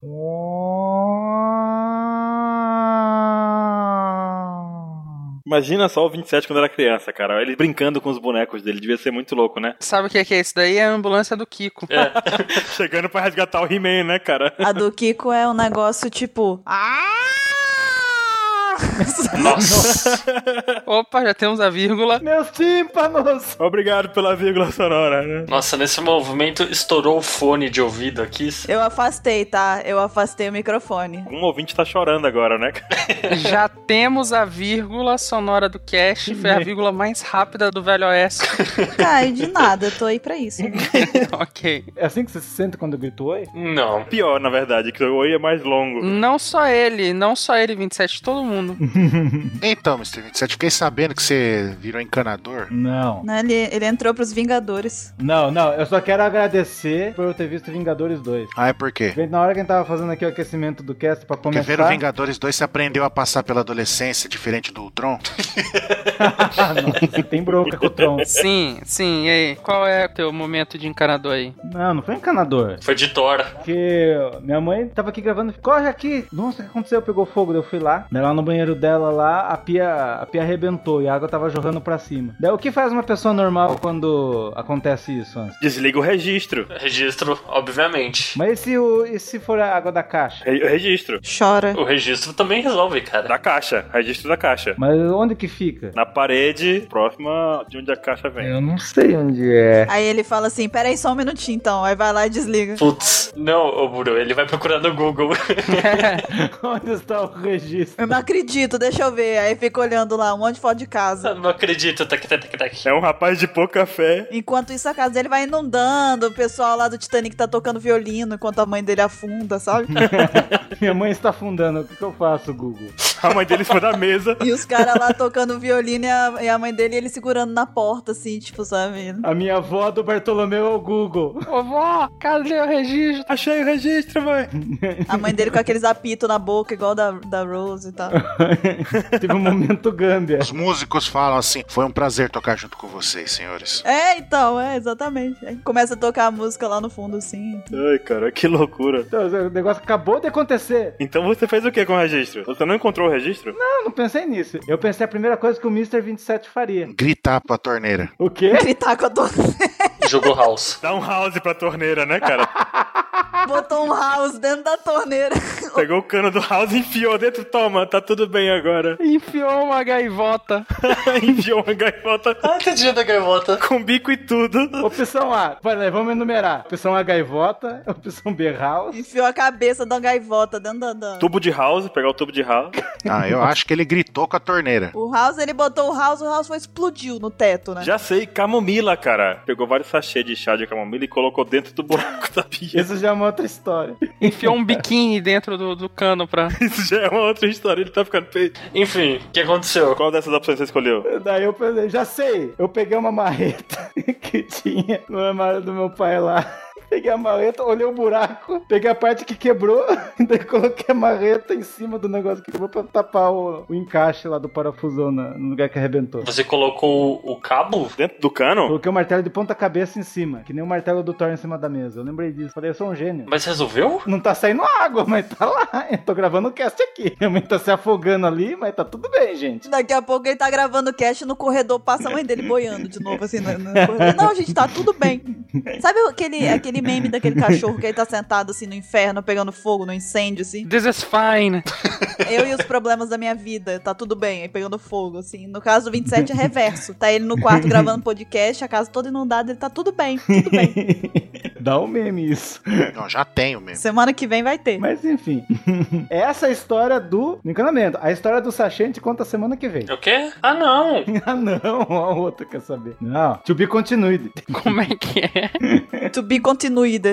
Imagina só o 27 quando era criança, cara. Ele brincando com os bonecos dele. Devia ser muito louco, né? Sabe o que é isso daí? É a ambulância do Kiko. É. Chegando pra resgatar o He-Man, né, cara? A do Kiko é um negócio tipo... Nossa! Opa, já temos a vírgula. Meus tímpanos! Obrigado pela vírgula sonora, né? Nossa, nesse movimento estourou o fone de ouvido aqui. Eu afastei, tá? Eu afastei o microfone. Um ouvinte tá chorando agora, né? Já temos a vírgula sonora do cast. Foi a vírgula mais rápida do Velho Oeste. Ai, de nada, eu tô aí pra isso. Ok. É assim que você se sente quando grita oi? Não. Pior, na verdade, que o oi é mais longo. Não só ele, 27, todo mundo. Então, Mr. 27, fiquei sabendo que você virou encanador. Não. Não, ele entrou pros Vingadores. Não, eu só quero agradecer por eu ter visto Vingadores 2. Ah, é por quê? Na hora que a gente tava fazendo aqui o aquecimento do cast pra começar... Porque ver o Vingadores 2 você aprendeu a passar pela adolescência, diferente do Ultron? Nossa, você tem bronca com o Tron. Sim, e aí? Qual é o teu momento de encanador aí? Não foi encanador. Foi de Thor. Porque minha mãe tava aqui gravando, corre aqui. Nossa, o que aconteceu? Pegou fogo, daí eu fui lá. Daí lá no banheiro dela lá, a pia arrebentou e a água tava jorrando pra cima. Daí o que faz uma pessoa normal quando acontece isso, antes? Desliga o registro. Registro, obviamente. Mas e se for a água da caixa? Registro. Chora. O registro também resolve, cara. Da caixa. Registro da caixa. Mas onde que fica? Na parede, próxima de onde a caixa vem. Eu não sei onde é. Aí ele fala assim, peraí só um minutinho então. Aí vai lá e desliga. Putz, não, ô Buru, ele vai procurar no Google. Onde está o registro? Eu não acredito, deixa eu ver. Aí fica olhando lá, um monte de foto de casa. Não acredito, tac. É um rapaz de pouca fé. Enquanto isso, a casa dele vai inundando. O pessoal lá do Titanic tá tocando violino enquanto a mãe dele afunda, sabe? Minha mãe está afundando. O que eu faço, Google? A mãe dele em cima da mesa. E os caras lá tocando violino e a mãe dele e ele segurando na porta, assim, tipo, sabe? A minha avó do Bartolomeu é o Google. Ô vó, cadê o registro? Achei o registro, mãe. A mãe dele com aqueles apitos na boca, igual da Rose e tal. Teve um momento Gâmbia. Os músicos falam assim, foi um prazer tocar junto com vocês, senhores. Então, exatamente. Aí começa a tocar a música lá no fundo, assim. Ai, cara, que loucura. Então, o negócio acabou de acontecer. Então você fez o que com o registro? Você não encontrou o registro? Não pensei nisso. Eu pensei a primeira coisa que o Mr. 27 faria. Gritar pra torneira. O quê? Gritar com a torneira. Jogou house. Dá um house pra torneira, né, cara? Botou um house dentro da torneira. Pegou o cano do house e enfiou dentro. Toma, tá tudo bem agora. Enfiou uma gaivota. Enfiou uma gaivota. Ah, tadinha da gaivota. Com bico e tudo. Opção A. Vai, vamos enumerar. Opção A, gaivota. Opção B, house. Enfiou a cabeça da gaivota dentro da... Tubo de house, pegar o tubo de house. Ah, eu acho que ele gritou com a torneira. O house, ele botou o house foi explodiu no teto, né? Já sei, camomila, cara. Pegou vários sachês de chá de camomila e colocou dentro do buraco da pia. Isso já é uma outra história. Enfiou um biquíni dentro do cano pra... Isso já é uma outra história, ele tá ficando feio. Enfim, o que aconteceu? Qual dessas opções você escolheu? Daí eu pensei, já sei. Eu peguei uma marreta que tinha no armário do meu pai lá. Peguei a marreta, olhei o buraco, peguei a parte que quebrou, daí coloquei a marreta em cima do negócio que quebrou pra tapar o encaixe lá do parafusão no lugar que arrebentou. Você colocou o cabo? Dentro do cano? Coloquei o martelo de ponta cabeça em cima, que nem o martelo do Thor em cima da mesa. Eu lembrei disso, falei, eu sou um gênio. Mas resolveu? Não tá saindo água, mas tá lá. Eu tô gravando o cast aqui. Minha mãe tá se afogando ali, mas tá tudo bem, gente. Daqui a pouco ele tá gravando o cast no corredor, passa a mãe dele boiando de novo, assim, no corredor. Não, gente, tá tudo bem. Sabe aquele meme daquele cachorro que ele tá sentado, assim, no inferno, pegando fogo, no incêndio, assim? This is fine. Eu e os problemas da minha vida, tá tudo bem, aí pegando fogo, assim. No caso do 27 é reverso. Tá ele no quarto gravando podcast, a casa toda inundada, ele tá tudo bem, tudo bem. Dá um meme isso. Não, já tenho mesmo. Semana que vem vai ter. Mas enfim. Essa é a história do encanamento. A história do sachê a gente conta semana que vem. O quê? Ah, não. Ah, não. A outra quer saber. Não. To be continued. Como é que é? To be continued.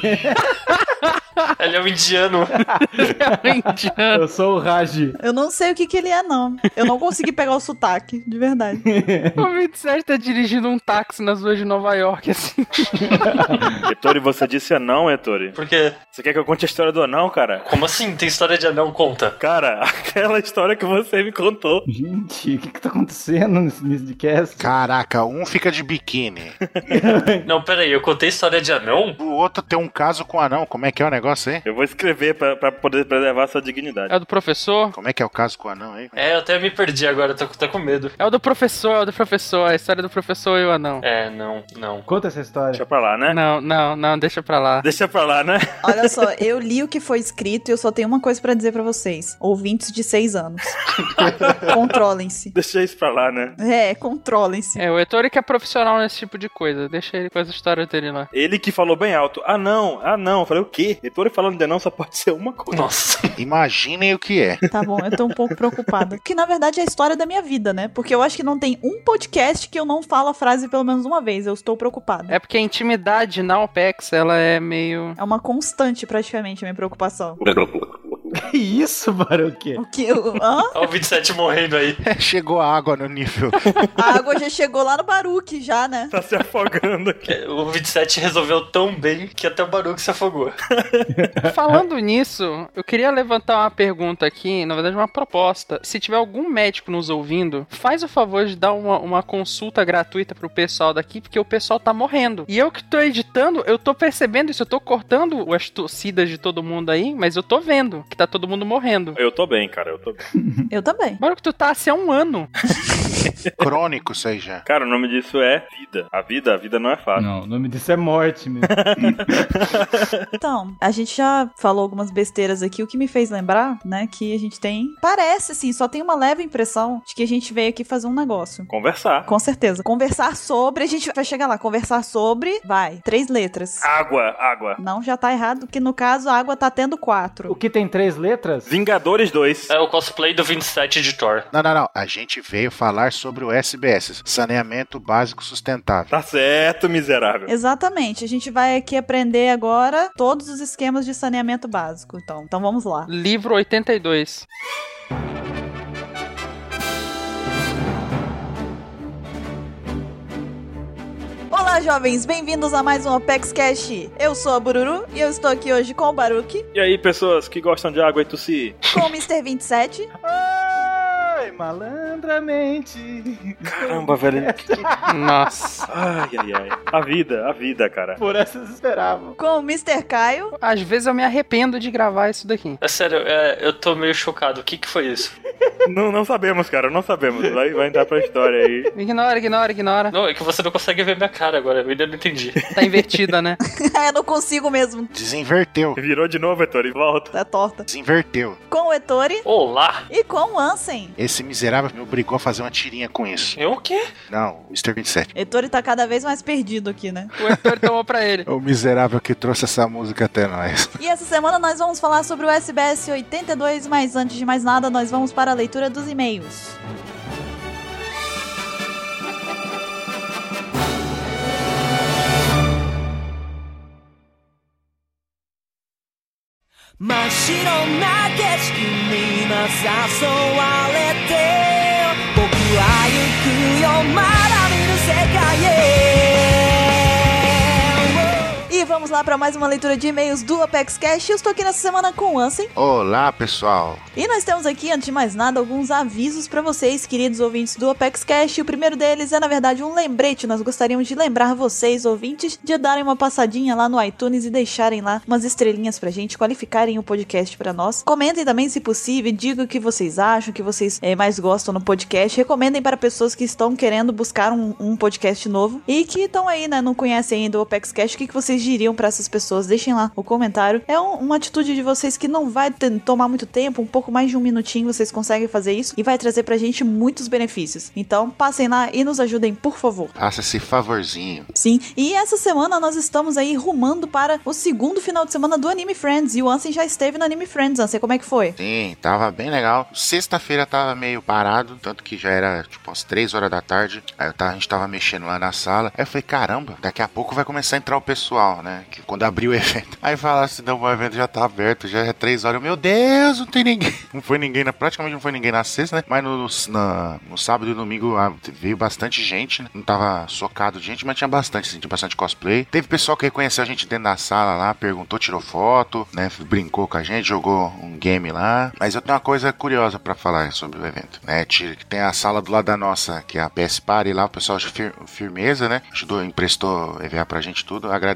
Ele é um indiano. Eu sou o Raji. Eu não sei o que ele é, não. Eu não consegui pegar o sotaque, de verdade. O 27 tá dirigindo um táxi nas ruas de Nova York, assim. Ettore, você disse anão, Ettore? Por quê? Você quer que eu conte a história do anão, cara? Como assim? Tem história de anão? Conta. Cara, aquela história que você me contou. Gente, o que tá acontecendo nesse cast? Caraca, um fica de biquíni. Não, peraí, eu contei história de anão? O outro tem um caso com anão. Como é que é o negócio? negócio aí? Eu vou escrever pra poder preservar a sua dignidade. É o do professor? Como é que é o caso com o anão aí? É, eu até me perdi agora, tô com medo. É o do professor, a história do professor e o anão. É, não. Conta essa história. Deixa pra lá, né? Não, deixa pra lá. Deixa pra lá, né? Olha só, eu li o que foi escrito e eu só tenho uma coisa pra dizer pra vocês. Ouvintes de 6 anos. Controlem-se. Deixa isso pra lá, né? Controlem-se. O Ettore que é profissional nesse tipo de coisa. Deixa ele com as histórias dele lá. Ele que falou bem alto. Ah, não. Eu falei, o quê? Heitor falando de não só pode ser uma coisa. Nossa. Imaginem o que é. Tá bom, eu tô um pouco preocupada. Que na verdade é a história da minha vida, né? Porque eu acho que não tem um podcast que eu não falo a frase pelo menos uma vez. Eu estou preocupada. É porque a intimidade na OPEX, ela é meio... É uma constante, praticamente, a minha preocupação. Que isso, Baruque? O que eu... Hã? Olha o 27 morrendo aí. Chegou a água no nível. A água já chegou lá no Baruque, já, né? Tá se afogando aqui. O 27 resolveu tão bem que até o Baruque se afogou. Falando nisso, eu queria levantar uma pergunta aqui, na verdade uma proposta. Se tiver algum médico nos ouvindo, faz o favor de dar uma consulta gratuita pro pessoal daqui, porque o pessoal tá morrendo. E eu que tô editando, eu tô percebendo isso, eu tô cortando as torcidas de todo mundo aí, mas eu tô vendo que tá todo mundo morrendo. Eu tô bem, cara, eu tô bem. Eu também. Bora que tu tá assim há um ano. Crônico isso aí já. Cara, o nome disso é vida. A vida não é fácil. Não, o nome disso é morte mesmo. Então, a gente já falou algumas besteiras aqui, o que me fez lembrar, né, que a gente tem... Parece, assim, só tem uma leve impressão de que a gente veio aqui fazer um negócio. Conversar. Com certeza. Conversar sobre, a gente vai chegar lá. Conversar sobre, 3 letras. Água. Não, já tá errado, que no caso a água tá tendo 4. O que tem 3 letras? Vingadores 2. É o cosplay do 27 de Thor. Não. A gente veio falar sobre o SBS, Saneamento Básico Sustentável. Tá certo, miserável. Exatamente. A gente vai aqui aprender agora todos os esquemas de saneamento básico. Então vamos lá. Livro 82. Olá, jovens! Bem-vindos a mais um Apex Cash. Eu sou a Bururu e eu estou aqui hoje com o Baruque, E aí, pessoas que gostam de água e tossir? com o Mr. 27 Ai, malandramente. Caramba, velho. Nossa. Ai. A vida, cara. Por essas esperavam. com o Mr. Caio Às vezes eu me arrependo de gravar isso daqui. É sério, eu tô meio chocado. O que foi isso? Não sabemos, cara, não sabemos. Vai entrar pra história aí. Ignora. Não, é que você não consegue ver minha cara agora. Eu ainda não entendi. Tá invertida, né? Eu não consigo mesmo. Desinverteu. Virou de novo, Heitor, e volta. Tá torta. Desinverteu. Com o Ettore Olá! e com o Ansem. Esse miserável me obrigou a fazer uma tirinha com isso. Eu o quê? Não, o Mr. 27. Ettore tá cada vez mais perdido aqui, né? O Ettore tomou pra ele. O miserável que trouxe essa música até nós. E essa semana nós vamos falar sobre o SBS 82, mas antes de mais nada, nós vamos para a leitura dos e-mails. E vamos lá para mais uma leitura de e-mails do Apex Cash. Eu estou aqui nessa semana com o Ansem. Olá, pessoal. E nós temos aqui, antes de mais nada, alguns avisos para vocês, queridos ouvintes do Apex Cash. O primeiro deles é, na verdade, um lembrete. Nós gostaríamos de lembrar vocês, ouvintes, de darem uma passadinha lá no iTunes e deixarem lá umas estrelinhas pra gente, qualificarem o podcast pra nós. Comentem também, se possível, digam o que vocês acham, o que vocês mais gostam no podcast. Recomendem para pessoas que estão querendo buscar um podcast novo e que estão aí, né, não conhecem ainda o Apex Cash. O que vocês diriam pra essas pessoas? Deixem lá o comentário. É uma atitude de vocês que não vai tomar muito tempo, um pouco mais de um minutinho vocês conseguem fazer isso e vai trazer pra gente muitos benefícios. Então passem lá e nos ajudem, por favor. Faça esse favorzinho. Sim, e essa semana nós estamos aí rumando para o segundo final de semana do Anime Friends e o Ansem já esteve no Anime Friends. Ansem, como é que foi? Sim, tava bem legal. Sexta-feira tava meio parado, tanto que já era tipo umas 3 horas da tarde. Aí a gente tava mexendo lá na sala. Aí eu falei, caramba, daqui a pouco vai começar a entrar o pessoal, né? Que quando abrir o evento. Aí falaram assim, não, o evento já tá aberto, já é 3 horas. Meu Deus, não tem ninguém. Não foi ninguém, praticamente não foi ninguém na sexta, né? Mas no sábado e domingo veio bastante gente, né? Não tava socado de gente, mas tinha bastante, assim, tinha bastante cosplay. Teve pessoal que reconheceu a gente dentro da sala lá, perguntou, tirou foto, né? Brincou com a gente, jogou um game lá. Mas eu tenho uma coisa curiosa pra falar sobre o evento, né? Tem a sala do lado da nossa, que é a PS Party lá, o pessoal de firmeza, né? Ajudou, emprestou EVA pra gente tudo, eu agradeço. Só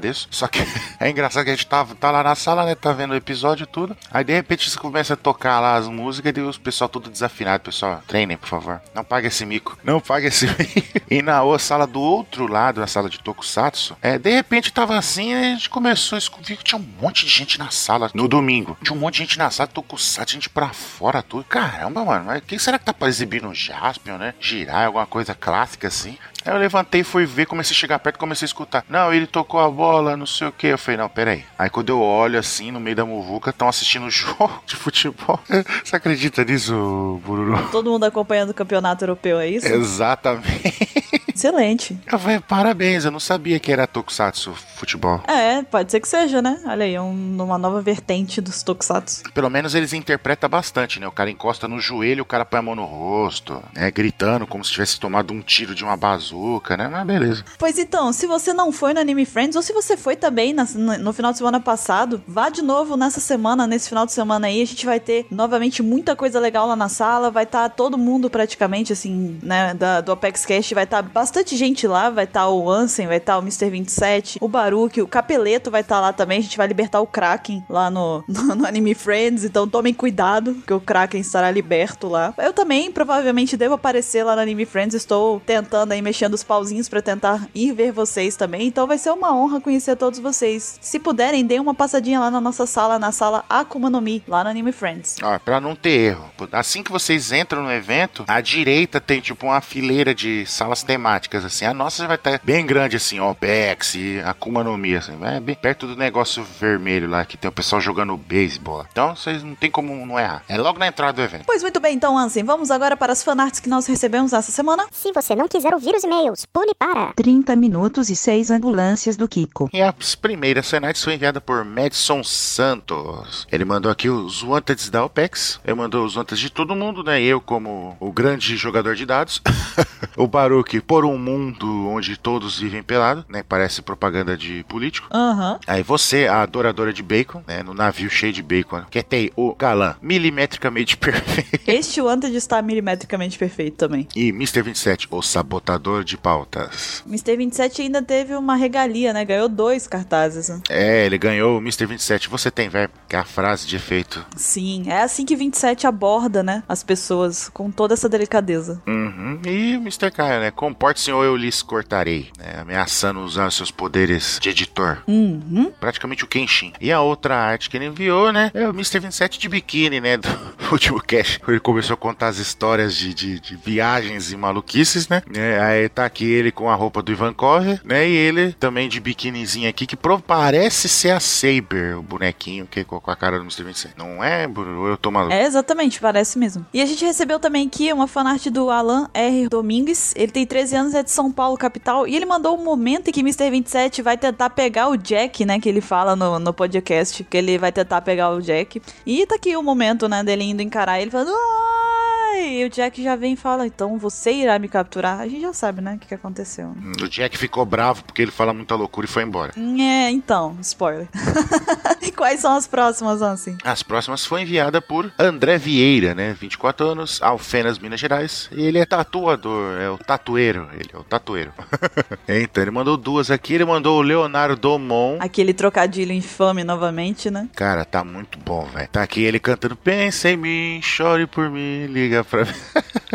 que é engraçado que a gente tá lá na sala, né? Tá vendo o episódio e tudo. Aí de repente você começa a tocar lá as músicas e o pessoal tudo desafinado. Pessoal, treinem, por favor. Não pague esse mico. Não pague esse mico. E na sala do outro lado, na sala de Tokusatsu, de repente tava assim, a gente começou a descobrir que tinha um monte de gente na sala no domingo. Tinha um monte de gente na sala, Tokusatsu, gente pra fora, tudo. Caramba, mano, mas quem será que tá pra exibir no Jaspion, né? Girar, alguma coisa clássica assim. Aí eu levantei, fui ver, comecei a chegar perto, comecei a escutar. Não, ele tocou a bola, não sei o que. Eu falei, não, peraí. Aí quando eu olho assim, no meio da muvuca, estão assistindo o jogo de futebol. Você acredita nisso, Bururu? Todo mundo acompanhando o campeonato europeu, é isso? Exatamente. Excelente. Eu falei, parabéns, eu não sabia que era Tokusatsu futebol. Pode ser que seja, né? Olha aí, uma nova vertente dos Tokusatsu. Pelo menos eles interpretam bastante, né? O cara encosta no joelho, o cara põe a mão no rosto, né? Gritando como se tivesse tomado um tiro de uma bazuca, né? Mas beleza. Pois então, se você não foi no Anime Friends, ou se você foi também no final de semana passado, vá de novo nessa semana, nesse final de semana aí, a gente vai ter novamente muita coisa legal lá na sala, vai estar todo mundo praticamente, assim, né, do Apex Cash, vai estar bastante gente lá, vai estar o Ansem, vai estar o Mr. 27, o Baruch, o Capeleto vai estar lá também, a gente vai libertar o Kraken lá no Anime Friends, então tomem cuidado, que o Kraken estará liberto lá. Eu também, provavelmente, devo aparecer lá no Anime Friends, estou tentando aí, mexendo os pauzinhos pra tentar ir ver vocês também, então vai ser uma honra conhecer todos vocês. Se puderem, deem uma passadinha lá na nossa sala, na sala Akuma no Mi, lá no Anime Friends. Pra não ter erro, assim que vocês entram no evento, à direita tem tipo uma fileira de salas temáticas, assim, a nossa vai estar bem grande, assim, OPEX, Akuma no Mi, assim, bem perto do negócio vermelho lá, que tem o pessoal jogando beisebol. Então, vocês não tem como não errar. É logo na entrada do evento. Pois muito bem, então, Ansem, vamos agora para as fanarts que nós recebemos essa semana. Se você não quiser ouvir os e-mails, pule para 30 minutos e 6 ambulâncias do Kiko. E as primeiras fanarts foi enviada por Madison Santos. Ele mandou aqui os Wanteds da OPEX. Ele mandou os Wanteds de todo mundo, né? Eu como o grande jogador de dados. O Baruch por um mundo onde todos vivem pelado, né? Parece propaganda de político. Aí você, a adoradora de bacon, né? No navio cheio de bacon, que tem o galã milimetricamente perfeito. Este Wanted está milimetricamente perfeito também. E Mr. 27, o sabotador de pautas. Mr. 27 ainda teve uma regalia, né? Ganhou 2 cartazes. Né? Ele ganhou o Mr. 27. Você tem verbo, que é a frase de efeito. Sim, é assim que 27 aborda, né? As pessoas, com toda essa delicadeza. E o Mr. Caio, né? Comporte-se ou eu lhes cortarei. Né? Ameaçando usar seus poderes de editor. Praticamente o Kenshin. E a outra arte que ele enviou, né? É o Mr. 27 de biquíni, né? Do último cast. Ele começou a contar as histórias de viagens e maluquices, né? Aí tá aqui ele com a roupa do Ivankov, né? E ele também de biquinizinho aqui, que parece ser a Saber, o bonequinho que com a cara do Mr. 27. Não é, Bruno? Eu tô maluco. É, exatamente, parece mesmo. E a gente recebeu também aqui uma fanart do Alan R. Domingues. Ele tem 13 anos, é de São Paulo, capital. E ele mandou um momento em que Mr. 27 vai tentar pegar o Jack, né? Que ele fala no podcast, que ele vai tentar pegar o Jack. E tá aqui o momento, né? Dele indo encarar ele falando... E o Jack já vem e fala, então você irá me capturar. A gente já sabe, né, o que aconteceu. O Jack ficou bravo porque ele fala muita loucura e foi embora. Então, spoiler. E quais são as próximas, assim? As próximas foi enviada por André Vieira, né, 24 anos, Alfenas, Minas Gerais. E ele é tatuador, é o tatueiro. Ele é o tatueiro. Então, ele mandou 2 aqui, ele mandou o Leonardo Domon. Aquele trocadilho infame novamente, né? Cara, tá muito bom, velho. Tá aqui ele cantando, pensa em mim, chore por mim, liga pra mim.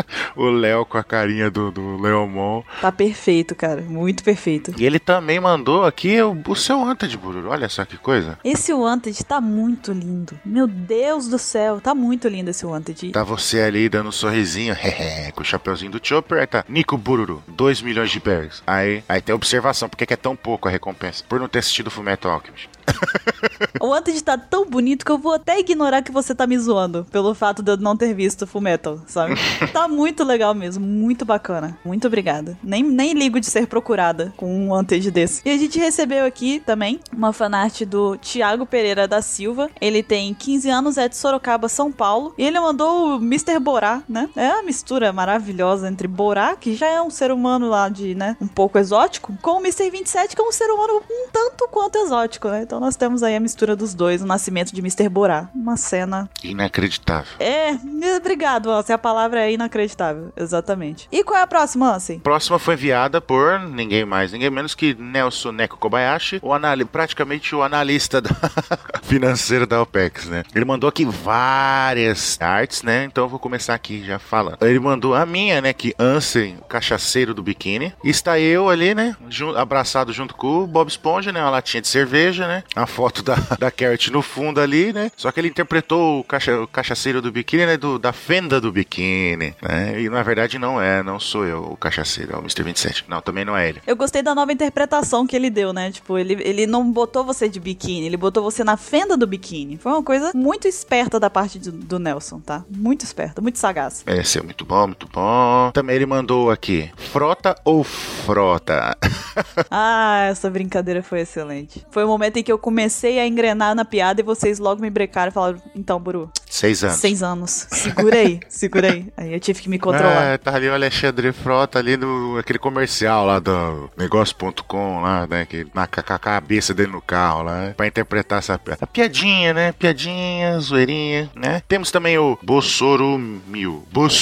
O Léo com a carinha do Leomon. Tá perfeito, cara. Muito perfeito. E ele também mandou aqui o seu Wanted, Bururu. Olha só que coisa. Esse Wanted tá muito lindo. Meu Deus do céu. Tá muito lindo esse Wanted. Tá você ali dando um sorrisinho, com o chapeuzinho do Chopper. Aí tá Nico Bururu, 2 milhões de berries. Aí tem observação, porque que é tão pouco a recompensa? Por não ter assistido Fullmetal Alchemist. O Wanted tá tão bonito que eu vou até ignorar que você tá me zoando pelo fato de eu não ter visto Fullmetal, sabe? Tá muito legal mesmo, muito bacana. Muito obrigada. Nem ligo de ser procurada com um Wanted desse. E a gente recebeu aqui também uma fanart do Thiago Pereira da Silva. Ele tem 15 anos, é de Sorocaba, São Paulo. E ele mandou o Mr. Borá, né? É uma mistura maravilhosa entre Borá, que já é um ser humano lá de, né, um pouco exótico, com o Mr. 27, que é um ser humano um tanto quanto exótico, né? Então Então nós temos aí a mistura dos dois, o nascimento de Mr. Borá. Uma cena... Inacreditável. Obrigado, Ansem. A palavra é inacreditável. Exatamente. E qual é a próxima, Ansem? A próxima foi enviada por ninguém mais, ninguém menos que Nelson Neko Kobayashi, praticamente o analista financeiro da OPEX, né? Ele mandou aqui várias artes, né? Então eu vou começar aqui já falando. Ele mandou a minha, né? Que Ansem, o cachaceiro do biquíni. E está eu ali, né? Abraçado junto com o Bob Esponja, né? Uma latinha de cerveja, né? A foto da Carrot no fundo ali, né? Só que ele interpretou o cachaceiro do biquíni, né? Da fenda do biquíni, né? E na verdade não sou eu o cachaceiro, é o Mr. 27. Não, também não é ele. Eu gostei da nova interpretação que ele deu, né? Tipo, ele não botou você de biquíni, ele botou você na fenda do biquíni. Foi uma coisa muito esperta da parte do Nelson, tá? Muito esperta, muito sagaz. Esse é muito bom, muito bom. Também ele mandou aqui, frota ou frota? Essa brincadeira foi excelente. Foi o momento em que eu comecei a engrenar na piada e vocês logo me brecaram e falaram, então, Buru... 6 anos. 6 anos. Segura aí. Aí eu tive que me controlar. Tá ali o Alexandre Frota ali aquele comercial lá do negócio.com lá, né? Que com a cabeça dele no carro lá, né, pra interpretar a piadinha, né? Piadinha, zoeirinha, né? Temos também o Bossorumil,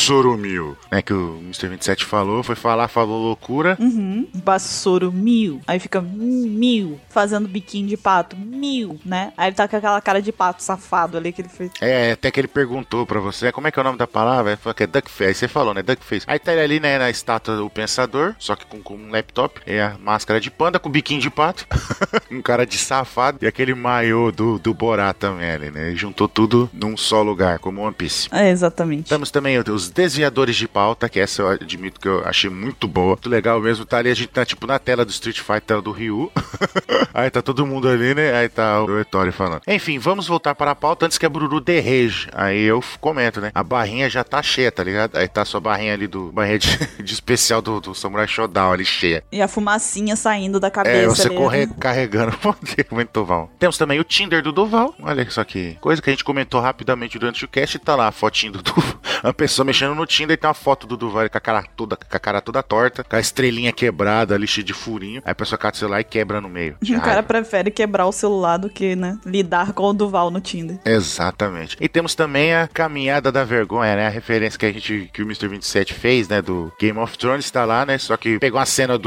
né? Que o Mr. 27 falou, falou loucura. Bossorumil. Aí fica mil, fazendo biquinho de pato, mil, né? Aí ele tá com aquela cara de pato safado ali que ele fez. Até que ele perguntou pra você, como é que é o nome da palavra? Ele falou que é duckface. Aí você falou, né? Duckface. Aí tá ele ali, né? Na estátua do pensador, só que com um laptop. E a máscara de panda com biquinho de pato. Um cara de safado. E aquele maiô do Borá também ali, né? Ele juntou tudo num só lugar, como One Piece. Exatamente. Temos também os desviadores de pauta, que essa eu admito que eu achei muito boa. Muito legal mesmo. Tá ali, a gente tá tipo na tela do Street Fighter do Ryu. Aí tá todo mundo ali, né? Aí tá o Ettore falando. Enfim, vamos voltar para a pauta antes que a Bururu derreja. Aí eu comento, né? A barrinha já tá cheia, tá ligado? Aí tá a sua barrinha ali barrinha de especial do Samurai Shodown ali cheia. E a fumacinha saindo da cabeça. Você ali, carregando. Muito Duval. Temos também o Tinder do Duval. Olha só que coisa que a gente comentou rapidamente durante o cast. Tá lá a fotinho do Duval. Uma pessoa mexendo no Tinder e tem uma foto do Duval com a cara toda torta, com a estrelinha quebrada ali, cheia de furinho. Aí a pessoa cata o celular e quebra no meio. O cara prefere quebrar o celular do que, né? Lidar com o Duval no Tinder. Exatamente. E temos também a caminhada da vergonha, né? A referência que o Mr. 27 fez, né? Do Game of Thrones, tá lá, né? Só que pegou a cena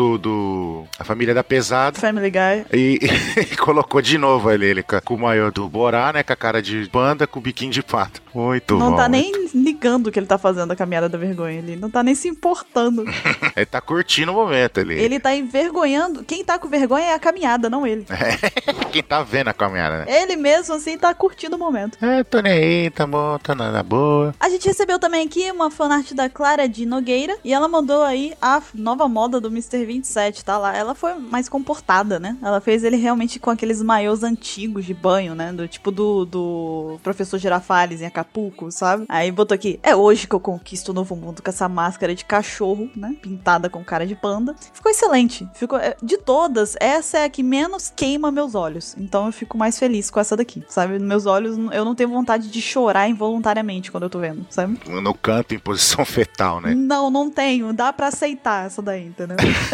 a família da pesada. Family Guy. E colocou de novo ele com o maior do Borá, né? Com a cara de panda, com o biquinho de pato. Muito bom. Não tá nem ligando o que ele tá fazendo a caminhada da vergonha. Ele não tá nem se importando. Ele tá curtindo o momento ali. Ele tá envergonhando. Quem tá com vergonha é a caminhada, não ele. Quem tá vendo a caminhada, né? Ele mesmo, assim, tá curtindo o momento. Tô nem aí, tá bom, tá na boa. A gente recebeu também aqui uma fanart da Clara de Nogueira. E ela mandou aí a nova moda do Mr. 27, tá lá. Ela foi mais comportada, né? Ela fez ele realmente com aqueles maiôs antigos de banho, né? Do tipo do Professor Girafales em Acapulco, sabe? Aí botou aqui, é hoje que eu conquisto o novo mundo com essa máscara de cachorro, né? Pintada com cara de panda. Ficou excelente. De todas, essa é a que menos queima meus olhos. Então eu fico mais feliz com essa daqui, sabe? Meus olhos, eu não tenho vontade de chorar involuntariamente quando eu tô vendo, sabe? No canto em posição fetal, né? Não tenho. Dá pra aceitar essa daí, entendeu?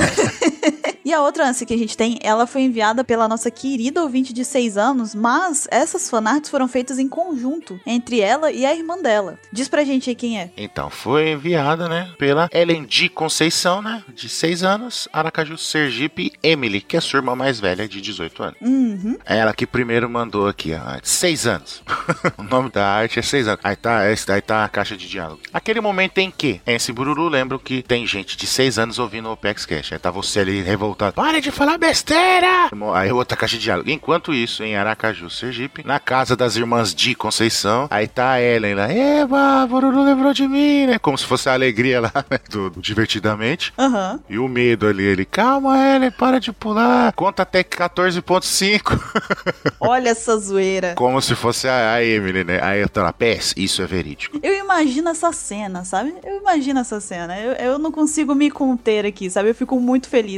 E a outra ânsia que a gente tem, ela foi enviada pela nossa querida ouvinte de 6 anos, mas essas fanarts foram feitas em conjunto, entre ela e a irmã dela. Diz pra gente aí quem é. Então, foi enviada, né, pela Ellen D. Conceição, né, de 6 anos, Aracaju, Sergipe, Emily, que é a sua irmã mais velha, de 18 anos. Uhum. Ela que primeiro mandou aqui, ó, 6 anos. O nome da arte é 6 anos. Aí tá a caixa de diálogo. Aquele momento em que, esse Bururu, lembro que tem gente de 6 anos ouvindo o Opex Cash. Aí tá você ali revoltado. Para de falar besteira! Aí outra caixa de diálogo. Enquanto isso, em Aracaju, Sergipe, na casa das irmãs de Conceição, aí tá a Ellen lá. Eba, Bururu lembrou de mim, né? Como se fosse a alegria lá, né? Do Divertidamente. Uhum. E o medo ali, ele, calma, Ellen, para de pular. Conta até 14.5. Olha essa zoeira. Como se fosse a Emily, né? Aí eu tô lá, PS, isso é verídico. Eu imagino essa cena, sabe? Eu não consigo me conter aqui, sabe? Eu fico muito feliz de ver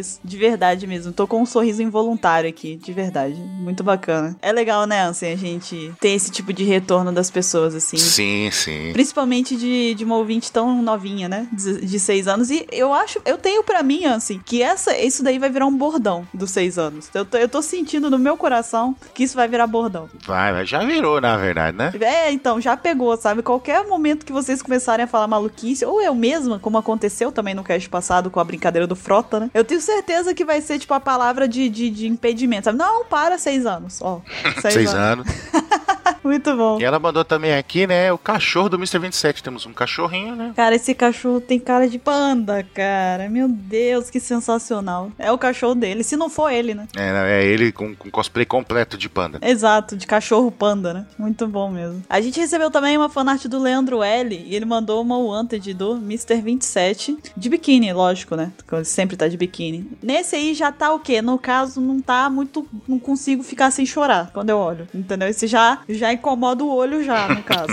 verdade mesmo. Tô com um sorriso involuntário aqui, de verdade. Muito bacana. É legal, né, Ansem, a gente ter esse tipo de retorno das pessoas, assim. Sim, sim. Principalmente de uma ouvinte tão novinha, né? De 6 anos. E eu tenho pra mim, Ansem, que isso daí vai virar um bordão dos 6 anos. Eu tô sentindo no meu coração que isso vai virar bordão. Vai, já virou, na verdade, né? Então, já pegou, sabe? Qualquer momento que vocês começarem a falar maluquice, ou eu mesma, como aconteceu também no cast passado com a brincadeira do Frota, né? Eu tenho certeza que vai ser, tipo, a palavra de impedimento, sabe? Não, para 6 anos, ó. 6 anos. Muito bom. E ela mandou também aqui, né, o cachorro do Mr. 27. Temos um cachorrinho, né? Cara, esse cachorro tem cara de panda, cara. Meu Deus, que sensacional. É o cachorro dele, se não for ele, né? É ele com cosplay completo de panda. Exato, de cachorro panda, né? Muito bom mesmo. A gente recebeu também uma fanart do Leandro L. E ele mandou uma wanted do Mr. 27 de biquíni, lógico, né? Ele sempre tá de biquíni. Nesse aí já tá o quê? No caso, não tá muito... Não consigo ficar sem chorar quando eu olho, entendeu? Esse já incomoda o olho já, no caso.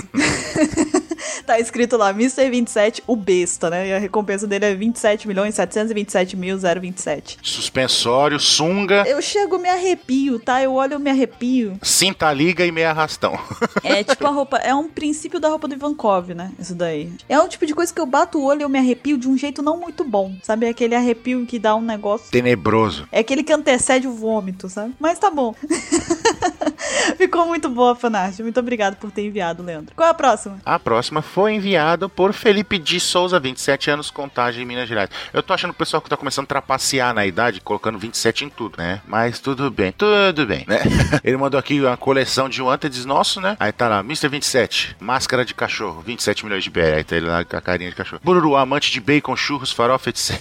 Tá escrito lá, Mr. 27, o besta, né? E a recompensa dele é 27.727.027. Suspensório, sunga. Eu chego, me arrepio, tá? Eu olho, eu me arrepio. Cinta liga e meia arrastão. É tipo a roupa, é um princípio da roupa do Ivankov, né? Isso daí. É um tipo de coisa que eu bato o olho e eu me arrepio de um jeito não muito bom, sabe? É aquele arrepio que dá um negócio... tenebroso. É aquele que antecede o vômito, sabe? Mas tá bom. Ficou muito boa a fanart. Muito obrigado por ter enviado, Leandro. Qual é a próxima? A próxima foi enviada por Felipe de Souza, 27 anos, Contagem, Minas Gerais. Eu tô achando o pessoal que tá começando a trapacear na idade, colocando 27 em tudo, né? Mas tudo bem, né? Ele mandou aqui uma coleção de Wanted nosso, né? Aí tá lá, Mr. 27, máscara de cachorro, 27 milhões de BR. Aí tá ele lá com a carinha de cachorro. Bururu, amante de bacon, churros, farofa, etc.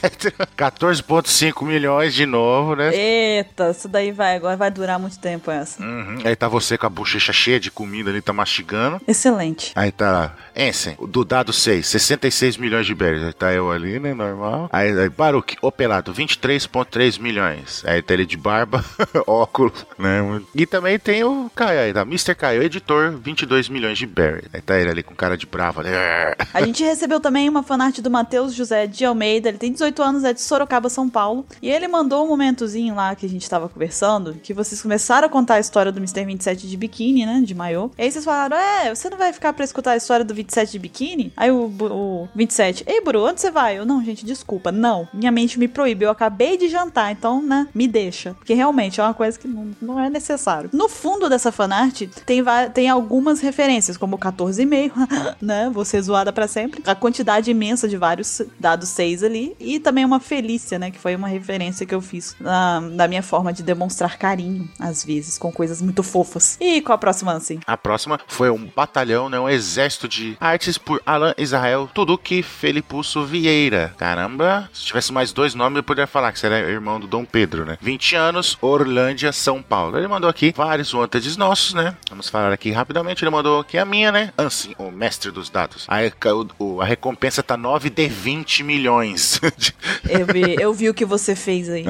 14,5 milhões de novo, né? Eita, isso daí agora vai durar muito tempo essa. Aí tá você com a bochecha cheia de comida ali, tá mastigando. Excelente. Aí tá lá, Ensen, do dado 6, 66 milhões de berries. Aí tá eu ali, né, normal. Aí Baruch, o pelado, 23,3 milhões. Aí tá ele de barba, óculos, né. E também tem o Caio aí, tá? Mr. Caio, editor, 22 milhões de berries. Aí tá ele ali com cara de brava. A gente recebeu também uma fanart do Matheus José de Almeida. Ele tem 18 anos, é de Sorocaba, São Paulo. E ele mandou um momentozinho lá que a gente tava conversando, que vocês começaram a contar a história do Mr. 27 de biquíni, né, de maiô. E aí vocês falaram, você não vai ficar pra escutar a história do 27 de biquíni? Aí o 27, ei, Bru, onde você vai? Eu, não, gente, desculpa, não. Minha mente me proíbe, eu acabei de jantar, então, né, me deixa. Porque realmente é uma coisa que não é necessário. No fundo dessa fanart, tem algumas referências, como 14,5, né, vou ser zoada pra sempre. A quantidade imensa de vários dados 6 ali. E também uma Felícia, né, que foi uma referência que eu fiz da minha forma de demonstrar carinho, às vezes, com coisas muito fofas. E qual a próxima, assim? A próxima foi um batalhão, né, um exército de artes por Alan Israel Tuduki Felipusso Vieira. Caramba, se tivesse mais 2 nomes eu poderia falar que você era irmão do Dom Pedro, né? 20 anos, Orlândia, São Paulo. Ele mandou aqui vários wanted nossos, né? Vamos falar aqui rapidamente. Ele mandou aqui a minha, né? Ansem, o mestre dos dados. Aí a recompensa tá 9 de 20 milhões. Eu vi o que você fez aí.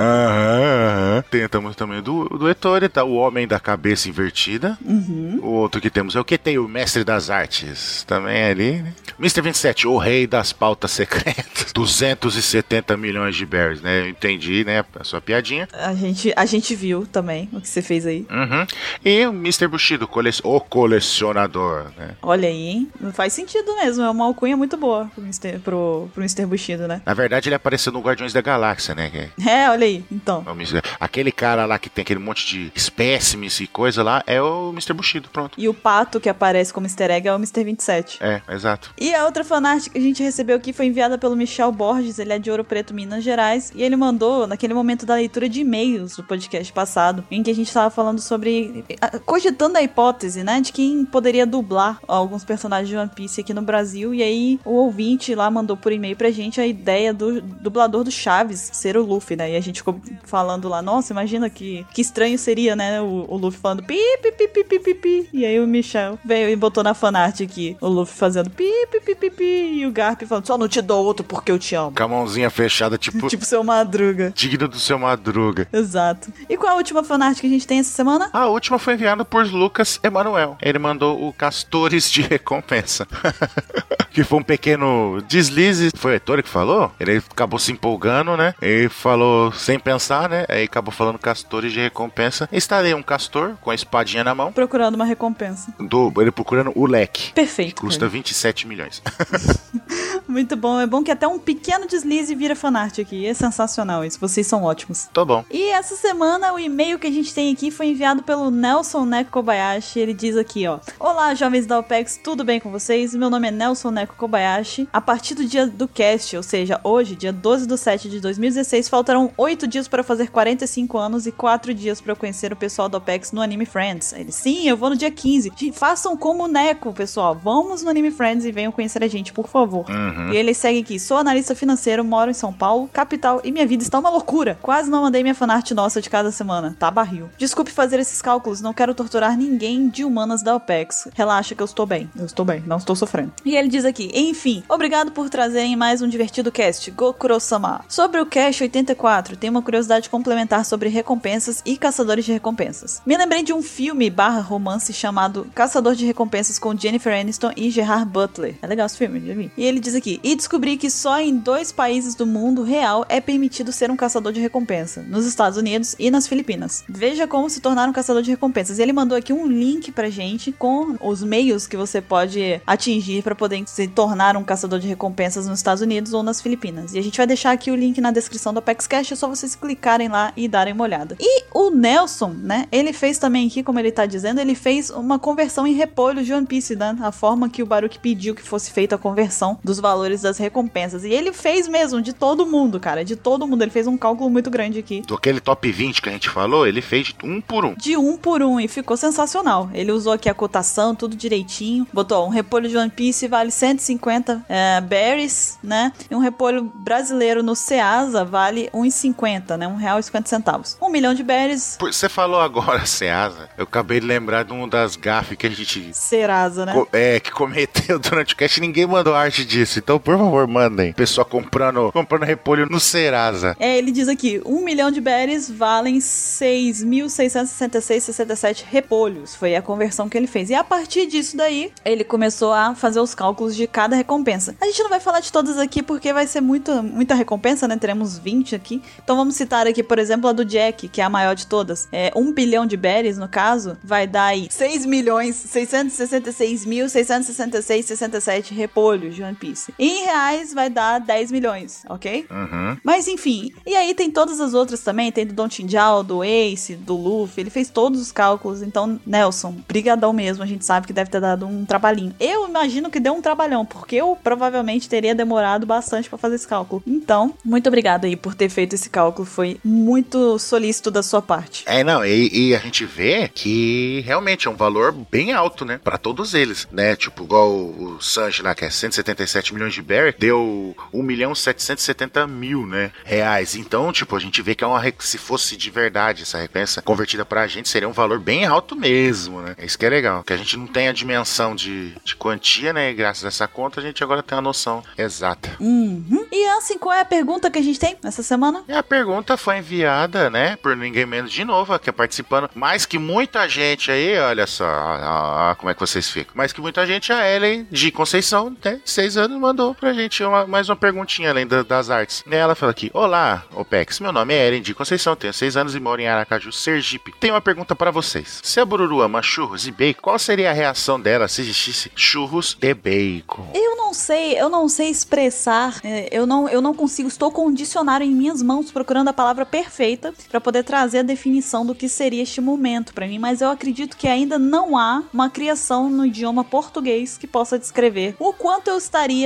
Temos também do Ettore, tá? O homem da cabeça invertida. O outro que temos é o que tem o mestre das artes. Também ali, né? Mr. 27, o rei das pautas secretas. 270 milhões de berries, né? Eu entendi, né? A sua piadinha. A gente viu também o que você fez aí. E o Mr. Bushido, o colecionador, né? Olha aí, hein? Não faz sentido mesmo. É uma alcunha muito boa pro Mr. Bushido, né? Na verdade, ele apareceu no Guardiões da Galáxia, né? Olha aí, então. Aquele cara lá que tem aquele monte de espécimes e coisa lá é o Mr. Bushido, pronto. E o pato que aparece como easter egg é o Mr. 27. Exato. E a outra fanart que a gente recebeu aqui foi enviada pelo Michel Borges, ele é de Ouro Preto, Minas Gerais, e ele mandou naquele momento da leitura de e-mails do podcast passado, em que a gente tava falando sobre, cogitando a hipótese, né, de quem poderia dublar alguns personagens de One Piece aqui no Brasil, e aí o ouvinte lá mandou por e-mail pra gente a ideia do dublador do Chaves ser o Luffy, né, e a gente ficou falando lá, nossa, imagina que estranho seria, né, o Luffy falando pi, pi, pi, pi, pi, pi, pi. E aí o Michel veio e botou na fanart aqui o Luffy fazendo pi, pi, pi, pi, pi. E o Garp falando, só não te dou outro porque eu te amo. Com a mãozinha fechada, tipo... Tipo seu Madruga. Digno do seu Madruga. Exato. E qual a última fanart que a gente tem essa semana? A última foi enviada por Lucas Emanuel. Ele mandou o Castores de Recompensa. Que foi um pequeno deslize. Foi o Heitor que falou? Ele acabou se empolgando, né? E falou sem pensar, né? Aí acabou falando Castores de Recompensa. Instalei um castor com a espadinha na mão. Procurando uma recompensa. Ele procurando o leque. Perfeito. Que custa 27 milhões. Muito bom. É bom que até um pequeno deslize vira fanart aqui. É sensacional isso. Vocês são ótimos. Tô bom. E essa semana o e-mail que a gente tem aqui foi enviado pelo Nelson Neko Kobayashi. Ele diz aqui, ó. Olá, jovens da OPEX. Tudo bem com vocês? Meu nome é Nelson Neko Kobayashi. A partir do dia do cast, ou seja, hoje, dia 12/7 de 2016, faltarão 8 dias para fazer 45 anos e 4 dias para eu conhecer o pessoal da OPEX no Anime Friends. Ele, sim, eu vou no dia 15. Façam como o Neko, pessoal. Vamos no Anime Friends e venham conhecer a gente, por favor. E ele segue aqui. Sou analista financeiro, moro em São Paulo, capital, e minha vida está uma loucura. Quase não mandei minha fanart nossa de cada semana. Tá barril. Desculpe fazer esses cálculos, não quero torturar ninguém de humanas da OPEX. Relaxa que eu estou bem. Eu estou bem, não estou sofrendo. E ele diz aqui, enfim, obrigado por trazerem mais um divertido cast, Gokuro-sama. Sobre o cast 84, tem uma curiosidade complementar sobre recompensas e caçadores de recompensas. Me lembrei de um filme / romance chamado Caçador de Recompensas com Jennifer Aniston e Gerard Butler. É legal esse filme, já vi. E ele diz aqui, e descobri que só em 2 países do mundo real é permitido ser um caçador de recompensa, nos Estados Unidos e nas Filipinas. Veja como se tornar um caçador de recompensas. E ele mandou aqui um link pra gente com os meios que você pode atingir pra poder se tornar um caçador de recompensas nos Estados Unidos ou nas Filipinas. E a gente vai deixar aqui o link na descrição do Apex Cash, é só vocês clicarem lá e darem uma olhada. E o Nelson, né, ele fez também aqui, como ele tá dizendo, ele fez uma conversão em repolho de One Piece, né, a forma que o Baruch pediu que fosse feita a conversão dos valores das recompensas. E ele fez mesmo, de todo mundo, cara, de todo mundo. Ele fez um cálculo muito grande aqui. Do aquele top 20 que a gente falou, ele fez de 1 por 1. De 1 por 1, e ficou sensacional. Ele usou aqui a cotação, tudo direitinho. Botou um repolho de One Piece vale 150 berries, né? E um repolho brasileiro no Ceasa vale 1,50, né? R$1,50. 1 milhão de berries. Você falou agora, Ceasa. Eu acabei de lembrar de uma das gafes que a gente... Serasa, né? Que cometeu durante o cast. Ninguém mandou arte disso. Então, por favor, mandem. Pessoal comprando repolho no Serasa. Ele diz aqui, 1 milhão de berries valem 6.666,67 repolhos. Foi a conversão que ele fez. E a partir disso daí, ele começou a fazer os cálculos de cada recompensa. A gente não vai falar de todas aqui porque vai ser muita recompensa, né? Teremos 20 aqui. Então vamos citar aqui, por exemplo, a do Jack, que é a maior de todas. 1 bilhão de berries, no caso, vai dar aí 6.666.666,67 repolhos de One Piece. E em reais vai dar 10 milhões, ok? Mas enfim, e aí tem todas as outras também, tem do Don Chinjao, do Ace, do Luffy, ele fez todos os cálculos. Então, Nelson, brigadão mesmo, a gente sabe que deve ter dado um trabalhinho. Eu imagino que deu um trabalhão, porque eu provavelmente teria demorado bastante pra fazer esse cálculo. Então, muito obrigada aí por ter feito esse cálculo, foi muito solícito da sua parte. E a gente vê que realmente é um valor bem alto, né? Pra todos eles, né? Tipo, igual o Sanji lá, que é 177 milhões de berry, deu 1.770.000, né? Reais. Então, tipo, a gente vê que se fosse de verdade essa recompensa convertida pra gente, seria um valor bem alto mesmo, né? Isso que é legal. Que a gente não tem a dimensão de quantia, né? E graças a essa conta, a gente agora tem a noção exata. E assim, qual é a pergunta que a gente tem essa semana? E a pergunta foi enviada, né? Por ninguém menos de novo, aqui participando. Mais que muita gente aí, olha só, como é que vocês ficam. Mais que muita gente, a Ellen de Conceição, né? 6 anos, mandou pra gente mais uma perguntinha além das artes. E ela fala aqui, olá, OPEX, meu nome é Ellen de Conceição, tenho 6 anos e moro em Aracaju, Sergipe. Tenho uma pergunta pra vocês. Se a Bururu ama churros e bacon, qual seria a reação dela se existisse churros de bacon? Eu não sei expressar, eu não consigo, estou com um dicionário em minhas mãos procurando a palavra perfeita pra poder trazer a definição do que seria este momento pra mim, mas eu acredito que ainda não há uma criação no idioma português que possa descrever o quanto eu estaria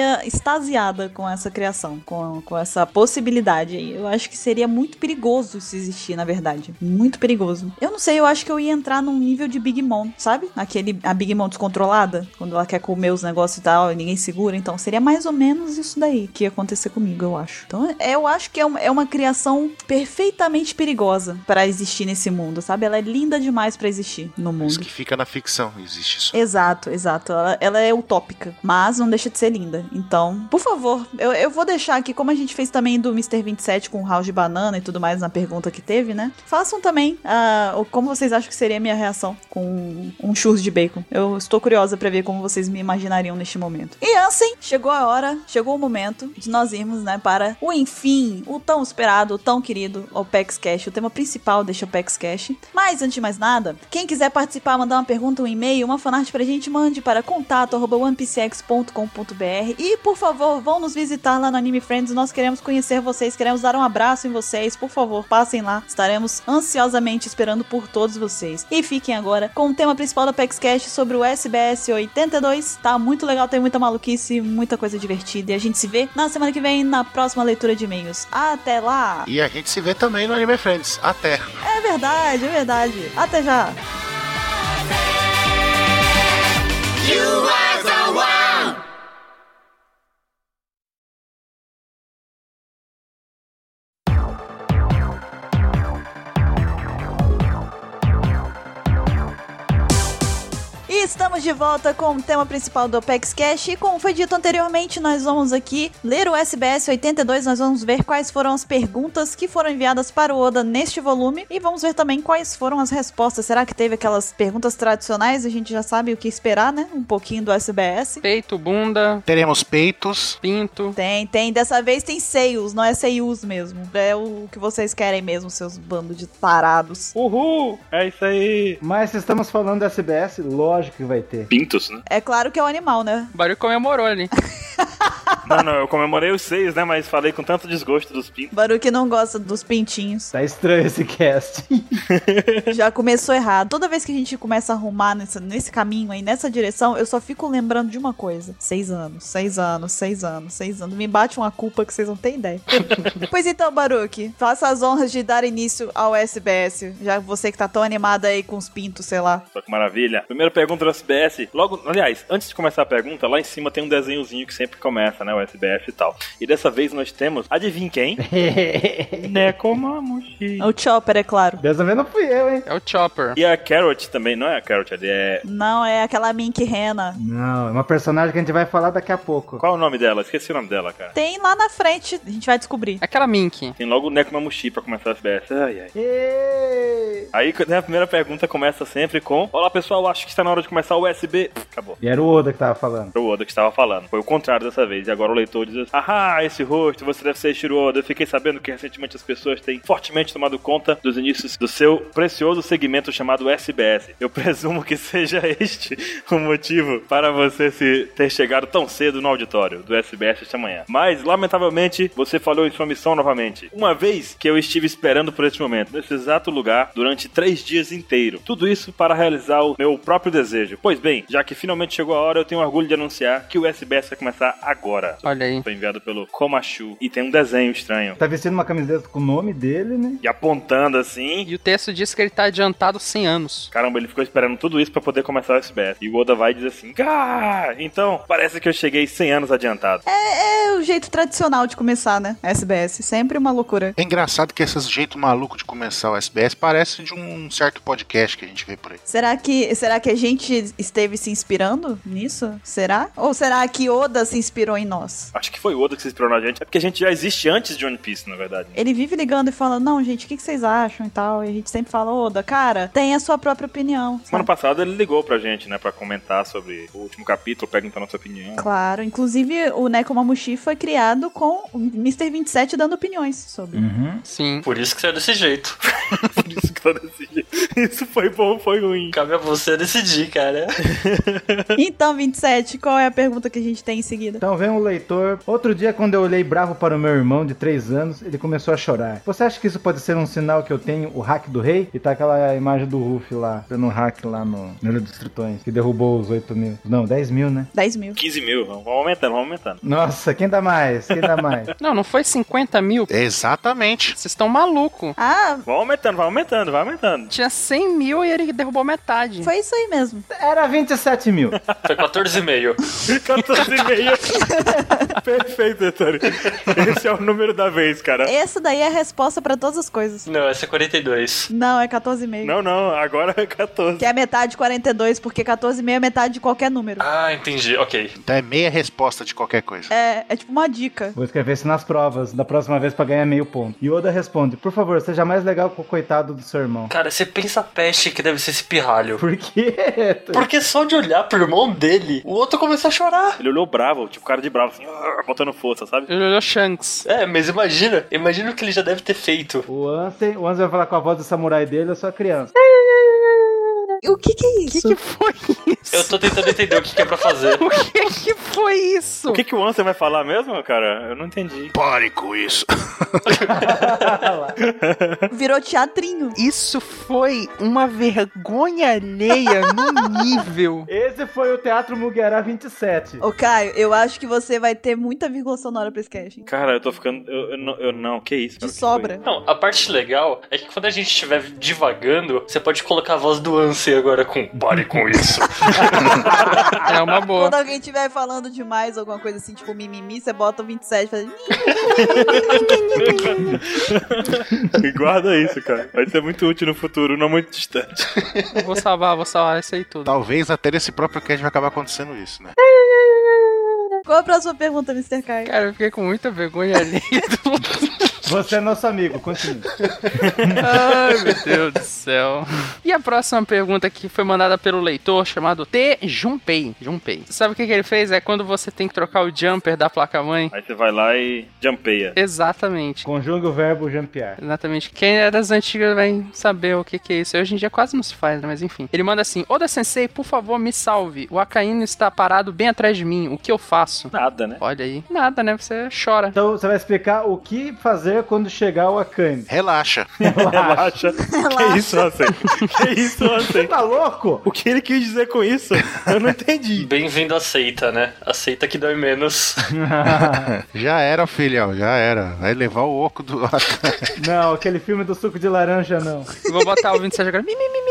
ficaria extasiada com essa criação, com essa possibilidade aí. Eu acho que seria muito perigoso isso existir, na verdade. Muito perigoso. Eu não sei, eu acho que eu ia entrar num nível de Big Mom, sabe? A Big Mom descontrolada, quando ela quer comer os negócios e tal, e ninguém segura. Então, seria mais ou menos isso daí que ia acontecer comigo, eu acho. Então, eu acho que é uma criação perfeitamente perigosa para existir nesse mundo, sabe? Ela é linda demais para existir no mundo. Isso que fica na ficção, existe isso. Exato. Ela é utópica, mas não deixa de ser linda. Então, por favor, eu vou deixar aqui, como a gente fez também do Mr. 27 com o House de Banana e tudo mais na pergunta que teve, né? Façam também como vocês acham que seria a minha reação com um churros de bacon. Eu estou curiosa pra ver como vocês me imaginariam neste momento. E assim, chegou a hora, chegou o momento de nós irmos, né, para o enfim, o tão esperado, o tão querido Opex Cash, o tema principal deste Opex Cash. Mas, antes de mais nada, quem quiser participar, mandar uma pergunta, um e-mail, uma fanart pra gente, mande para contato@onepcx.com.br e, por favor, vão nos visitar lá no Anime Friends. Nós queremos conhecer vocês, queremos dar um abraço em vocês. Por favor, passem lá. Estaremos ansiosamente esperando por todos vocês. E fiquem agora com o tema principal do Apex Cash sobre o SBS 82. Tá muito legal, tem muita maluquice, muita coisa divertida. E a gente se vê na semana que vem, na próxima leitura de e-mails. Até lá! E a gente se vê também no Anime Friends. Até! É verdade, é verdade. Até já! E estamos de volta com o tema principal do Opex Cash. E como foi dito anteriormente, nós vamos aqui ler o SBS 82. Nós vamos ver quais foram as perguntas que foram enviadas para o Oda neste volume. E vamos ver também quais foram as respostas. Será que teve aquelas perguntas tradicionais? A gente já sabe o que esperar, né? Um pouquinho do SBS. Peito, bunda. Teremos peitos. Pinto. Tem. Dessa vez tem seios, não é seios mesmo. É o que vocês querem mesmo, seus bandos de tarados. Uhul! É isso aí! Mas se estamos falando do SBS, lógico que vai ter. Pintos, né? É claro que é o animal, né? O Barulho comemorou ali. Não, eu comemorei os 6, né? Mas falei com tanto desgosto dos pintos. Baruque não gosta dos pintinhos. Tá estranho esse cast. Já começou errado. Toda vez que a gente começa a arrumar nesse caminho aí, nessa direção, eu só fico lembrando de uma coisa. 6 anos. Me bate uma culpa que vocês não têm ideia. Pois então, Baruque, faça as honras de dar início ao SBS. Já você que tá tão animada aí com os pintos, sei lá. Só que maravilha. Primeira pergunta do SBS. Logo, aliás, antes de começar a pergunta, lá em cima tem um desenhozinho que sempre começa, né? O SBS e tal. E dessa vez nós temos, adivinha quem? Nekomamushi. O Chopper, é claro. Dessa vez não fui eu, hein? É o Chopper. E a Carrot também, não é a Carrot, é... Não, é aquela Mink Rena. Não, é uma personagem que a gente vai falar daqui a pouco. Qual é o nome dela? Esqueci o nome dela, cara. Tem lá na frente, a gente vai descobrir. Aquela Mink. Tem logo o Nekomamushi pra começar o SBS. Ai, ai. Ei! Aí, né, a primeira pergunta começa sempre com: olá, pessoal, acho que está na hora de começar o USB. Acabou. E era o Oda que tava falando. Foi o Oda que estava falando. Foi o contrário dessa vez. E agora o leitor diz assim: ah, esse rosto, você deve ser Shiro Oda. Eu fiquei sabendo que recentemente as pessoas têm fortemente tomado conta dos inícios do seu precioso segmento chamado SBS. Eu presumo que seja este o motivo para você ter chegado tão cedo no auditório do SBS esta manhã. Mas, lamentavelmente, você falhou em sua missão novamente. Uma vez que eu estive esperando por este momento, nesse exato lugar, durante 3 dias inteiros. Tudo isso para realizar o meu próprio desejo. Pois bem, já que finalmente chegou a hora, eu tenho orgulho de anunciar que o SBS vai começar agora. Olha aí. Foi enviado pelo Komashu e tem um desenho estranho. Tá vestindo uma camiseta com o nome dele, né? E apontando assim. E o texto diz que ele tá adiantado 100 anos. Caramba, ele ficou esperando tudo isso pra poder começar o SBS. E o Oda vai e diz assim: ah, então, parece que eu cheguei 100 anos adiantado. É o jeito tradicional de começar, né? SBS. Sempre uma loucura. É engraçado que esse jeito maluco de começar o SBS parece de um certo podcast que a gente vê por aí. Será que a gente esteve se inspirando nisso? Será? Ou será que Oda se inspirou em nós? Acho que foi o Oda que se inspirou na gente. É porque a gente já existe antes de One Piece, na verdade. Ele vive ligando e fala: não, gente, o que vocês acham e tal? E a gente sempre fala: Oda, cara, tem a sua própria opinião. Semana passada ele ligou pra gente, né? Pra comentar sobre o último capítulo, perguntando a sua opinião. Claro, inclusive o Nekomamushi foi criado com o Mr. 27 dando opiniões sobre. Sim. Por isso que você é desse jeito. Por isso que só desse jeito. Isso foi bom ou foi ruim? Cabe a você decidir, cara. Então, 27, qual é a pergunta que a gente tem em seguida? Então vem um leitor. Outro dia, quando eu olhei bravo para o meu irmão de 3 anos, ele começou a chorar. Você acha que isso pode ser um sinal que eu tenho o hack do rei? E tá aquela imagem do Ruff lá, dando um hack lá no Ilha dos Tritões, que derrubou os 8 mil. Não, 10 mil, né? 10 mil. 15 mil, vamos aumentando. Nossa, quem dá mais? Quem dá mais? Não foi 50 mil. Exatamente. Vocês estão malucos. Ah, Vai aumentando. Tinha 100 mil e ele derrubou metade. foi isso aí mesmo. Era 27 mil. Foi 14,5. 14,5. Perfeito, Ettore. Esse é o número da vez, cara. Essa daí é a resposta pra todas as coisas. Não, essa é 42. Não, é 14,5. Não, agora é 14. Que é metade de 42, porque 14,5 é metade de qualquer número. Ah, entendi. Ok. Então é meia resposta de qualquer coisa. É tipo uma dica. Vou escrever isso nas provas, da próxima vez pra ganhar meio ponto. E Oda responde, por favor, seja mais legal com o coitado do seu irmão. Cara, você pensa a peste que deve ser esse pirralho. Por quê? Porque só de olhar pro irmão dele, o outro começou a chorar. Ele olhou bravo, tipo cara de bravo, assim, botando força, sabe? Ele olhou Shanks. É, mas imagina o que ele já deve ter feito. O Ansem vai falar com a voz do samurai dele, eu sou a criança. O que é O isso? que foi isso? Eu tô tentando entender o que é pra fazer. O que foi isso? O que o Ansem vai falar mesmo, cara? Eu não entendi. Pare com isso. Virou teatrinho. Isso foi uma vergonha alheia no nível. Esse foi o Teatro Muguerá 27. Ô, Caio, eu acho que você vai ter muita vírgula sonora pra esse cast. Cara, eu tô ficando... Eu não, que isso? Cara, De sobra. Não, a parte legal é que quando a gente estiver divagando, você pode colocar a voz do Ansem agora com pare com isso. É uma boa. Quando alguém estiver falando demais, alguma coisa assim, tipo mimimi, você bota o 27 e faz... E guarda isso, cara. Vai ser muito útil no futuro, não muito distante. Eu vou salvar isso aí tudo. Talvez até nesse próprio cast vai acabar acontecendo isso, né? Qual a próxima pergunta, Mr. Caio? Cara, eu fiquei com muita vergonha alheia. Você é nosso amigo, continue. Ai, meu Deus do céu. E a próxima pergunta que foi mandada pelo leitor chamado T. Junpei. Sabe o que ele fez? É quando você tem que trocar o jumper da placa-mãe. Aí você vai lá e jumpeia. Exatamente. Conjuga o verbo jampear. Exatamente. Quem é das antigas vai saber o que é isso. Hoje em dia quase não se faz, né? Mas enfim. Ele manda assim: Oda Sensei, por favor, me salve. O Akainu está parado bem atrás de mim. O que eu faço? Nada, né? Olha aí. Nada, né? Você chora. Então você vai explicar o que fazer quando chegar o Akane. Relaxa. Relaxa. Que isso, Ansem? Que isso, Ansem? Tá louco? O que ele quis dizer com isso? Eu não entendi. Bem-vindo à seita, né? A seita que dói menos. Já era, filhão, já era. Vai levar o oco do... Não, aquele filme do suco de laranja, não. Eu vou botar o 27 agora.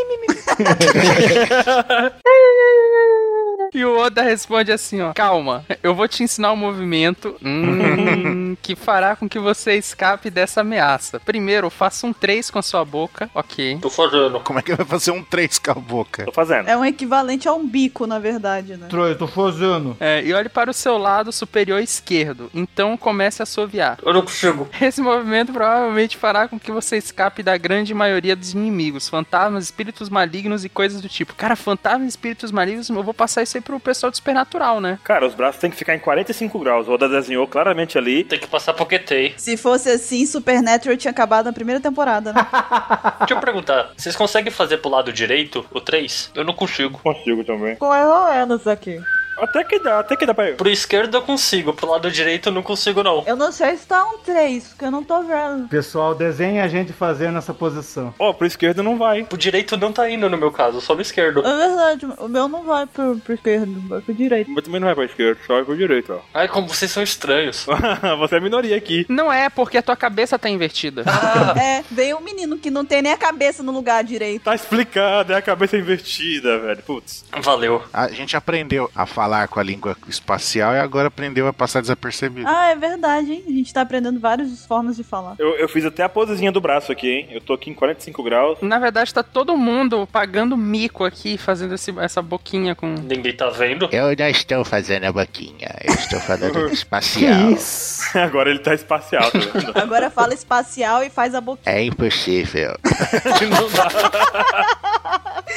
E o Oda responde assim, ó: calma, eu vou te ensinar um movimento que fará com que você escape dessa ameaça. Primeiro, faça um 3 com a sua boca. Ok. Tô fazendo. Como é que vai fazer um 3 com a boca? Tô fazendo. É um equivalente a um bico, na verdade, né? Troy, eu tô fazendo. E olhe para o seu lado superior esquerdo. Então comece a assoviar. Eu não consigo. Esse movimento provavelmente fará com que você escape da grande maioria dos inimigos. Fantasmas, espíritos malignos e coisas do tipo. Cara, fantasmas, espíritos malignos, eu vou passar isso aí pro pessoal do Supernatural, né? Cara, os braços tem que ficar em 45 graus. O Oda desenhou claramente ali. Tem que passar pro QT. Se fosse assim, Supernatural tinha acabado na primeira temporada, né? Deixa eu perguntar, vocês conseguem fazer pro lado direito o 3? Eu não consigo. Consigo também. Qual é o menos aqui? Até que dá pra ir. Pro esquerdo eu consigo, pro lado direito eu não consigo não. Eu não sei se tá um 3, porque eu não tô vendo. Pessoal, desenha a gente fazer nessa posição. Ó, pro esquerdo não vai. Pro direito não tá indo no meu caso, só no esquerdo. É verdade, o meu não vai pro esquerdo, vai pro direito. Mas também não vai pra esquerda, só vai pro direito, ó. Ai, como vocês são estranhos. Você é minoria aqui. Não é, porque a tua cabeça tá invertida. É, veio um menino que não tem nem a cabeça no lugar direito. Tá explicado, é a cabeça invertida, velho. Putz. Valeu. A gente aprendeu a falar com a língua espacial e agora aprendeu a passar desapercebido. Ah, é verdade, hein? A gente tá aprendendo várias formas de falar. Eu fiz até a posezinha do braço aqui, hein? Eu tô aqui em 45 graus. Na verdade, tá todo mundo pagando mico aqui, fazendo essa boquinha com... Ninguém tá vendo. Eu não estou fazendo a boquinha, eu estou falando espacial. Que isso? Agora ele tá espacial, tá vendo? Agora fala espacial e faz a boquinha. É impossível. Não dá.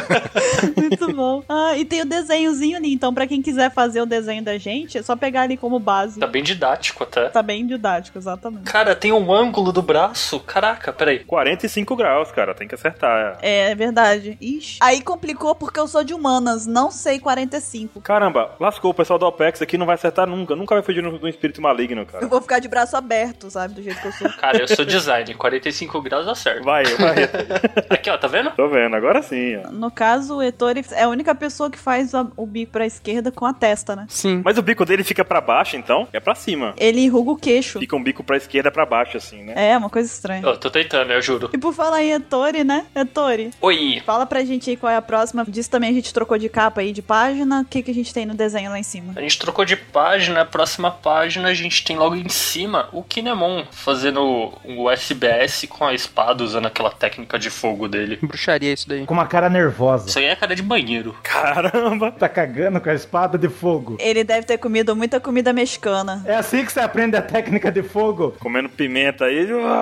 Muito bom. Ah, e tem o desenhozinho ali. Então, pra quem quiser fazer o desenho da gente, é só pegar ali como base. Tá bem didático até. Tá bem didático, exatamente. Cara, tem um ângulo do braço. Caraca, peraí. 45 graus, cara, tem que acertar. É verdade. Ixi. Aí complicou porque eu sou de humanas, não sei 45. Caramba, lascou, o pessoal do OPEX aqui não vai acertar nunca vai fugir de um espírito maligno, Eu cara. vou ficar de braço aberto, sabe? Do jeito que eu sou. Cara, eu sou design. 45 graus dá certo. Vai. Aqui, ó, tá vendo? Tô vendo, agora sim, ó. No caso, o Ettore é a única pessoa que faz o bico pra esquerda com a testa, né? Sim. Mas o bico dele fica pra baixo, então? É pra cima. Ele enruga o queixo. Fica um bico pra esquerda, pra baixo, assim, né? É, uma coisa estranha. Eu tô tentando, eu juro. E por falar em Ettore, né? Ettore, Oi. fala pra gente aí qual é a próxima. Disso também a gente trocou de capa aí, de página. O que a gente tem no desenho lá em cima? A gente trocou de página, a próxima página a gente tem logo em cima o Kinemon fazendo o SBS com a espada, usando aquela técnica de fogo dele. Bruxaria isso daí. Com uma cara nervosa. Isso aí é cara de banheiro. Caramba! Tá cagando com a espada de fogo. Ele deve ter comido muita comida mexicana. É assim que você aprende a técnica de fogo? Comendo pimenta aí.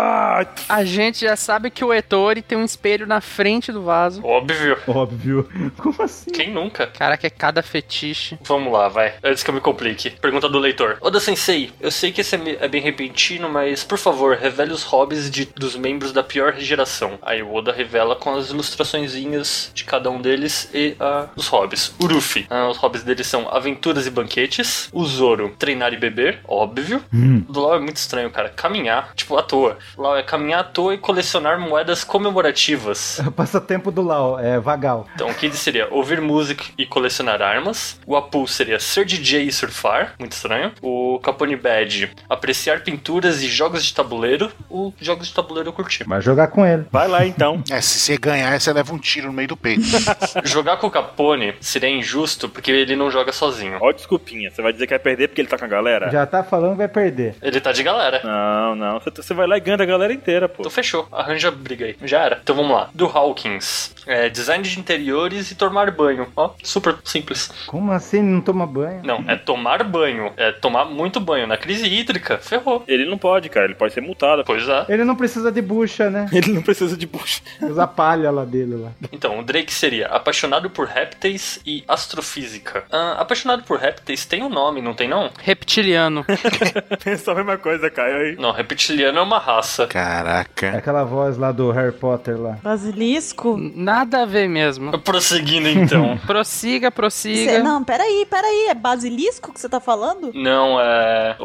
A gente já sabe que o Ettore tem um espelho na frente do vaso. Óbvio. Óbvio. Como assim? Quem nunca? Caraca, é cada fetiche. Vamos lá, vai. Antes que eu me complique. Pergunta do leitor. Oda Sensei, eu sei que esse é bem repentino, mas por favor, revele os hobbies dos membros da pior geração. Aí o Oda revela com as ilustraçõezinhas de cada um deles e os hobbies. O Luffy, os hobbies dele são aventuras e banquetes. O Zoro, treinar e beber, óbvio. O do Lau é muito estranho, cara. Caminhar, tipo, à toa. O Lau é caminhar à toa e colecionar moedas comemorativas. O passatempo do Lau é vagal. Então o Kid seria ouvir música e colecionar armas. O Apu seria ser DJ e surfar, muito estranho. O Capone Bad, apreciar pinturas e jogos de tabuleiro. O jogos de tabuleiro eu curti. Vai jogar com ele. Vai lá, então. Se você ganhar, você leva um tiro no meio do peito. Jogar com o Capone seria injusto porque ele não joga sozinho. Ó, desculpinha. Você vai dizer que vai perder porque ele tá com a galera? Já tá falando que vai perder. Ele tá de galera. Não. Você vai lá e ganha da galera inteira, pô. Então fechou, arranja a briga aí. Já era. Então vamos lá. Do Hawkins. Design de interiores e tomar banho. Ó, super simples. Como assim não toma banho? Não, é tomar banho. É tomar muito banho. Na crise hídrica, ferrou. Ele não pode, cara. Ele pode ser multado. Pois é. Ele não precisa de bucha, né? Ele não precisa de bucha. Usa a palha lá dele lá. Então, o Drake seria apaixonado por répteis e astrofísica. Apaixonado por répteis tem um nome, não tem não? Reptiliano. Pensa a mesma coisa, Caio aí. Não, reptiliano é uma raça. É Caraca. aquela voz lá do Harry Potter lá. Basilisco? Nada a ver mesmo. Prosseguindo então. Prossiga. Não, peraí. É basilisco que você tá falando? Não, é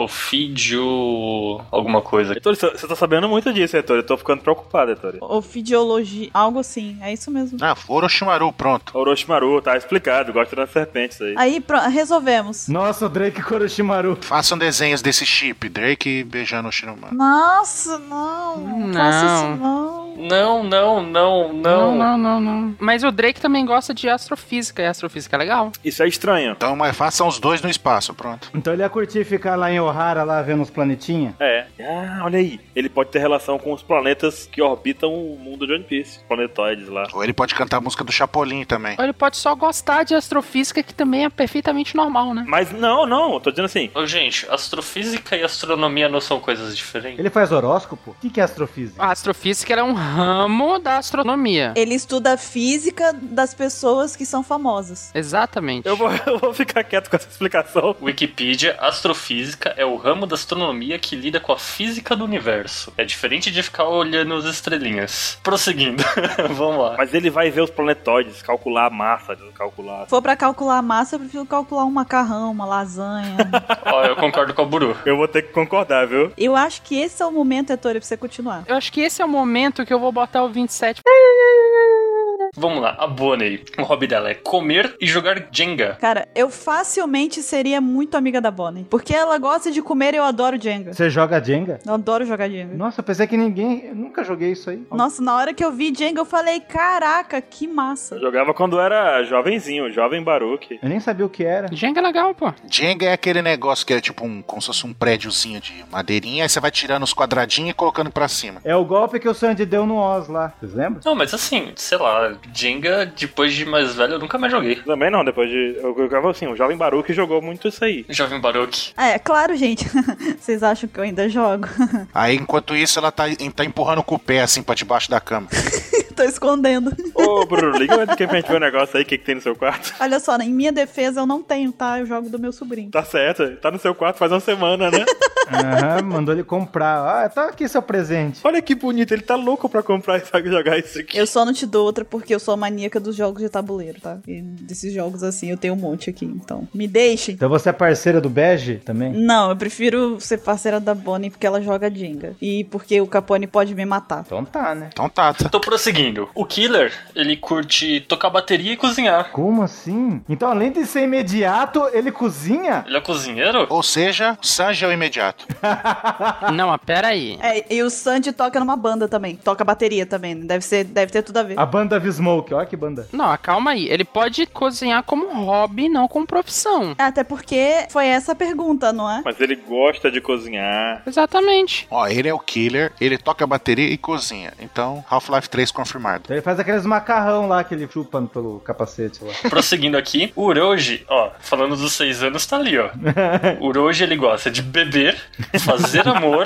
ofídio alguma coisa. Heitor, você tá sabendo muito disso, Heitor. Eu tô ficando preocupado, Heitor. Ofidiologia, algo assim, é isso mesmo. Orochimaru, pronto. Orochimaru, tá explicado. Gosto das serpentes aí. Aí, resolvemos. Nossa, o Drake Koroshimaru. Façam desenhos desse chip. Drake beijando o Shinomaru. Nossa, não faça isso não. Não. Mas o Drake também gosta de astrofísica, e astrofísica é legal. Isso é estranho. Então, mas façam os dois no espaço, pronto. Então ele ia curtir ficar lá em Ohara, lá vendo os planetinhas? É. Olha aí. Ele pode ter relação com os planetas que orbitam o mundo de One Piece. Os planetóides lá. Ou ele pode cantar a música do Chapolin também. Ou ele pode só gostar de astrofísica, que também é perfeitamente normal, né? Mas não. Eu tô dizendo assim. Ô, gente, astrofísica e astronomia não são coisas diferentes? Ele faz horóscopo? O que é astrofísica? A astrofísica ela é um ramo da astronomia. Ele estuda a física das pessoas que são famosas. Exatamente. Eu vou ficar quieto com essa explicação. Wikipedia, astrofísica é o ramo da astronomia que lida com a física do universo. É diferente de ficar olhando as estrelinhas. Prosseguindo, vamos lá. Mas ele vai ver os planetóides, calcular a massa, calcular. Se for pra calcular a massa, eu prefiro calcular um macarrão, uma lasanha. Ó, eu concordo com a Buru. Eu vou ter que concordar, viu? Eu acho que esse é o momento, Ettore, pra você continuar. Eu acho que esse é o momento que eu vou botar o 27. Vamos lá, a Bonnie. O hobby dela é comer e jogar Jenga. Cara, eu facilmente seria muito amiga da Bonnie. Porque ela gosta de comer e eu adoro Jenga. Você joga Jenga? Eu adoro jogar Jenga. Nossa, eu pensei que ninguém... Eu nunca joguei isso aí. Nossa, na hora que eu vi Jenga, eu falei, caraca, que massa. Eu jogava quando era jovenzinho, jovem Baruque. Eu nem sabia o que era. Jenga é legal, pô. Jenga é aquele negócio que é tipo como se fosse um prédiozinho de madeirinha, aí você vai tirando os quadradinhos e colocando pra cima. É o golpe que o Sandy deu no Oz lá. Vocês lembram? Não, mas assim, sei lá, Jenga, depois de mais velho, eu nunca mais joguei. Também não, depois de... Eu jogava assim, o Jovem Baruch jogou muito isso aí. Jovem Baruch. É, claro, gente. Vocês acham que eu ainda jogo? Aí, enquanto isso, ela tá empurrando com o pé, assim, pra debaixo da cama. Tô escondendo. Ô, Bruno, liga o webcam pra gente ver um negócio aí, o que tem no seu quarto. Olha só, em minha defesa eu não tenho, tá? Eu jogo do meu sobrinho. Tá certo, tá no seu quarto faz uma semana, né? Aham, mandou ele comprar. Ah, tá aqui seu presente. Olha que bonito, ele tá louco pra comprar e sabe jogar isso aqui. Eu só não te dou outra porque eu sou maníaca dos jogos de tabuleiro, tá? E desses jogos assim eu tenho um monte aqui, então me deixem. Então você é parceira do Bege também? Não, eu prefiro ser parceira da Bonnie porque ela joga Jenga. E porque o Capone pode me matar. Então tá, né? Então tá. Tô prosseguindo. O Killer, ele curte tocar bateria e cozinhar. Como assim? Então além de ser imediato, ele cozinha? Ele é cozinheiro? Ou seja, Sanji é o imediato. Não, mas pera aí. É, e o Sandy toca numa banda também. Toca bateria também. Deve ter tudo a ver. A banda V-Smoke, olha que banda. Não, calma aí. Ele pode cozinhar como hobby, não como profissão. Até porque foi essa a pergunta, não é? Mas ele gosta de cozinhar. Exatamente. Ó, ele é o Killer, ele toca bateria e cozinha. Então, Half-Life 3 confirmado. Então ele faz aqueles macarrão lá que ele chupa pelo capacete lá. Prosseguindo aqui, o Uroji, ó, falando dos 6 anos, tá ali, ó. O Uroji, ele gosta de beber, fazer amor.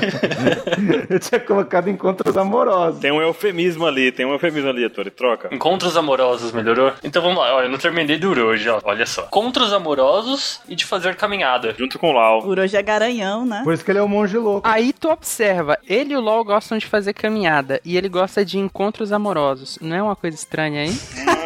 Eu tinha colocado encontros amorosos. Tem um eufemismo ali, Tori, troca. Encontros amorosos, melhorou? Então vamos lá, ó, eu não terminei do Uroji, ó, olha só. Encontros amorosos e de fazer caminhada. Junto com o Lau. O Uroji é garanhão, né? Por isso que ele é o monge louco. Aí tu observa, ele e o LOL gostam de fazer caminhada e ele gosta de encontros amorosos. Não é uma coisa estranha aí?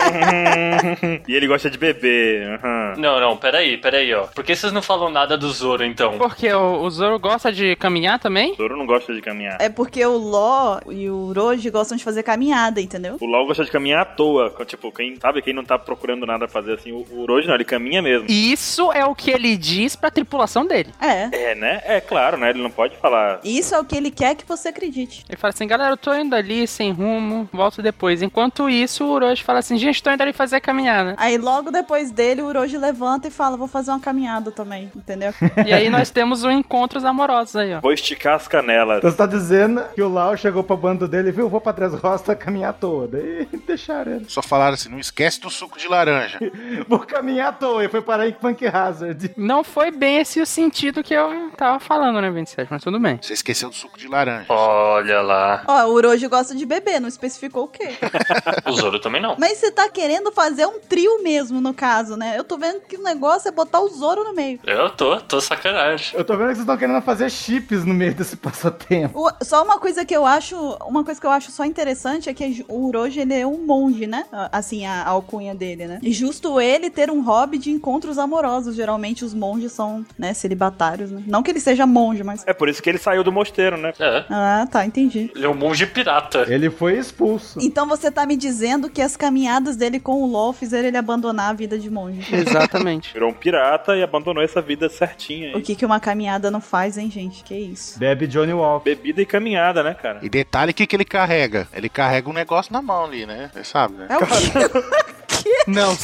E ele gosta de beber. Uhum. Não, peraí, ó. Por que vocês não falam nada do Zoro, então? Porque o Zoro gosta de caminhar também? O Zoro não gosta de caminhar. É porque o Ló e o Uroji gostam de fazer caminhada, entendeu? O Lau gosta de caminhar à toa. Tipo, quem não tá procurando nada a fazer assim, o Uroji não, ele caminha mesmo. Isso é o que ele diz pra tripulação dele. É. É, né? É claro, né? Ele não pode falar. Isso é o que ele quer que você acredite. Ele fala assim, galera, eu tô indo ali sem rumo, volto depois. Enquanto isso, o Uroji fala assim, gente, tô indo ali fazer caminhada. Aí logo depois dele, o Uroji levanta e fala, vou fazer uma caminhada também, entendeu? E aí nós temos o encontros amorosos aí, ó. Vou esticar as canelas. Então você tá dizendo que o Lau chegou pra banda dele e viu, vou pra Três Rostas caminhar à toa. Daí deixaram ele. Só falaram assim, não esquece do suco de laranja. Vou caminhar à toa. E foi parar em Punk Hazard. Não foi bem esse o sentido que eu tava falando, né, 27, mas tudo bem. Você esqueceu do suco de laranja. Olha lá. Ó, o Uroji gosta de beber, não especificou o quê. O Zoro também não. Mas você tá querendo fazer um trio mesmo, no caso, né? Eu tô vendo que o negócio é botar o Zoro no meio. Eu tô sacanagem. Eu tô vendo que vocês estão querendo fazer chips no meio desse passatempo. Só uma coisa que eu acho só interessante é que o Uroji, ele é um monge, né? Assim, a alcunha dele, né? E justo ele ter um hobby de encontros amorosos. Geralmente os monges são, né, celibatários, né? Não que ele seja monge, mas... É por isso que ele saiu do mosteiro, né? É. Ah, tá, entendi. Ele é um monge pirata. Ele foi expulso. Então você tá me dizendo que as caminhadas dele com o LoL fizeram ele abandonar a vida de monge. Exatamente. Virou um pirata e abandonou essa vida certinha aí. O que uma caminhada não faz, hein, gente? Que isso? Bebe Johnny Walker. Bebida e caminhada, né, cara? E detalhe, o que ele carrega? Ele carrega um negócio na mão ali, né? Você sabe, né? É o quê? Não,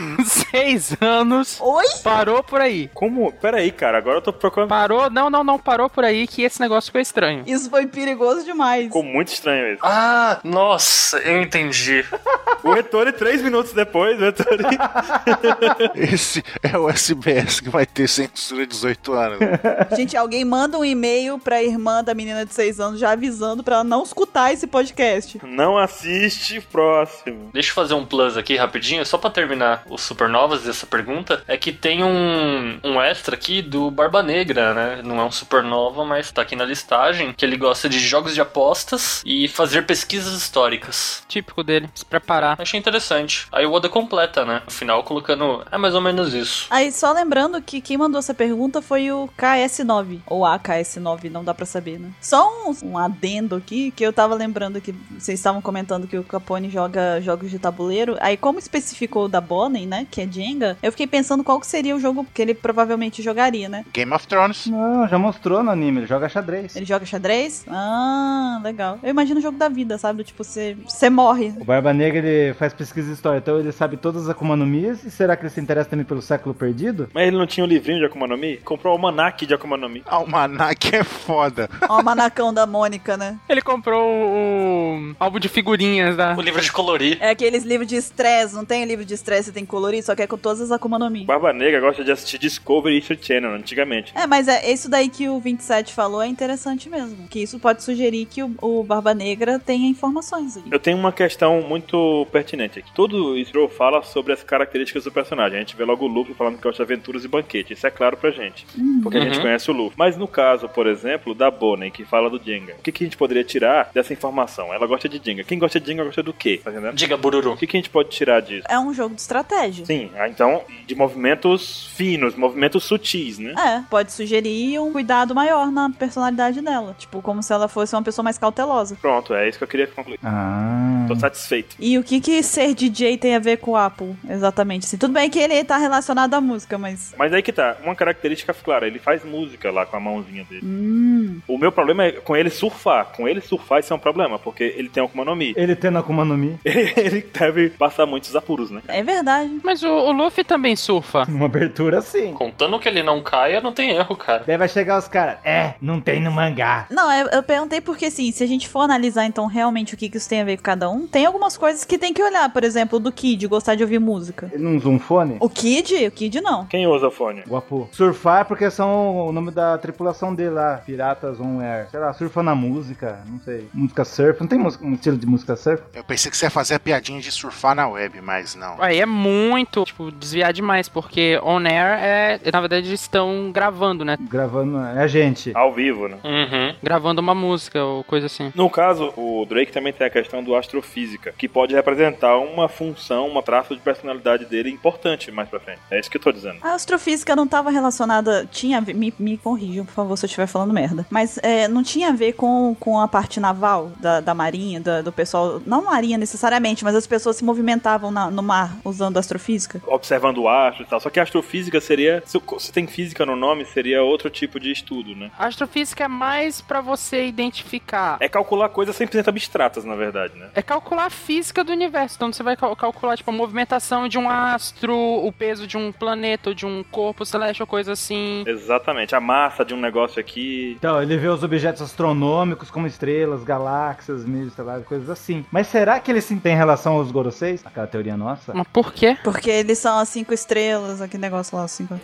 6 anos. Oi? Parou por aí. Como? Pera aí, cara, agora eu tô procurando. Parou, não, parou por aí que esse negócio ficou estranho. Isso foi perigoso demais. Ficou muito estranho isso. Ah, nossa, eu entendi. O Ettore, 3 minutos depois, o Ettore... Esse é o SBS que vai ter censura de 18 anos. Gente, alguém manda um e-mail pra irmã da menina de 6 anos já avisando pra ela não escutar esse podcast. Não assiste, próximo. Deixa eu fazer um plus aqui rapidinho, só pra terminar os supernovas dessa pergunta. É que tem um extra aqui do Barba Negra, né? Não é um supernova, mas tá aqui na listagem, que ele gosta de jogos de apostas e fazer pesquisas históricas. Típico dele, se preparar. Achei interessante. Aí o Oda completa, né? No final colocando, é mais ou menos isso. Aí, só lembrando que quem mandou essa pergunta foi o KS9. Ou a KS9, não dá pra saber, né? Só um adendo aqui, que eu tava lembrando que vocês estavam comentando que o Capone joga jogos de tabuleiro. Aí, como especificou o da Bonnie, Money, né? Que é Jenga. Eu fiquei pensando qual que seria o jogo que ele provavelmente jogaria, né? Game of Thrones. Não, já mostrou no anime, ele joga xadrez. Ele joga xadrez? Ah, legal. Eu imagino o jogo da vida, sabe? Do tipo, você morre. O Barba Negra, ele faz pesquisa de história, então ele sabe todas as Akuma no Mis, e será que ele se interessa também pelo século perdido? Mas ele não tinha um livrinho de Akuma no Mi? Comprou o almanac de Akuma no Mi. Almanac é foda. Ó, o manacão da Mônica, né? Ele comprou o álbum de figurinhas da... O livro de colorir. É aqueles livros de estresse, não tem livro de estresse, você tem que colorir, só que é com todas as Akuma no Mi. Barba Negra gosta de assistir Discovery e History Channel, antigamente. É, mas isso daí que o 27 falou é interessante mesmo. Que isso pode sugerir que o Barba Negra tenha informações aí. Eu tenho uma questão muito pertinente aqui. Todo Stroll fala sobre as características do personagem. A gente vê logo o Luffy falando que gosta de aventuras e banquete. Isso é claro pra gente. Porque a gente conhece o Luffy. Mas no caso, por exemplo, da Bonnie, que fala do Jenga. O que a gente poderia tirar dessa informação? Ela gosta de Jenga. Quem gosta de Jenga gosta do quê? Tá entendendo? Diga, Bururu. O que a gente pode tirar disso? É um jogo de estratégia. Sim, então, de movimentos finos, movimentos sutis, né? Pode sugerir um cuidado maior na personalidade dela. Tipo, como se ela fosse uma pessoa mais cautelosa. Pronto, é isso que eu queria concluir. Tô satisfeito. E o que ser DJ tem a ver com o Apple, exatamente? Assim, tudo bem que ele tá relacionado à música, mas... Mas aí que tá, uma característica clara, ele faz música lá com a mãozinha dele. O meu problema é com ele surfar. Com ele surfar isso é um problema, porque ele tem Akuma no Mi. Ele tendo Akuma no Mi. Ele deve passar muitos apuros, né? É verdade. Mas o Luffy também surfa. Numa abertura, sim. Contando que ele não caia, não tem erro, cara. Daí vai chegar os caras, não tem no mangá. Não, eu perguntei porque, assim, se a gente for analisar, então, realmente o que isso tem a ver com cada um, tem algumas coisas que tem que olhar. Por exemplo, do Kid, gostar de ouvir música. Ele não usa um fone? O Kid não. Quem usa fone? O Apu. Surfar porque são o nome da tripulação dele lá. Piratas On Air. Sei lá, surfa na música, não sei. Música surf. Não tem um estilo de música surf? Eu pensei que você ia fazer a piadinha de surfar na web, mas não. Aí é muito, desviar demais, porque on air na verdade, eles estão gravando, né? Gravando, é a gente. Ao vivo, né? Gravando uma música ou coisa assim. No caso, o Drake também tem a questão do astrofísica, que pode representar uma função, uma traço de personalidade dele importante mais pra frente. É isso que eu tô dizendo. A astrofísica não estava relacionada... Tinha a ver... Me corrijam, por favor, se eu estiver falando merda. Mas não tinha a ver com a parte naval da marinha, do pessoal... Não marinha necessariamente, mas as pessoas se movimentavam no mar usando astrofísica. Observando o astro e tal. Só que a astrofísica seria... Se tem física no nome, seria outro tipo de estudo, né? A astrofísica é mais pra você identificar... É calcular coisas 100% abstratas, na verdade, né? É calcular a física do universo. Então você vai calcular, tipo, a movimentação de um astro, o peso de um planeta, ou de um corpo celeste, ou coisa assim. Exatamente. A massa de um negócio aqui. Então, ele vê os objetos astronômicos como estrelas, galáxias, meios estelares, coisas assim. Mas será que eles sim têm relação aos Goroseis? Aquela teoria nossa? Mas por quê? Porque eles são as 5 estrelas, aquele negócio lá, 5.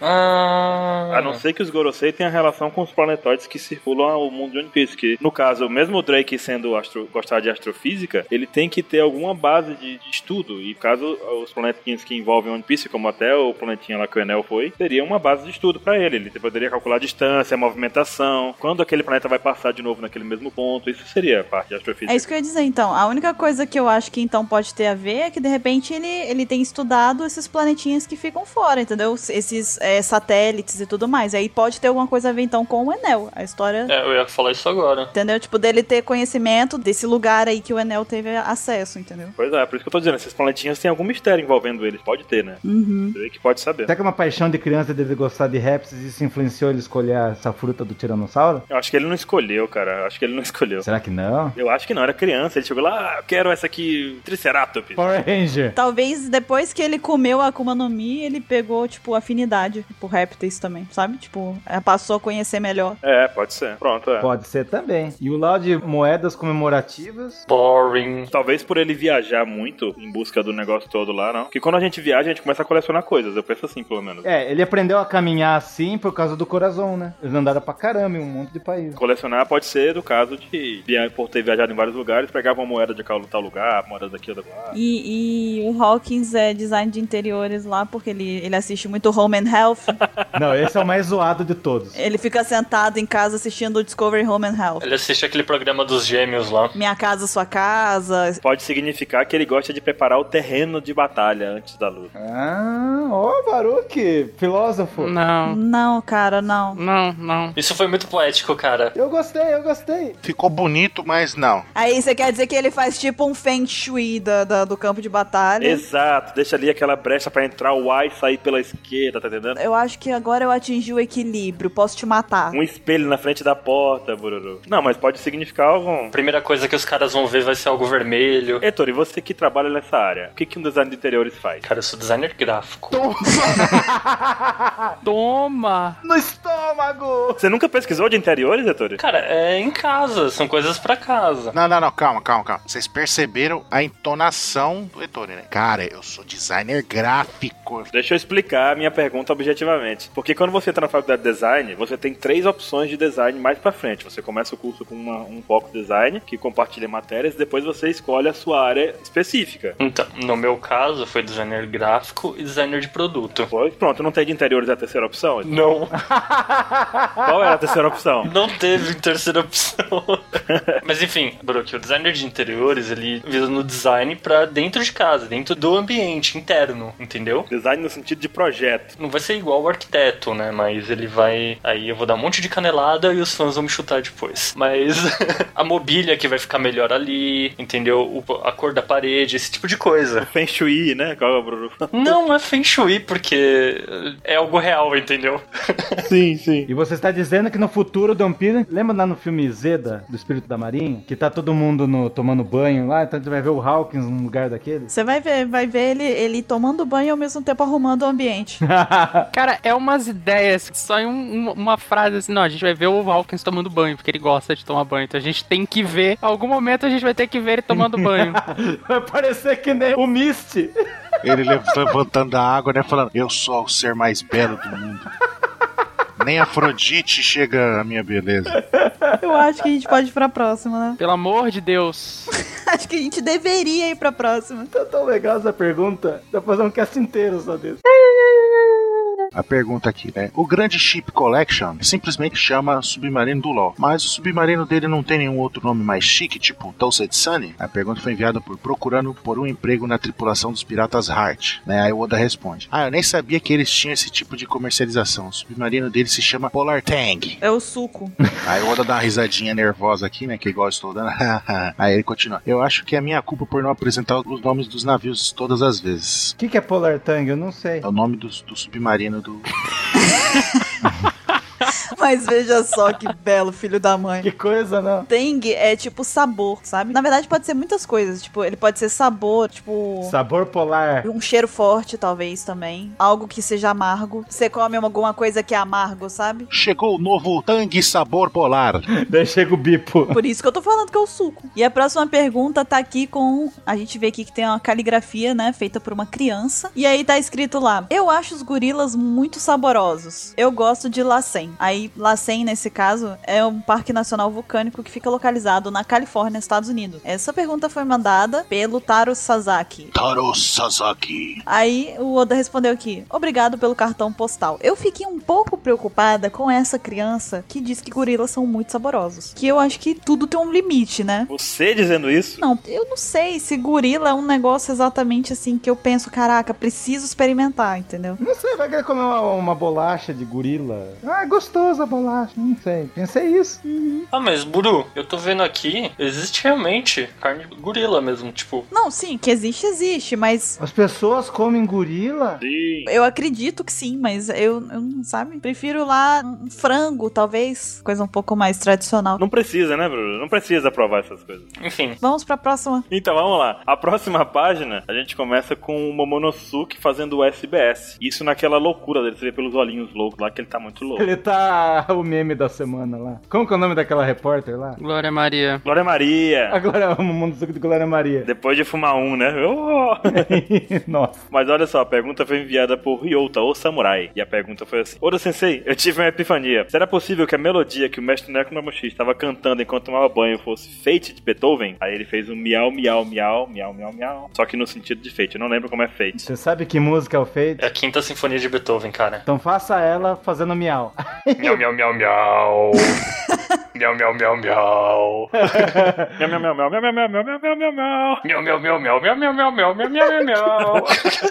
A não ser que os Gorosei tenham relação com os planetóides que circulam o mundo de One Piece. Que, no caso, mesmo o Drake sendo gostar de astrofísica, ele tem que ter alguma base de estudo. E caso os planetinhas que envolvem One Piece, como até o planetinha lá que o Enel foi, teria uma base de estudo pra ele. Ele poderia calcular a distância, a movimentação, quando aquele planeta vai passar de novo naquele mesmo ponto. Isso seria parte de astrofísica. É isso que eu ia dizer, então. A única coisa que eu acho que então pode ter a ver é que, de repente, ele tem estudado esses planetinhas que ficam fora, entendeu? Esses satélites e tudo mais. Aí pode ter alguma coisa a ver, então, com o Enel. A história... Eu ia falar isso agora. Entendeu? Tipo, dele ter conhecimento desse lugar aí que o Enel teve acesso, entendeu? Pois é, por isso que eu tô dizendo. Esses planetinhas têm algum mistério envolvendo eles. Pode ter, né? Que pode saber. Será que é uma paixão de criança deve gostar de répteis e isso influenciou ele escolher essa fruta do tiranossauro? Eu acho que ele não escolheu, cara. Eu acho que ele não escolheu. Será que não? Eu acho que não. Era criança. Ele chegou lá, eu quero essa aqui, Triceratops. Power Ranger. Talvez depois que ele comeu a Akuma no Mi, ele pegou, tipo, afinidade por répteis também, sabe? Tipo, passou a conhecer melhor. É, pode ser. Pronto, é. Pode ser também. E o lá de moedas comemorativas? Boring. Talvez por ele viajar muito em busca do negócio todo lá, não? Porque quando a gente viaja, a gente começa a colecionar coisas. Eu penso assim, pelo menos. É, ele aprendeu a caminhar assim por causa do coração, né? Eles andaram pra caramba em um monte de país. Colecionar pode ser do caso de, por ter viajado em vários lugares, pegava uma moeda de tal lugar, moeda daqui ou da lá. E o Hawkins é design de interiores lá, porque ele assiste muito Home and Health. Não, esse é o mais zoado de todos. Ele fica sentado em casa assistindo o Discovery Home and Health. Ele assiste aquele programa dos gêmeos lá. Minha Casa, Sua Casa. Pode significar que ele gosta de preparar o terreno de batalha antes da luta. Ó, Baruch, filósofo? Não, Não, cara, não. não. Isso foi muito poético, cara. Eu gostei. Ficou bonito, mas não. Aí você quer dizer que ele faz tipo um Feng Shui do campo de batalha. Exato, deixa ali aquela brecha pra entrar o A e sair pela esquerda, tá entendendo? Eu acho que agora eu atingi o equilíbrio. Posso te matar. Um espelho na frente da porta, Bururu. Não, mas pode significar algum... Primeira coisa que os caras vão ver vai ser algo vermelho. Heitor, e você que trabalha nessa área, o que um design de interiores faz? Cara, eu sou designer gráfico. Toma! No estômago! Você nunca pesquisou de interiores, Heitor? Cara, é em casa, são coisas pra casa. Não, calma. Vocês perceberam a entonação do Heitor, né? Cara, eu sou designer gráfico. Deixa eu explicar a minha pergunta objetivamente. Porque quando você entra na faculdade de design, você tem 3 opções de design mais pra frente. Você começa o curso com um foco design, que compartilha matérias, depois você escolhe a sua área específica. Então, no meu caso, foi designer gráfico e designer de produto. Foi? Pronto, não tem de interiores a terceira opção? Não, Qual era a terceira opção? não teve terceira opção. Mas enfim, Baruch, o designer de interiores, ele visa no design pra dentro de casa, dentro do ambiente interno, entendeu? Design no sentido de projeto. Não vai ser igual o arquiteto, né? Mas ele vai... Aí eu vou dar um monte de canelada e os fãs vão me chutar depois. Mas a mobília que vai ficar melhor ali, entendeu? A cor da parede, esse tipo de coisa. Feng Shui, né? Qual é o Bruno? Não é Feng Shui, porque é algo real, entendeu? Sim. E você está dizendo que no futuro do One Piece, lembra lá no filme Zeda, do Espírito da Marinha? Que tá todo mundo tomando banho lá, então a gente vai ver o Hawkins num lugar daquele? Você vai ver ele tomando banho e ao mesmo tempo arrumando o ambiente. Cara, é umas ideias, só em uma frase assim, não, a gente vai ver o Hawkins tomando banho, porque ele gosta de tomar banho, então a gente tem que ver, algum momento a gente vai ter que ver ele tomando banho. Vai parecer que nem o Misty. Ele levantando a água, né? Falando, eu sou o ser mais belo do mundo. Nem Afrodite chega à minha beleza. Eu acho que a gente pode ir pra próxima, né? Pelo amor de Deus. Acho que a gente deveria ir pra próxima. Tá tão legal essa pergunta. Dá pra fazer um cast inteiro só desse. A pergunta aqui, né? O Grande Ship Collection simplesmente chama Submarino do LoL, mas o submarino dele não tem nenhum outro nome mais chique, tipo Toasted Sunny? A pergunta foi enviada por procurando por um emprego na tripulação dos Piratas Heart, né? Aí o Oda responde: eu nem sabia que eles tinham esse tipo de comercialização. O submarino dele se chama Polar Tang. É o suco. Aí o Oda dá uma risadinha nervosa aqui, né? Que igual eu estou dando. Aí ele continua: eu acho que é minha culpa por não apresentar os nomes dos navios todas as vezes. O que é Polar Tang? Eu não sei. É o nome do submarino do... Mas veja só que belo, filho da mãe. Que coisa, não? Tang é tipo sabor, sabe? Na verdade pode ser muitas coisas. Tipo, ele pode ser sabor, tipo... Sabor polar. Um cheiro forte, talvez, também. Algo que seja amargo. Você come alguma coisa que é amargo, sabe? Chegou o novo Tang Sabor Polar. Daí chega o bipo. Por isso que eu tô falando que é o suco. E a próxima pergunta tá aqui com... A gente vê aqui que tem uma caligrafia, né? Feita por uma criança. E aí tá escrito lá: eu acho os gorilas muito saborosos. Eu gosto de Lacen. Aí, Lacen, nesse caso, é um parque nacional vulcânico que fica localizado na Califórnia, Estados Unidos. Essa pergunta foi mandada pelo Taro Sasaki. Taro Sasaki. Aí o Oda respondeu aqui: obrigado pelo cartão postal. Eu fiquei um pouco preocupada com essa criança que diz que gorilas são muito saborosos. Que eu acho que tudo tem um limite, né? Você dizendo isso? Não, eu não sei se gorila é um negócio exatamente assim que eu penso, caraca, preciso experimentar, entendeu? Não sei, vai querer comer uma bolacha de gorila? É gostosa a bolacha, não sei. Pensei isso. Mas, Buru, eu tô vendo aqui, existe realmente carne de gorila mesmo, tipo... Não, sim, que existe, mas... As pessoas comem gorila? Sim. Eu acredito que sim, mas eu não, sabe? Prefiro lá um frango, talvez. Coisa um pouco mais tradicional. Não precisa, né, Bruno? Não precisa provar essas coisas. Enfim. Vamos pra próxima. Então, vamos lá. A próxima página, a gente começa com o Momonosuke fazendo o SBS. Isso naquela loucura dele, você vê pelos olhinhos loucos lá, que ele tá muito louco. Ele tá o meme da semana lá. Como que é o nome daquela repórter lá? Glória Maria. Glória Maria. Agora o Momonosuke de Glória Maria. Depois de fumar um, né? Oh! Nossa. Mas olha só, a pergunta foi enviada por Ryota, o samurai. E a pergunta foi assim: Oda Sensei, eu tive uma epifania. Será possível que a melodia que o mestre Nekomamushi estava cantando enquanto tomava banho fosse Fate de Beethoven? Aí ele fez um miau, miau, miau, miau, miau, miau. Só que no sentido de Fate, eu não lembro como é Fate. Você sabe que música é o Fate? É a Quinta Sinfonia de Beethoven, cara. Então faça ela fazendo miau. Miau, miau, miau, miau. Miau, miau, miau, miau. Miau, miau, miau, miau, miau, miau, miau, miau, miau, miau, miau. Miau, miau, miau, miau, miau, miau, miau, miau, miau, miau, miau.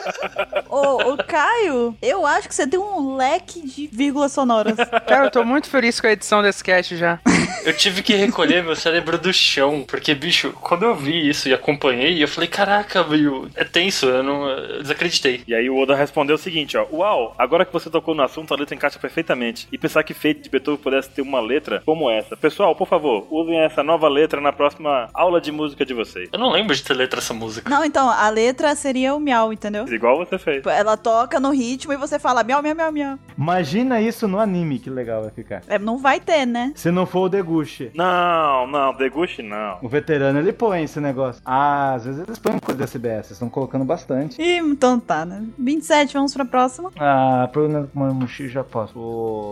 Ô, Caio, eu acho que você tem um leque de vírgulas sonoras. Cara, eu tô muito feliz com a edição desse cast já. Eu tive que recolher meu cérebro do chão, porque, bicho, quando eu vi isso e acompanhei, eu falei, caraca, viu, é tenso, eu desacreditei. E aí o Oda respondeu o seguinte, ó. Uau, agora que você tocou no assunto, a letra encaixa perfeitamente. E pensar que Fate de Beethoven pudesse ter uma letra como essa. Pessoal, por favor, usem essa nova letra na próxima aula de música de vocês. Eu não lembro de ter letra essa música. Não, então, a letra seria o miau, entendeu? Igual você fez. Ela toca no ritmo e você fala miau, miau, miau, miau. Imagina isso no anime, que legal vai ficar. Não vai ter, né? Se não for o Deguchi. Não, Deguchi não. O veterano, ele põe esse negócio. Ah, às vezes eles põem coisa da SBS, vocês estão colocando bastante. Ih, então tá, né? 27, vamos pra próxima. Ah, problema com o Mochi já passou.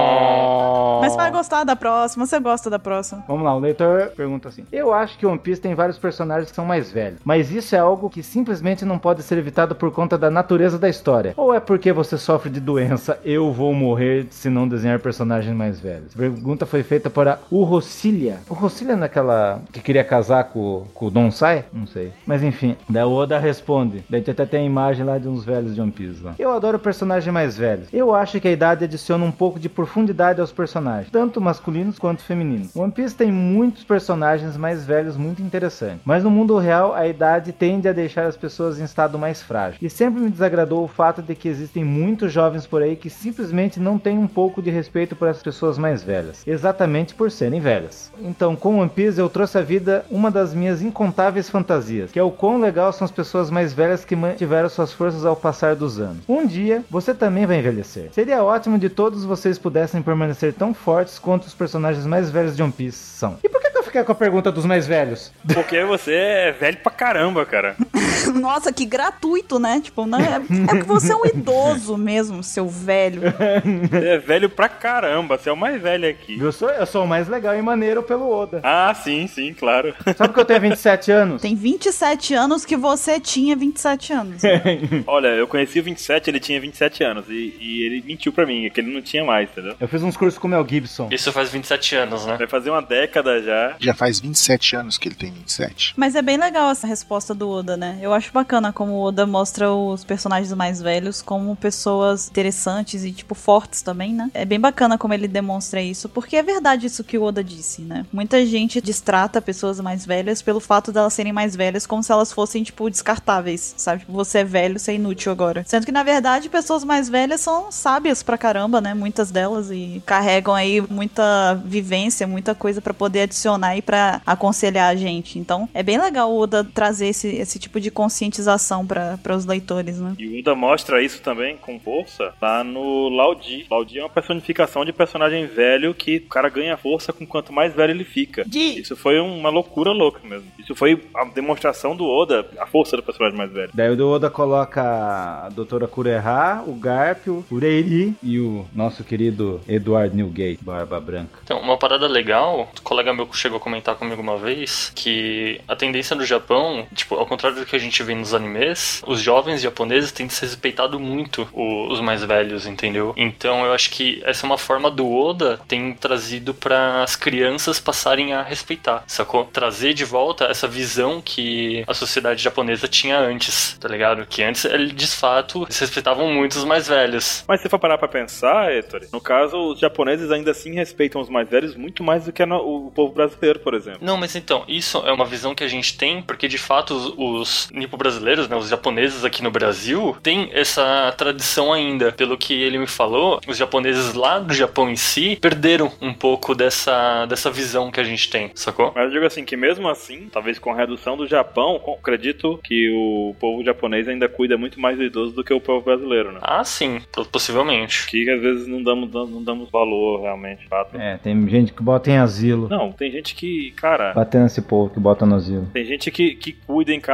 Mas você vai gostar da próxima, você gosta da próxima. Vamos lá, o leitor pergunta assim. Eu acho que One Piece tem vários personagens que são mais velhos, mas isso é algo que simplesmente não pode ser evitado por conta da natureza da história. Ou é porque você sofre de doença, eu vou morrer se não desenhar personagens mais velhos? A pergunta foi feita para o Rossilia. O Rossilia é naquela que queria casar com o Donsai? Não sei. Mas enfim, daí o Oda responde. Daí até tem a imagem lá de uns velhos de One Piece lá. Eu adoro personagens mais velhos. Eu acho que a idade adiciona um pouco de profundidade aos personagens, tanto masculinos quanto femininos. One Piece tem muitos personagens mais velhos muito interessantes, mas no mundo real a idade tende a deixar as pessoas em estado mais frágil. E sempre me desagradou o fato de que existem muitos jovens por aí que simplesmente não têm um pouco de respeito por essas pessoas mais velhas, exatamente por serem velhas. Então, com One Piece eu trouxe à vida uma das minhas incontáveis fantasias, que é o quão legal são as pessoas mais velhas que mantiveram suas forças ao passar dos anos. Um dia, você também vai envelhecer. Seria ótimo de todos vocês pudessem permanecer tão fortes quanto os personagens mais velhos de One Piece são. E por que eu fiquei com a pergunta dos mais velhos? Porque você é velho pra caramba, cara. Nossa, que gratuito, né? Tipo, não é porque você é um idoso mesmo, seu velho. Você é velho pra caramba, você é o mais velho aqui. Eu sou o mais legal e maneiro pelo Oda. Ah, sim, claro. Sabe que eu tenho 27 anos? Tem 27 anos que você tinha 27 anos. Olha, eu conheci o 27, ele tinha 27 anos. E ele mentiu pra mim, que ele não tinha mais, entendeu? Eu fiz uns cursos com o Mel Gibson. Isso faz 27 anos, né? Vai fazer uma década já. Já faz 27 anos que ele tem 27. Mas é bem legal essa resposta do Oda, né? Eu acho bacana como o Oda mostra os personagens mais velhos como pessoas interessantes e, tipo, fortes também, né? É bem bacana como ele demonstra isso, porque é verdade isso que o Oda disse, né? Muita gente distrata pessoas mais velhas pelo fato de elas serem mais velhas como se elas fossem, tipo, descartáveis, sabe? Tipo, você é velho, você é inútil agora. Sendo que, na verdade, pessoas mais velhas são sábias pra caramba, né? Muitas delas, e carregam aí muita vivência, muita coisa pra poder adicionar e pra aconselhar a gente. Então, é bem legal o Oda trazer esse tipo de conscientização para os leitores, né? E o Oda mostra isso também com força lá no Laudi. Laudi é uma personificação de personagem velho que o cara ganha força com quanto mais velho ele fica. Isso foi uma loucura louca mesmo. Isso foi a demonstração do Oda, a força do personagem mais velho. Daí o Oda coloca a Doutora Kureha, o Garp, o Ureiri e o nosso querido Edward Newgate, Barba Branca. Então, uma parada legal, um colega meu chegou a comentar comigo uma vez que a tendência no Japão, tipo, ao contrário do que a gente vê nos animes, os jovens japoneses têm se respeitado muito os mais velhos, entendeu? Então eu acho que essa é uma forma do Oda tem trazido para as crianças passarem a respeitar, sacou? Trazer de volta essa visão que a sociedade japonesa tinha antes, tá ligado? Que antes, de fato, eles respeitavam muito os mais velhos. Mas se for parar pra pensar, Ettore, no caso, os japoneses ainda assim respeitam os mais velhos muito mais do que o povo brasileiro, por exemplo. Não, mas então, isso é uma visão que a gente tem, porque de fato os nipo-brasileiros, né, os japoneses aqui no Brasil, têm essa tradição ainda. Pelo que ele me falou, os japoneses lá do Japão em si perderam um pouco dessa visão que a gente tem, sacou? Mas eu digo assim, que mesmo assim, talvez com a redução do Japão, acredito que o povo japonês ainda cuida muito mais do idoso do que o povo brasileiro, né? Ah, sim, possivelmente. Que às vezes não damos valor, realmente, fato. É, tem gente que bota em asilo. Não, tem gente que, cara... Batendo esse povo que bota no asilo. Tem gente que cuida em casa como se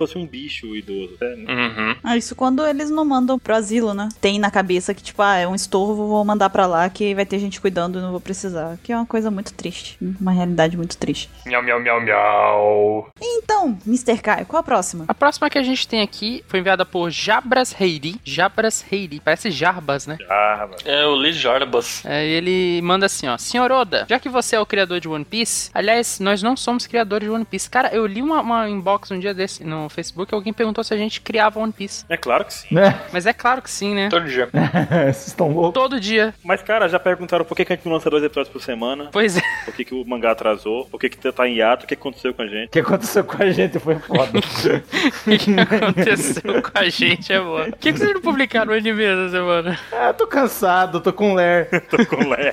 fosse um bicho idoso, né? Uhum. Isso quando eles não mandam pro asilo, né? Tem na cabeça que, tipo, é um estorvo, vou mandar pra lá que vai ter gente cuidando e não vou precisar. Que é uma coisa muito triste. Uma realidade muito triste. Miau, miau, miau, miau. Então, Mr. Caio, qual a próxima? A próxima que a gente tem aqui foi enviada por Jabras Reiri. Jabras Reiri. Parece Jarbas, né? Jarbas. Eu li Jarbas. E ele manda assim, ó. Senhor Oda, já que você é o criador de One Piece... Aliás, nós não somos criadores de One Piece. Cara, eu li uma inbox um dia desse no Facebook, alguém perguntou se a gente criava One Piece. É claro que sim. Né? Mas é claro que sim, né? Todo dia. Vocês estão loucos. Todo dia. Mas, cara, já perguntaram por que a gente não lança 2 episódios por semana? Pois é. Por que o mangá atrasou? Por que tá em hiato? O que aconteceu com a gente? O que aconteceu com a gente foi foda. O que aconteceu com a gente é bom. Por que vocês não publicaram o anime essa semana? Tô cansado, tô com ler. Tô com Lé.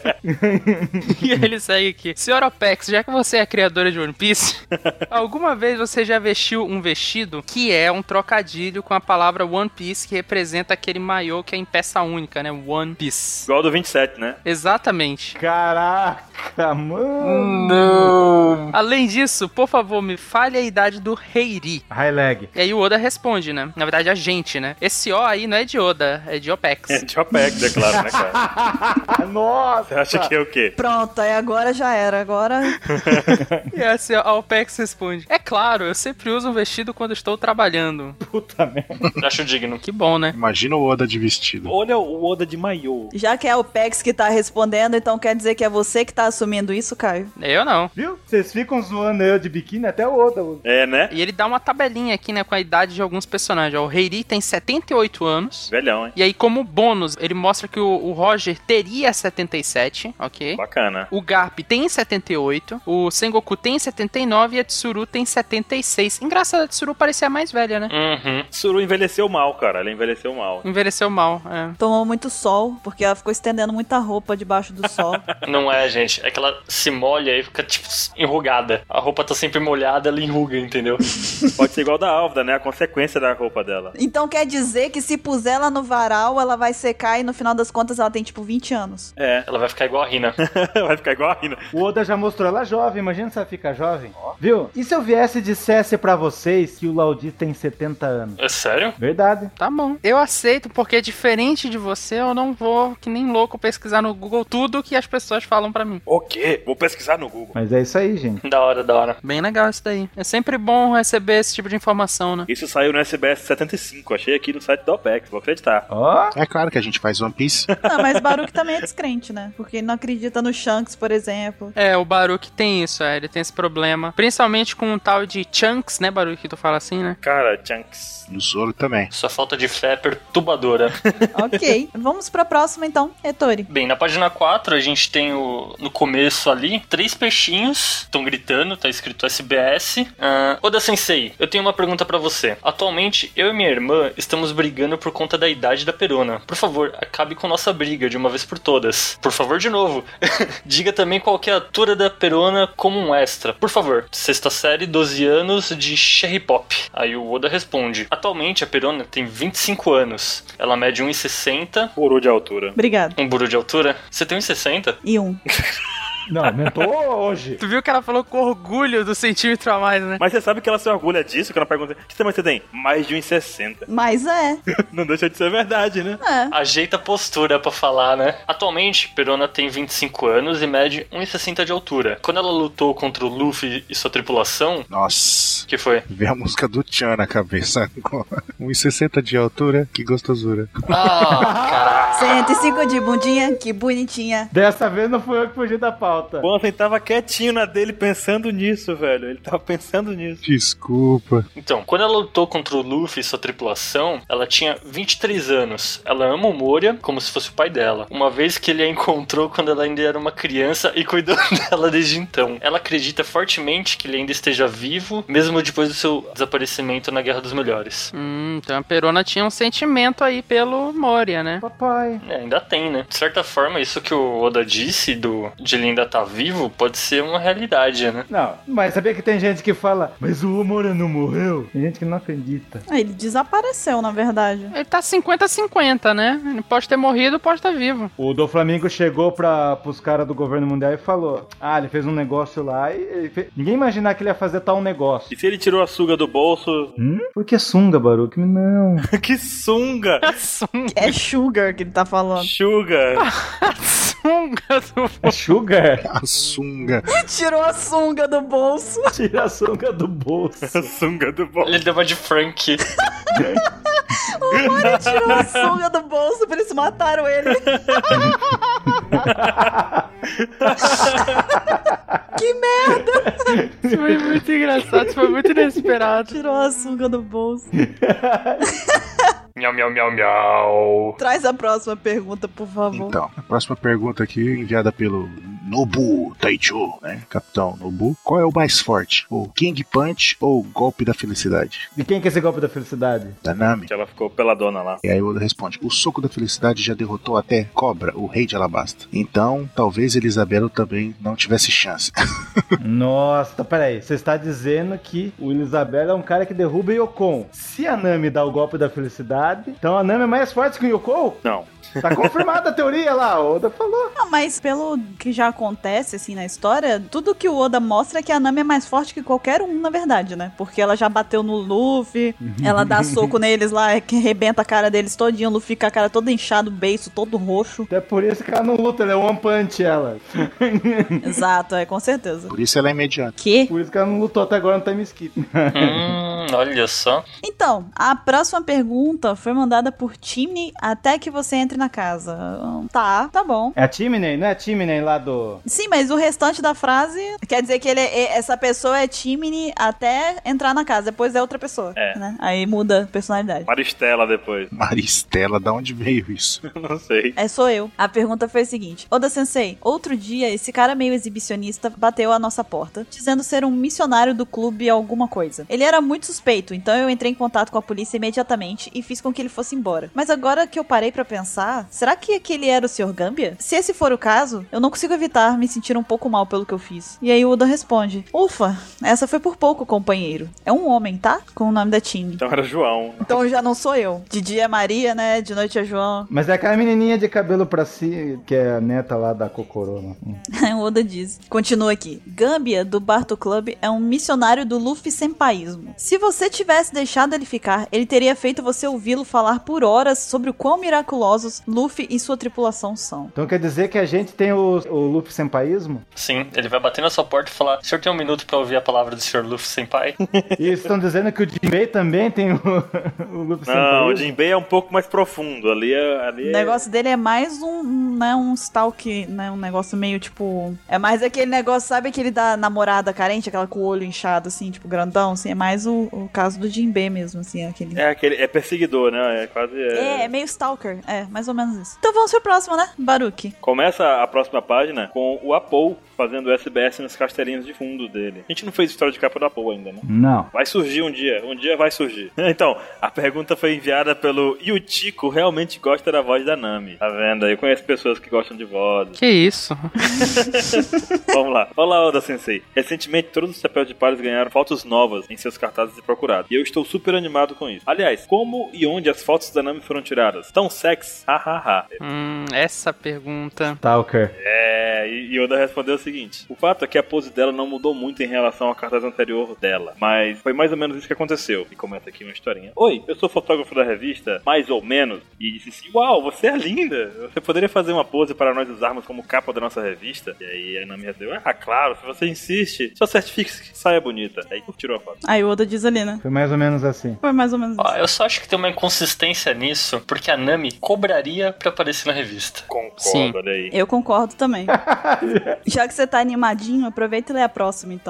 E ele segue aqui. Senhora Opex, já que você é criadora de One Piece, alguma vez você já vestiu um vestido que é um trocadilho com a palavra One Piece, que representa aquele maiô que é em peça única, né? One Piece. Igual do 27, né? Exatamente. Caraca, mano. Não. Além disso, por favor, me fale a idade do Reiri. High leg. E aí o Oda responde, né? Na verdade, a gente, né? Esse O aí não é de Oda, é de Opex. É de OPEX, é claro, né, cara? Nossa. Você acha que é o quê? Pronto, aí agora já era. Agora. E assim, a Opex responde: é claro, eu sempre uso um vestido quando estou trabalhando. Puta merda. Acho digno. Que bom, né? Imagina o Oda de vestido. Olha o Oda de maiô. Já que é o Pex que tá respondendo, então quer dizer que é você que tá assumindo isso, Caio? Eu não. Viu? Vocês ficam zoando eu de biquíni até o Oda. É, né? E ele dá uma tabelinha aqui, né, com a idade de alguns personagens. Ó, o Reiri tem 78 anos. Velhão, hein? E aí, como bônus, ele mostra que o Roger teria 77, ok? Bacana. O Garp tem 78, o Sengoku tem 79 e a Tsuru tem 76. Engraçado, a Tsuru parecia mais velha, né? Uhum. Tsuru envelheceu mal, cara. Ela envelheceu mal. Envelheceu mal, é. Tomou muito sol, porque ela ficou estendendo muita roupa debaixo do sol. Não é, gente. É que ela se molha e fica, tipo, enrugada. A roupa tá sempre molhada, ela enruga, entendeu? Pode ser igual da Álvida, né? A consequência da roupa dela. Então quer dizer que se puser ela no varal, ela vai secar e no final das contas ela tem tipo 20 anos. É. Ela vai ficar igual a Rina. Vai ficar igual a Rina. O Oda já mostrou ela jovem, imagina se ela fica jovem. Viu? E se eu viesse e dissesse pra vocês que o Laudi tem 70 anos? É sério? Verdade. Tá bom. Eu aceito, porque diferente de você, eu não vou, que nem louco, pesquisar no Google tudo que as pessoas falam pra mim. O quê? Vou pesquisar no Google. Mas é isso aí, gente. Da hora, da hora. Bem legal isso daí. É sempre bom receber esse tipo de informação, né? Isso saiu no SBS 75. Achei aqui no site da OPEX. Vou acreditar. Ó. É claro que a gente faz One Piece. Não, mas Baruch também é descrente, né? Porque ele não acredita no Shanks, por exemplo. É, o Baruch tem isso, ele tem esse problema. Principalmente com um tal de Chunks, né, Baruch, que tu fala assim, né? Cara, Chunks. No Zoro também. Sua falta de fé é perturbadora. Ok. Vamos pra próxima então, Ettore. Bem, na página 4 a gente tem no começo ali 3 peixinhos estão gritando, tá escrito SBS. Oda Sensei, eu tenho uma pergunta pra você. Atualmente, eu e minha irmã estamos brigando por conta da idade da Perona. Por favor, acabe com nossa briga de uma vez por todas. Por favor, de novo. Diga também qual que é a altura da Perona como um extra. Por favor, 6ª série, 12 anos de Cherry Pop. Aí o Oda responde. Atualmente, a Perona tem 25 anos. Ela mede 1,60. Buru de altura. Obrigado. Um buru de altura? Você tem 1,60? E um. Não, aumentou hoje. Tu viu que ela falou com orgulho do centímetro a mais, né? Mas você sabe que ela se orgulha disso? Que ela pergunta, que tamanho você tem? Mais de 1,60. Mas é. Não deixa de ser verdade, né? É. Ajeita a postura pra falar, né? Atualmente, Perona tem 25 anos e mede 1,60 de altura. Quando ela lutou contra o Luffy e sua tripulação... Nossa. Que foi? Veio a música do Tchan na cabeça. 1,60 de altura, que gostosura. Ah, caralho. 105 de bundinha, que bonitinha. Dessa vez não foi eu que fugi da pauta. O Ansem tava quietinho na dele pensando nisso, velho. Ele tava pensando nisso. Desculpa. Então, quando ela lutou contra o Luffy e sua tripulação, ela tinha 23 anos. Ela ama o Moria como se fosse o pai dela. Uma vez que ele a encontrou quando ela ainda era uma criança e cuidou dela desde então. Ela acredita fortemente que ele ainda esteja vivo, mesmo depois do seu desaparecimento na Guerra dos Melhores. Então a Perona tinha um sentimento aí pelo Moria, né? Papai. Ainda tem, né? De certa forma, isso que o Oda disse de ele ainda tá vivo, pode ser uma realidade, né? Não, mas sabia que tem gente que fala, mas o Omura não morreu? Tem gente que não acredita. Ele desapareceu, na verdade. Ele tá 50-50, né? Ele pode ter morrido, pode estar vivo. O do Flamengo chegou pros caras do governo mundial e falou, ele fez um negócio lá e ninguém imaginava que ele ia fazer tal negócio. E se ele tirou a sunga do bolso? Por que sunga, Baruque? Não. Que sunga! É sugar que ele tá falando. Sugar! Sunga do... É sugar? A sunga. Tirou a sunga do bolso. Tira a sunga do bolso. A sunga do bolso. Ele deu uma de Frank. O Mario tirou a sunga do bolso, por isso mataram ele. Que merda! Isso foi muito engraçado, isso foi muito inesperado. Tirou a sunga do bolso. Miau, miau, miau, miau. Traz a próxima pergunta, por favor. Então, a próxima pergunta aqui, enviada pelo Nobu Taicho, né? Capitão Nobu. Qual é o mais forte? O King Punch ou o Golpe da Felicidade? De quem que é esse golpe da felicidade? Da Nami. Que ela ficou peladona lá. E aí o Oda responde, o Soco da Felicidade já derrotou até Cobra, o rei de Alabasta. Então, talvez Elisabela também não tivesse chance. Nossa, peraí. Você está dizendo que o Elisabela é um cara que derruba Yokon. Se a Nami dá o golpe da felicidade, então a Nami é mais forte que o Yokon? Não. Tá confirmada a teoria lá, o Oda falou. Não, mas pelo que já acontece, assim, na história, tudo que o Oda mostra é que a Nami é mais forte que qualquer um, na verdade, né? Porque ela já bateu no Luffy, ela dá soco neles lá, que arrebenta a cara deles todinho, o Luffy fica a cara todo inchado, o beiço todo roxo. Até por isso que ela não luta, ela é One Punch, ela. Exato, com certeza. Por isso ela é imediata. Que? Por isso que ela não lutou até agora no time skip. Olha só. Então, a próxima pergunta foi mandada por Timney até que você entre na casa. Tá bom. É a Chimney, não é a Chimney lá do... Sim, mas o restante da frase quer dizer que essa pessoa é Timney até entrar na casa, depois é outra pessoa. É. Né? Aí muda a personalidade. Maristela depois. Maristela, da onde veio isso? Não sei. Sou eu. A pergunta foi a seguinte: Oda Sensei, outro dia esse cara meio exibicionista bateu à nossa porta, dizendo ser um missionário do clube alguma coisa. Ele era muito suspeito, então eu entrei em contato com a polícia imediatamente e fiz com que ele fosse embora. Mas agora que eu parei pra pensar, será que aquele era o Sr. Gambia? Se esse for o caso, eu não consigo evitar me sentir um pouco mal pelo que eu fiz. E aí o Oda responde: ufa, essa foi por pouco, companheiro. É um homem, tá? Com o nome da Timmy. Então era João. Então já não sou eu. De dia é Maria, né? De noite é João. Mas é aquela menininha de cabelo pra si, que é a neta lá da Kokoro. O Oda diz. Continua aqui. Gambia, do Barto Club, é um missionário do Luffy Senpaísmo. Se você tivesse deixado ele ficar, ele teria feito você ouvi-lo falar por horas sobre o quão miraculosos Luffy e sua tripulação são. Então quer dizer que a gente tem o Luffy Senpaísmo? Sim, ele vai bater na sua porta e falar: o senhor tem um minuto pra ouvir a palavra do Sr. Luffy Senpai? E eles estão dizendo que o Jinbei também tem o Luffy Senpaísmo? Não, o Jinbei é um pouco mais profundo. Ali O negócio dele é mais um stalk, né? Um negócio meio tipo... É mais aquele negócio, sabe aquele da namorada carente? Aquela com o olho inchado, assim, tipo grandão, assim. É mais o caso do Jinbei mesmo, assim. É perseguidor, né? É quase... É meio stalker. É, mais ou menos isso. Então vamos pro próximo, né? Baruque. Começa a próxima página com o Apou fazendo o SBS nas carteirinhas de fundo dele. A gente não fez história de capa do Apou ainda, né? Não. Vai surgir um dia vai surgir. Então, a pergunta foi enviada pelo Yutiko, realmente gosta da voz da Nami. Tá vendo? Eu conheço pessoas que gostam de vozes. Que isso? Vamos lá. Olá, Oda Sensei. Recentemente, todos os chapéus de palha ganharam fotos novas em seus cartazes de procurado. E eu estou super animado com isso. Aliás, como e onde as fotos da Nami foram tiradas? Tão sexy? Hahaha. Essa pergunta... Stalker. E Oda respondeu o seguinte: o fato é que a pose dela não mudou muito em relação ao cartaz anterior dela, mas foi mais ou menos isso que aconteceu. E comenta aqui uma historinha. Oi, eu sou fotógrafo da revista, mais ou menos, e disse assim: uau, você é linda, você poderia fazer uma pose para nós usarmos como capa da nossa revista? E aí a Nami respondeu: claro, se você insiste, só certifique que saia bonita. Aí tirou a foto. Aí o Oda diz ali, né? Foi mais ou menos assim. Foi mais ou menos isso. Eu só acho que tem uma inconsistência nisso, porque a Nami cobraria pra aparecer na revista. Concordo, Sim. olha aí. Eu concordo também. Já que você tá animadinho, aproveita e lê a próxima, então.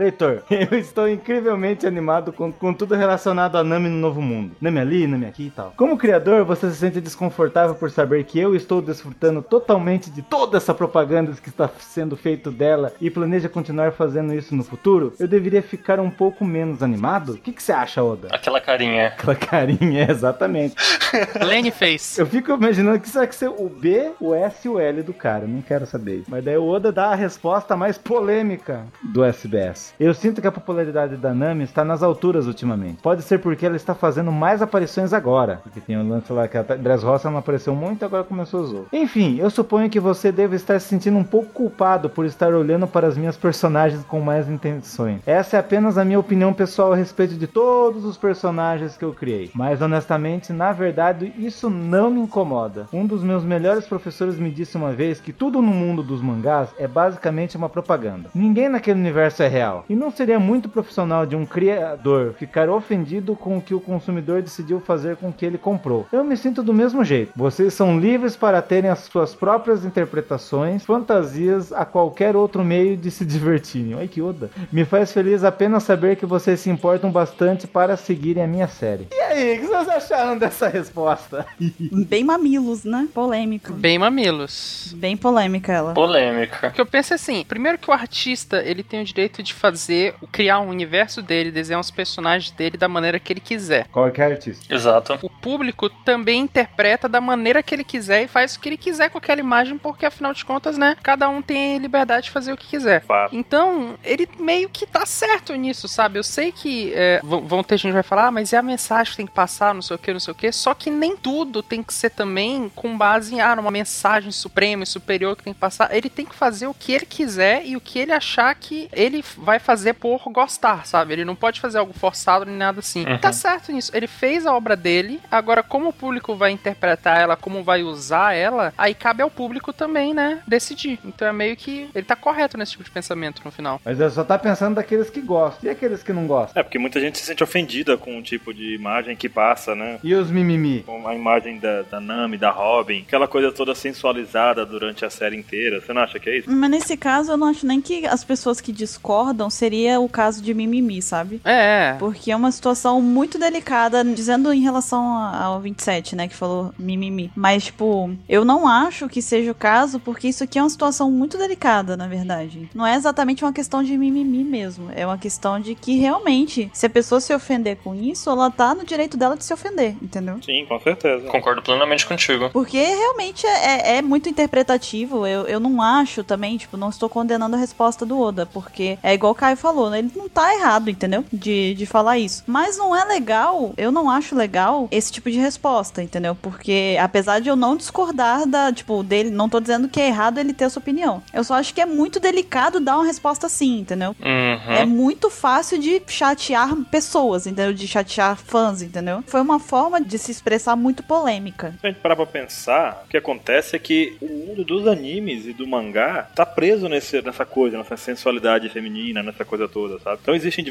Leitor, eu estou incrivelmente animado com tudo relacionado a Nami no Novo Mundo. Nami ali, Nami aqui e tal. Como criador, você se sente desconfortável por saber que eu estou desfrutando totalmente de toda essa propaganda que está sendo feito dela e planeja continuar fazendo isso no futuro? Eu deveria ficar um pouco menos animado? O que você acha, Oda? Aquela carinha. Aquela carinha, exatamente. Lenny fez. Eu fico imaginando que será que ser o B, o S e o L do cara. Não quero saber. Mas daí o Oda dá a resposta mais polêmica do SBS. Eu sinto que a popularidade da Nami está nas alturas ultimamente. Pode ser porque ela está fazendo mais aparições agora. Porque tem um lance lá que a Dressrosa não apareceu muito, agora começou a usar. Enfim, eu suponho que você deve estar se sentindo um pouco culpado por estar olhando para as minhas personagens com mais intenções. Essa é apenas a minha opinião pessoal a respeito de todos os personagens que eu criei. Mas honestamente, na verdade, isso não me incomoda. Um dos meus melhores professores me disse uma vez que tudo no mundo dos mangás é basicamente uma propaganda. Ninguém naquele universo é real. E não seria muito profissional de um criador ficar ofendido com o que o consumidor decidiu fazer com o que ele comprou. Eu me sinto do mesmo jeito. Vocês são livres para terem as suas próprias interpretações, fantasias a qualquer outro meio de se divertirem. Ai que Oda. Me faz feliz apenas saber que vocês se importam bastante para seguirem a minha série. E aí, o que vocês acharam dessa resposta? Bem mamilos, né? Polêmico. Bem mamilos. Bem polêmica ela. Polêmica. O que eu penso é assim, primeiro que o artista, ele tem o direito de criar um universo dele, desenhar os personagens dele da maneira que ele quiser. Qualquer artista. Exato. O público também interpreta da maneira que ele quiser e faz o que ele quiser com aquela imagem, porque afinal de contas, né, cada um tem liberdade de fazer o que quiser. Fato. Então, ele meio que tá certo nisso, sabe? Eu sei que vão ter gente que vai falar, mas é a mensagem que tem que passar, não sei o que, só que nem tudo tem que ser também com base em, numa mensagem suprema e superior que tem que passar. Ele tem que fazer o que ele quiser e o que ele achar que ele vai fazer por gostar, sabe? Ele não pode fazer algo forçado nem nada assim. Uhum. Tá certo nisso. Ele fez a obra dele, agora como o público vai interpretar ela, como vai usar ela, aí cabe ao público também, né, decidir. Então é meio que ele tá correto nesse tipo de pensamento no final. Mas ele só tá pensando daqueles que gostam. E aqueles que não gostam? É, porque muita gente se sente ofendida com o tipo de imagem que passa, né? E os mimimi? Com a imagem da Nami, da Robin, aquela coisa toda sensualizada durante a série inteira. Você não acha que é isso? Mas nesse caso, eu não acho nem que as pessoas que discordam seria o caso de mimimi, sabe? É. Porque é uma situação muito delicada, dizendo em relação ao 27, né, que falou mimimi. Mas, tipo, eu não acho que seja o caso, porque isso aqui é uma situação muito delicada, na verdade. Não é exatamente uma questão de mimimi mesmo. É uma questão de que, realmente, se a pessoa se ofender com isso, ela tá no direito dela de se ofender, entendeu? Sim, com certeza. Concordo plenamente contigo. Porque realmente é muito interpretativo. Eu não acho também, tipo, não estou condenando a resposta do Oda, porque é igual o Caio falou, né? Ele não tá errado, entendeu? De falar isso. Mas não é legal, eu não acho legal esse tipo de resposta, entendeu? Porque apesar de eu não discordar dele, não tô dizendo que é errado ele ter essa opinião. Eu só acho que é muito delicado dar uma resposta assim, entendeu? Uhum. É muito fácil de chatear pessoas, entendeu? De chatear fãs, entendeu? Foi uma forma de se expressar muito polêmica. Se a gente parar pra pensar, o que acontece é que o mundo dos animes e do mangá tá preso nessa coisa, nessa sensualidade feminina, nessa coisa toda, sabe? Então existem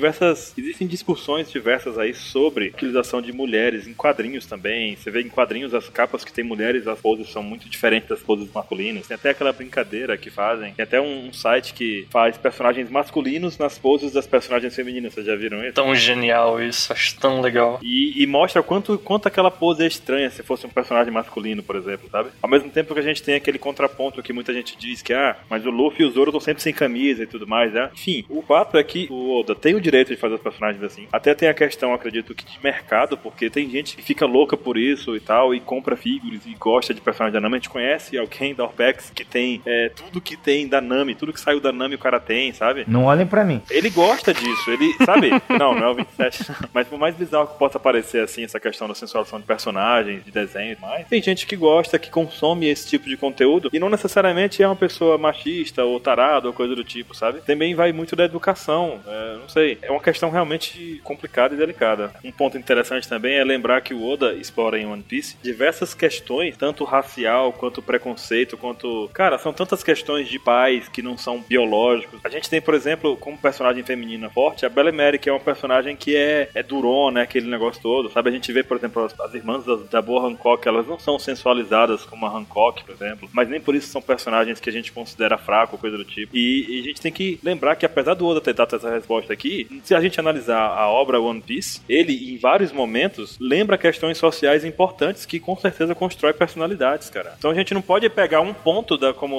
discussões diversas aí sobre a utilização de mulheres em quadrinhos também. Você vê em quadrinhos as capas que tem mulheres, as poses são muito diferentes das poses masculinas. Tem até aquela brincadeira que fazem. Tem até um site que faz personagens masculinos nas poses das personagens femininas. Vocês já viram isso? Tão genial isso, acho tão legal. E mostra quanto aquela pose é estranha se fosse um personagem masculino, por exemplo, sabe? Ao mesmo tempo que a gente tem aquele contraponto que muita gente diz que, mas o Luffy e o Zoro estão sempre sem camisa e tudo mais, né? Enfim, o fato é que o Oda tem o direito de fazer os personagens assim. Até tem a questão, acredito que, de mercado, porque tem gente que fica louca por isso e tal, e compra figuras e gosta de personagens da Nami. A gente conhece alguém da Orpex que tem tudo que tem da Nami, tudo que saiu da Nami o cara tem, sabe? Não olhem pra mim. Ele gosta disso, ele, sabe? Não é o 27. Mas por mais bizarro que possa parecer, assim, essa questão da sensualização de personagens, de desenhos e mais, tem gente que gosta, que consome esse tipo de conteúdo e não necessariamente é uma pessoa machista ou tarada ou coisa do tipo, sabe? Também vai muito da educação, não sei. É uma questão realmente complicada e delicada. Um ponto interessante também é lembrar que o Oda explora em One Piece diversas questões, tanto racial, quanto preconceito, quanto... Cara, são tantas questões de pais que não são biológicos. A gente tem, por exemplo, como personagem feminina forte, a Bella Mary, que é uma personagem que é durona, aquele negócio todo, sabe? A gente vê, por exemplo, as irmãs da boa Hancock, elas não são sensualizadas como a Hancock, por exemplo, mas nem por isso são personagens que a gente considera fraco, coisa do tipo. E a gente tem que lembrar que apesar do Oda ter dado essa resposta aqui, se a gente analisar a obra One Piece, ele, em vários momentos, lembra questões sociais importantes que, com certeza, constrói personalidades, cara. Então a gente não pode pegar um ponto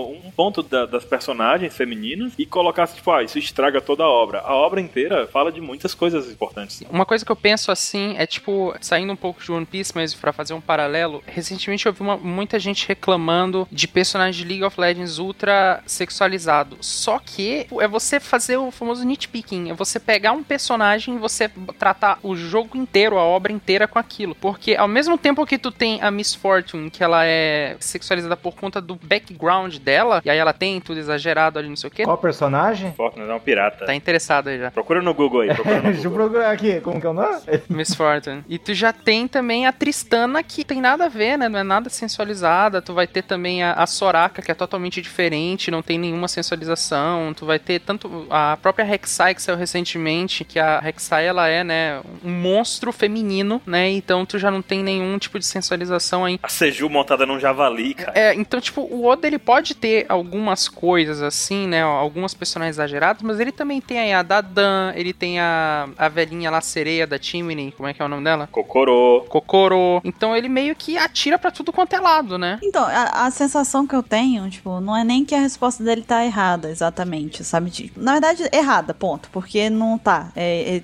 das personagens femininas e colocar assim, tipo, isso estraga toda a obra. A obra inteira fala de muitas coisas importantes. Uma coisa que eu penso assim é, tipo, saindo um pouco de One Piece, mas pra fazer um paralelo, recentemente eu vi muita gente reclamando de personagem de League of Legends ultra sexualizado. Só que é você fazer o famoso nitpicking, é você pegar um personagem e você tratar o jogo inteiro, a obra inteira com aquilo. Porque ao mesmo tempo que tu tem a Miss Fortune, que ela é sexualizada por conta do background dela, e aí ela tem tudo exagerado ali, não sei o quê. Qual personagem? Fortune é um pirata. Tá interessado aí já. Procura no Google aí. Deixa eu procurar aqui, como que é o nome? Miss Fortune. E tu já tem também a Tristana, que tem nada a ver, né? Não é nada sensualizada. Tu vai ter também a Soraka, que é totalmente diferente, não tem nenhuma sensualização. Tu vai ter tanto a própria Rek'Sai, que saiu recentemente, que a Rek'Sai, ela é, né, um monstro feminino, né? Então tu já não tem nenhum tipo de sensualização aí. A Seju montada num javali, cara. Então, tipo, o Oda, ele pode ter algumas coisas assim, né? Algumas personagens exageradas, mas ele também tem aí a Dadan, ele tem a velhinha lá, sereia da Chimney, como é que é o nome dela? Kokoro. Então ele meio que atira pra tudo quanto é lado, né? Então, a sensação que eu tenho, tipo, não é nem que a resposta dele tá errada, exatamente, sabe? Tipo, na verdade, errada, ponto. Porque não tá.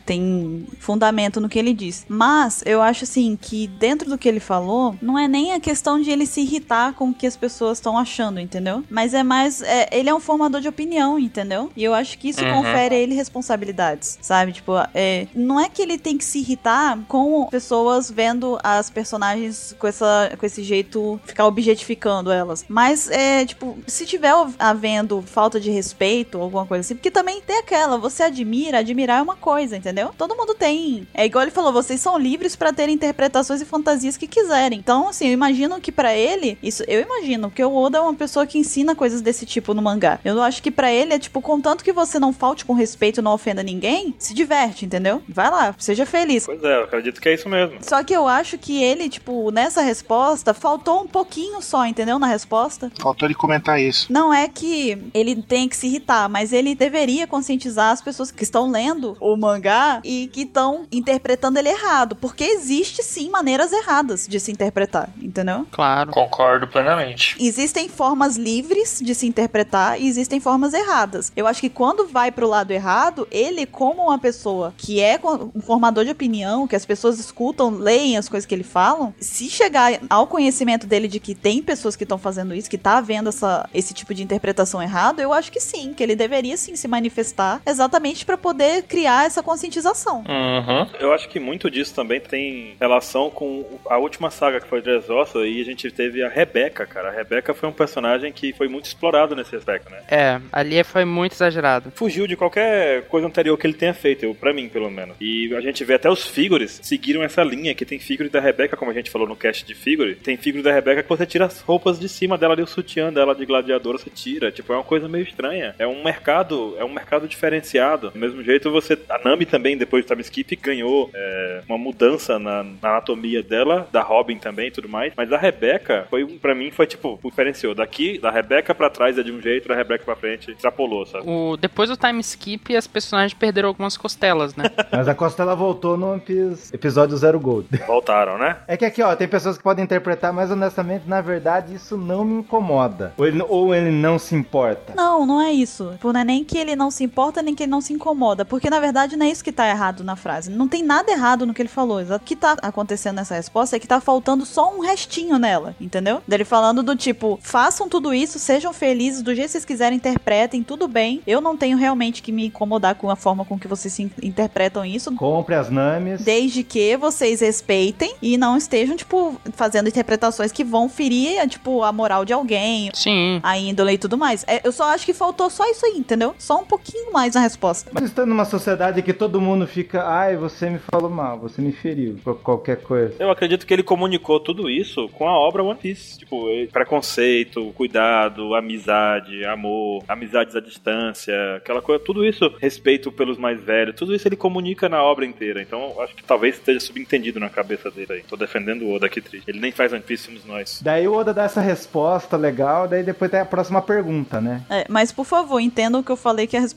Tem fundamento no que ele diz. Mas, eu acho, assim, que dentro do que ele falou, não é nem a questão de ele se irritar com o que as pessoas estão achando, entendeu? Mas é mais... ele é um formador de opinião, entendeu? E eu acho que isso confere a ele responsabilidades, sabe? Tipo, não é que ele tem que se irritar com pessoas vendo as personagens com esse jeito, ficar objetificando elas. Mas, tipo, se tiver havendo falta de respeito, alguma coisa assim, porque também tem aquela, você admirar é uma coisa, entendeu? Todo mundo tem. É igual ele falou, vocês são livres pra ter interpretações e fantasias que quiserem. Então, assim, eu imagino que pra ele, eu imagino, porque o Oda é uma pessoa que ensina coisas desse tipo no mangá. Eu acho que pra ele é tipo, contanto que você não falte com respeito e não ofenda ninguém, se diverte, entendeu? Vai lá, seja feliz. Pois é, eu acredito que é isso mesmo. Só que eu acho que ele, tipo, nessa resposta, faltou um pouquinho só, entendeu? Na resposta. Faltou ele comentar isso. Não é que ele tem que se irritar, mas ele deveria conscientizar as pessoas que estão lendo o mangá e que estão interpretando ele errado. Porque existe, sim, maneiras erradas de se interpretar, entendeu? Claro. Concordo plenamente. Existem formas livres de se interpretar e existem formas erradas. Eu acho que quando vai pro lado errado, ele, como uma pessoa que é um formador de opinião, que as pessoas escutam, leem as coisas que ele fala, se chegar ao conhecimento dele de que tem pessoas que estão fazendo isso, que tá vendo esse tipo de interpretação errado, eu acho que sim, que ele deveria sim se manifestar exatamente pra poder criar essa conscientização. Eu acho que muito disso também tem relação com a última saga que foi Dressrosa, e a gente teve a Rebecca, cara. A Rebecca foi um personagem que foi muito explorado nesse aspecto, né? Ali foi muito exagerado. Fugiu de qualquer coisa anterior que ele tenha feito, pra mim, pelo menos. E a gente vê até os figures seguiram essa linha, que tem figure da Rebecca, como a gente falou no cast de figure, tem figure da Rebecca que você tira as roupas de cima dela ali, o sutiã dela de gladiadora, você tira. Tipo, é uma coisa meio estranha. É um mercado diferenciado. Do mesmo jeito, a Nami também, depois do time skip, ganhou uma mudança na anatomia dela, da Robin também e tudo mais. Mas a Rebecca, pra mim, foi tipo, diferenciou. Daqui, da Rebecca pra trás é de um jeito, da Rebecca pra frente, extrapolou, sabe? Depois do time skip, as personagens perderam algumas costelas, né? Mas a costela voltou no episódio Zero Gold. Voltaram, né? É que aqui, ó, tem pessoas que podem interpretar, mas honestamente, na verdade, isso não me incomoda. Ou ele não se importa. Não é isso. Tipo, não é nem que ele não se importa, nem que ele não se incomoda. Porque, na verdade, não é isso que tá errado na frase. Não tem nada errado no que ele falou. O que tá acontecendo nessa resposta é que tá faltando só um restinho nela, entendeu? Dele falando do tipo, façam tudo isso, sejam felizes, do jeito que vocês quiserem, interpretem, tudo bem. Eu não tenho realmente que me incomodar com a forma com que vocês interpretam isso. Compre as Namis. Desde que vocês respeitem e não estejam, tipo, fazendo interpretações que vão ferir, tipo, a moral de alguém. Sim. A índole e tudo mais. Eu só acho que faltou só isso aí, entendeu? Só um pouquinho mais na resposta. Mas estando numa sociedade que todo mundo fica, você me falou mal, você me feriu, qualquer coisa. Eu acredito que ele comunicou tudo isso com a obra One Piece. Tipo, preconceito, cuidado, amizade, amor, amizades à distância, aquela coisa, tudo isso, respeito pelos mais velhos, tudo isso ele comunica na obra inteira. Então, acho que talvez esteja subentendido na cabeça dele aí. Tô defendendo o Oda aqui, triste. Ele nem faz One Piece, somos nós. Daí o Oda dá essa resposta legal, daí depois tem a próxima pergunta, né? Mas por favor, entendam que eu falei que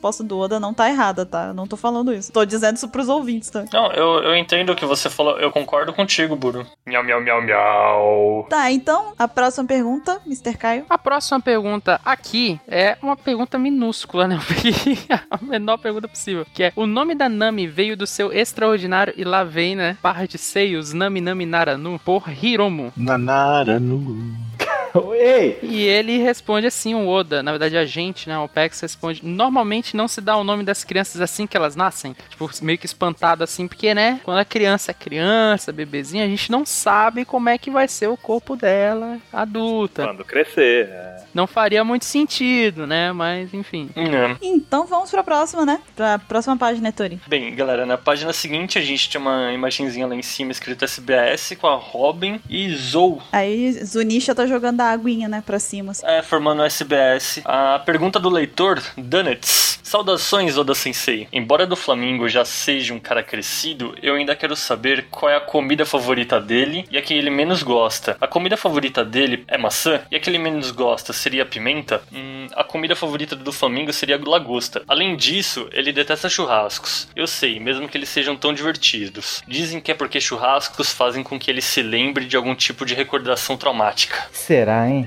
resposta do Oda não tá errada, tá? Eu não tô falando isso. Tô dizendo isso pros ouvintes, tá? Não, eu entendo o que você falou. Eu concordo contigo, Buru. Miau, miau, miau, miau. Tá, então, a próxima pergunta, Mr. Caio. A próxima pergunta aqui é uma pergunta minúscula, né? A menor pergunta possível. Que é, o nome da Nami veio do seu extraordinário, e lá vem, né? Par de seios, Nami Nami Naranu, por Hiromu. Nanaranu. Ei! E ele responde assim, o Oda, na verdade a gente, né, o Pex responde, normalmente não se dá o nome das crianças assim que elas nascem, tipo, meio que espantado assim, porque, né, quando a criança é criança, bebezinha, a gente não sabe como é que vai ser o corpo dela adulta. Quando crescer, Não faria muito sentido, né, mas enfim. Então vamos pra próxima, né? Pra próxima página, né, Tori? Bem, galera, na página seguinte a gente tem uma imagenzinha lá em cima escrita SBS com a Robin e Zou. Aí Zunisha tá jogando a aguinha, né, pra cima. Assim. Formando o SBS. A pergunta do leitor, Dunnets. Saudações, Oda Sensei. Embora do Flamingo já seja um cara crescido, eu ainda quero saber qual é a comida favorita dele e a que ele menos gosta. A comida favorita dele é maçã e a que ele menos gosta seria pimenta? A comida favorita do Flamingo seria lagosta. Além disso, ele detesta churrascos. Eu sei, mesmo que eles sejam tão divertidos. Dizem que é porque churrascos fazem com que ele se lembre de algum tipo de recordação traumática. Será, hein?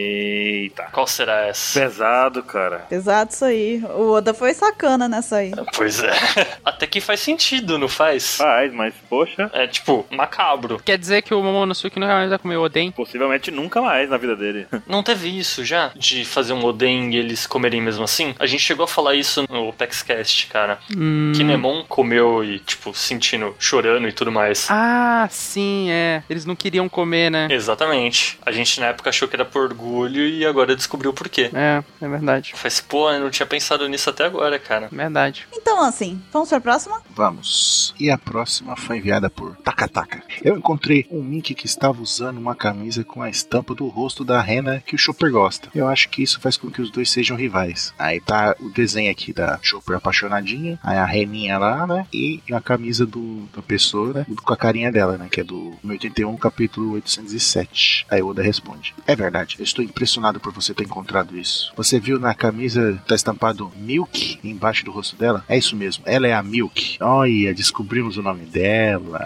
Eita. Qual será essa? Pesado, cara. Pesado isso aí. O Oda foi sacana nessa aí. Pois é. Até que faz sentido, não faz? Faz, mas poxa, É tipo, macabro. Quer dizer que o Momonosuke nunca mais vai comer Oden? possivelmente nunca mais na vida dele. Não teve isso já? De fazer um Oden e eles comerem mesmo assim? A gente chegou a falar isso no PEXCast, cara. Kinemon comeu e, tipo, sentindo, chorando e tudo mais. Ah, sim, é. Eles não queriam comer, né? Exatamente. A gente na época achou que era por orgulho e agora descobriu o porquê. É verdade. Faz, pô, eu não tinha pensado nisso até agora, cara. Verdade. Então, assim, vamos pra próxima? Vamos. E a próxima foi enviada por Takataka. Eu encontrei um Mink que estava usando uma camisa com a estampa do rosto da Rena que o Chopper gosta. Eu acho que isso faz com que os dois sejam rivais. Aí tá o desenho aqui da Chopper apaixonadinha, aí a Reninha lá, né? E a camisa da pessoa, né? Com a carinha dela, né? Que é do 81, capítulo 807. Aí o Oda responde: é verdade, eu estou impressionado por você ter encontrado isso. Você viu na camisa, tá estampado Milk embaixo do rosto dela? É isso mesmo, ela é a Milk. Olha, descobrimos o nome dela.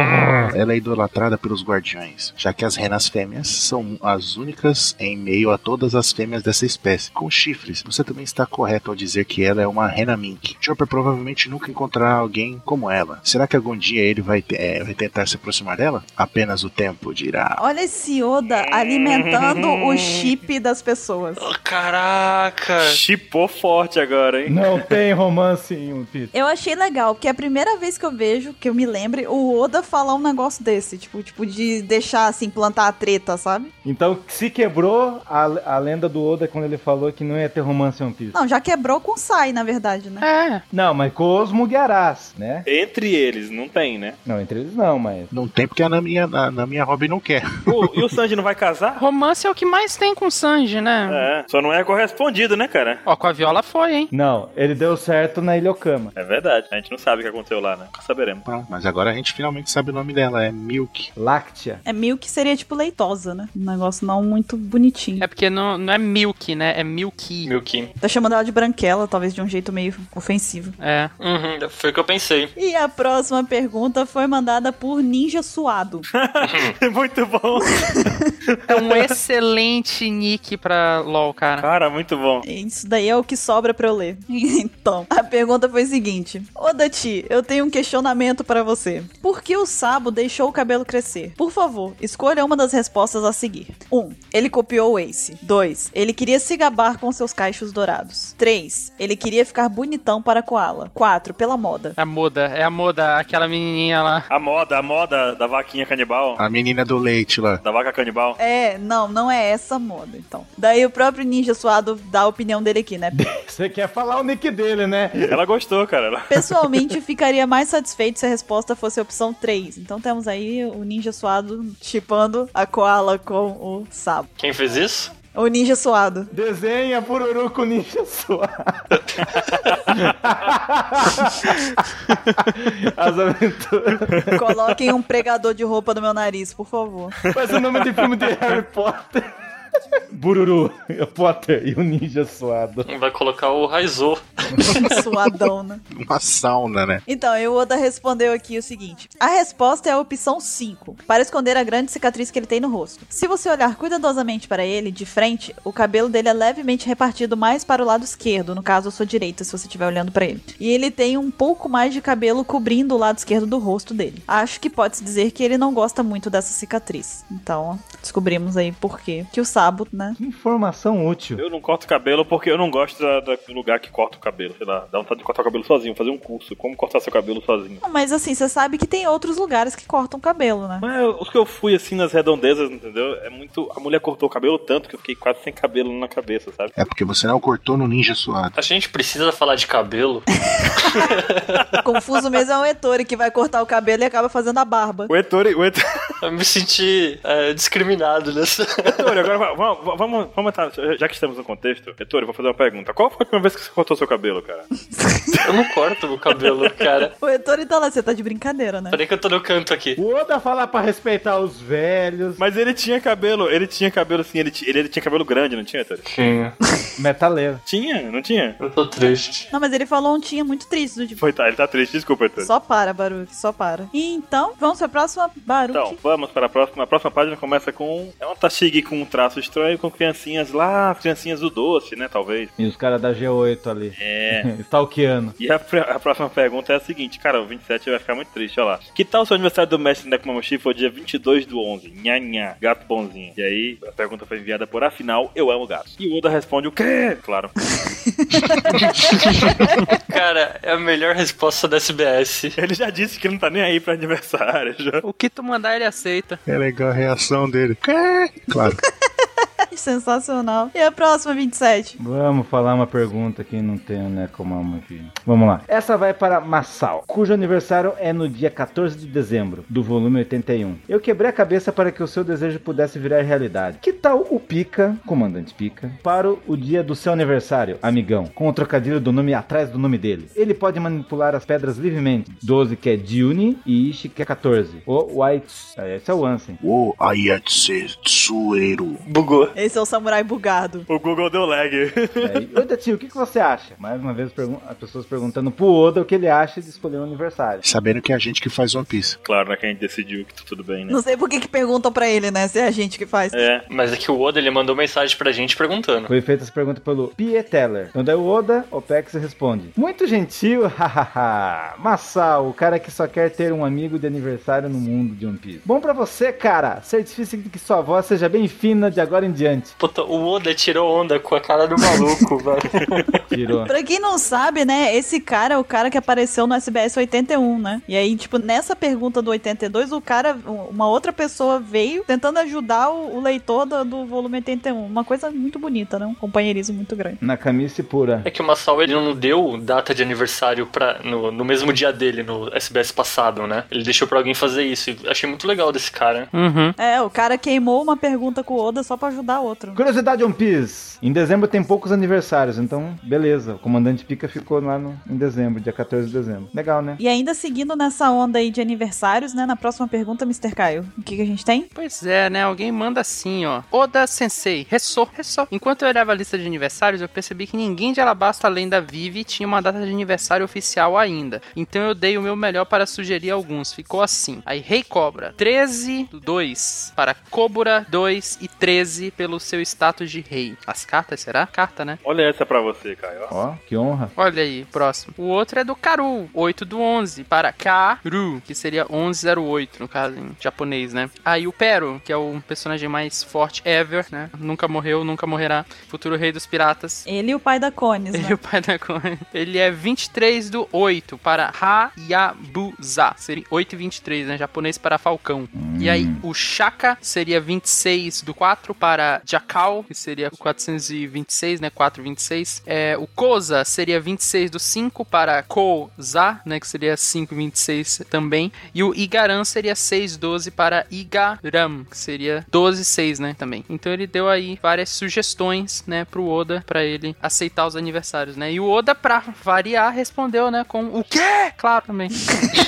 Ela é idolatrada pelos guardiões, já que as renas fêmeas são as únicas em meio a todas as fêmeas dessa espécie. Com chifres, você também está correto ao dizer que ela é uma rena mink. Chopper provavelmente nunca encontrará alguém como ela. Será que algum dia ele vai tentar se aproximar dela? Apenas o tempo dirá. Olha esse Oda alimentando o chip das pessoas. Oh, caraca! Chipou forte agora, hein? Não tem romance em One Piece. Eu achei legal, porque é a primeira vez que eu vejo, que eu me lembre, o Oda falar um negócio desse. Tipo de deixar, assim, plantar a treta, sabe? Então, se quebrou a lenda do Oda quando ele falou que não ia ter romance em One Piece. Não, já quebrou com o Sai, na verdade, né? É. Não, mas com os Mugiarás, né? Entre eles, não tem, né? Não, entre eles não, mas... Não tem porque na minha Robin não quer. E o Sanji não vai casar? Romance é o que mais tem com o Sanji, né? É, só não é correspondido, né, cara? Ó, com a Viola foi, hein? Não, ele deu certo na Ilha Okama. É verdade, a gente não sabe o que aconteceu lá, né? Saberemos. Bom, mas agora a gente finalmente sabe o nome dela, é Milk. Láctea. É Milk seria tipo leitosa, né? Um negócio não muito bonitinho. É porque não é Milk, né? É Milky. Milky. Tá chamando ela de branquela, talvez de um jeito meio ofensivo. É. Foi o que eu pensei. E a próxima pergunta foi mandada por Ninja Suado. Muito bom. É um excelente nick pra LOL, cara. Cara, muito bom. Isso daí é o que sobra pra eu ler. Então, a pergunta foi a seguinte: Odachi, eu tenho um questionamento pra você. Por que o Sabo deixou o cabelo crescer? Por favor, escolha uma das respostas a seguir. 1. Ele copiou o Ace. 2. Ele queria se gabar com seus cachos dourados. 3. Ele queria ficar bonitão para Koala. 4. Pela moda. É a moda, aquela menininha lá. A moda da vaquinha canibal. A menina do leite lá. Da vaca canibal. Não é essa moda, então. Daí o próprio Ninja Suado dá a opinião dele aqui, né? Você quer falar o nick dele, né? Ela gostou, cara. Pessoalmente, ficaria mais satisfeito se a resposta fosse a opção 3. Então temos aí o Ninja Suado chipando a Koala com o Sabo. Quem fez isso? O Ninja Suado. Desenha Pururu com Ninja Suado. As aventuras. Coloquem um pregador de roupa no meu nariz, por favor. Vai ser o nome de filme de Harry Potter. Bururu, o Potter e o ninja suado. Vai colocar o Raizou. Suadão, né? Uma sauna, né? Então, o Oda respondeu aqui o seguinte. A resposta é a opção 5, para esconder a grande cicatriz que ele tem no rosto. Se você olhar cuidadosamente para ele, de frente, o cabelo dele é levemente repartido mais para o lado esquerdo, no caso a sua direita, se você estiver olhando para ele. E ele tem um pouco mais de cabelo cobrindo o lado esquerdo do rosto dele. Acho que pode-se dizer que ele não gosta muito dessa cicatriz. Então, descobrimos aí por quê. Que o Sabo, né? Que informação útil. Eu não corto cabelo porque eu não gosto do lugar que corta o cabelo, sei lá. Dá vontade de cortar o cabelo sozinho, fazer um curso. Como cortar seu cabelo sozinho. Mas assim, você sabe que tem outros lugares que cortam cabelo, né? Mas os que eu fui assim nas redondezas, entendeu? É muito. A mulher cortou o cabelo tanto que eu fiquei quase sem cabelo na cabeça, sabe? É porque você não cortou no ninja suado. A gente precisa falar de cabelo. Confuso mesmo é o Ettore que vai cortar o cabelo e acaba fazendo a barba. O Ettore... Eu me senti discriminado nessa. Ettore, agora vamos entrar, já que estamos no contexto, Ettore, vou fazer uma pergunta. Qual foi a primeira vez que você cortou seu cabelo, cara? Eu não corto meu cabelo, cara. O Ettore tá lá, você tá de brincadeira, né? Peraí que eu tô no canto aqui. O Oda fala pra respeitar os velhos. Mas ele tinha cabelo assim, ele tinha cabelo grande, não tinha, Ettore? Tinha. Metaleiro. Tinha, não tinha? Eu tô triste. Não, mas ele falou um tinha muito triste do tipo. Foi, tá, ele tá triste, desculpa, Ettore. Só para, Baruch, só para. E então, vamos pra próxima, Baruch. Então, vamos para a próxima. A próxima página começa com... É uma Tashigi com um traço estranho, com criancinhas lá, criancinhas do doce, né, talvez. E os caras da G8 ali. É. Stalkeando. E a próxima pergunta é a seguinte, cara, o 27 vai ficar muito triste, olha lá. Que tal o seu aniversário do mestre Nekomamushi for dia 22/11? Nha, gato bonzinho. E aí, a pergunta foi enviada por afinal, eu amo gatos. E o Oda responde o quê? Claro. Cara, é a melhor resposta da SBS. Ele já disse que não tá nem aí pra aniversário. Já. O que tu mandar, ele aceita. É legal a reação dele. Quê? Claro. Sensacional. E a próxima, 27? Vamos falar uma pergunta que não tem o Nekomama aqui. Vamos lá. Essa vai para Masao, cujo aniversário é no dia 14 de dezembro, do volume 81. Eu quebrei a cabeça para que o seu desejo pudesse virar realidade. Que tal o Pika, comandante Pika, para o dia do seu aniversário, amigão, com o trocadilho do nome atrás do nome dele? Ele pode manipular as pedras livremente. 12 que é Juni e Ishi que é 14. O White... Esse é o Ansem. O Ayatse Tsueru. Bugou. Esse é o samurai bugado. O Google deu lag. Oda, tio, o que você acha? Mais uma vez as pessoas perguntando pro Oda o que ele acha de escolher o aniversário. Sabendo que é a gente que faz One Piece. Claro, né, que a gente decidiu que tá tudo bem, né? Não sei por que perguntam pra ele, né? Se é a gente que faz. É. Mas é que o Oda, ele mandou mensagem pra gente perguntando. Foi feita essa pergunta pelo Pieteller. Então daí o Oda, o Pex responde: muito gentil, hahaha. Masao, o cara que só quer ter um amigo de aniversário no mundo de One Piece. Bom pra você, cara. Certifique que sua voz seja bem fina de agora em diante. Puta, o Oda tirou onda com a cara do maluco, velho. Tirou. Pra quem não sabe, né, esse cara é o cara que apareceu no SBS 81, né? E aí, tipo, nessa pergunta do 82, o cara, uma outra pessoa veio tentando ajudar o leitor do volume 81. Uma coisa muito bonita, né? Um companheirismo muito grande. Na camisa pura. É que o Masao, ele não deu data de aniversário no mesmo dia dele, no SBS passado, né? Ele deixou pra alguém fazer isso. E achei muito legal desse cara. Uhum. É, o cara queimou uma pergunta com o Oda só pra ajudar outro. Curiosidade One Piece. Em dezembro tem poucos aniversários, então beleza. O comandante Pika ficou lá em dezembro, dia 14 de dezembro. Legal, né? E ainda seguindo nessa onda aí de aniversários, né? Na próxima pergunta, Mr. Caio, o que a gente tem? Pois é, né? Alguém manda assim, ó. Oda Sensei, ressô. Enquanto eu olhava a lista de aniversários, eu percebi que ninguém de Alabasta além da Vivi tinha uma data de aniversário oficial ainda. Então eu dei o meu melhor para sugerir alguns. Ficou assim. Aí, Rei Cobra, 13/2 para Kobura 2 e 13 pelo seu status de rei. As cartas, será? Carta, né? Olha essa pra você, Caio. Ó, que honra. Olha aí, próximo. O outro é do Karu, 8/11 para Karu, que seria 11/08, no caso em japonês, né? Aí o Pero, que é o personagem mais forte ever, né? Nunca morreu, nunca morrerá. Futuro rei dos piratas. Ele e o pai da Cones, né? Ele é o pai da Cones. Ele é 23/8 para Hayabusa. Seria 8/23, né? Japonês para Falcão. E aí o Shaka seria 26/4 para Jakal, que seria 426, né? 4/26. O Koza seria 26/5 para Koza, né? Que seria 5/26 também. E o Igaran seria 6/12 para Igaram, que seria 12/6, né? Também. Então ele deu aí várias sugestões, né? Pro Oda, pra ele aceitar os aniversários, né? E o Oda, pra variar, respondeu, né? Com o quê? Claro, também.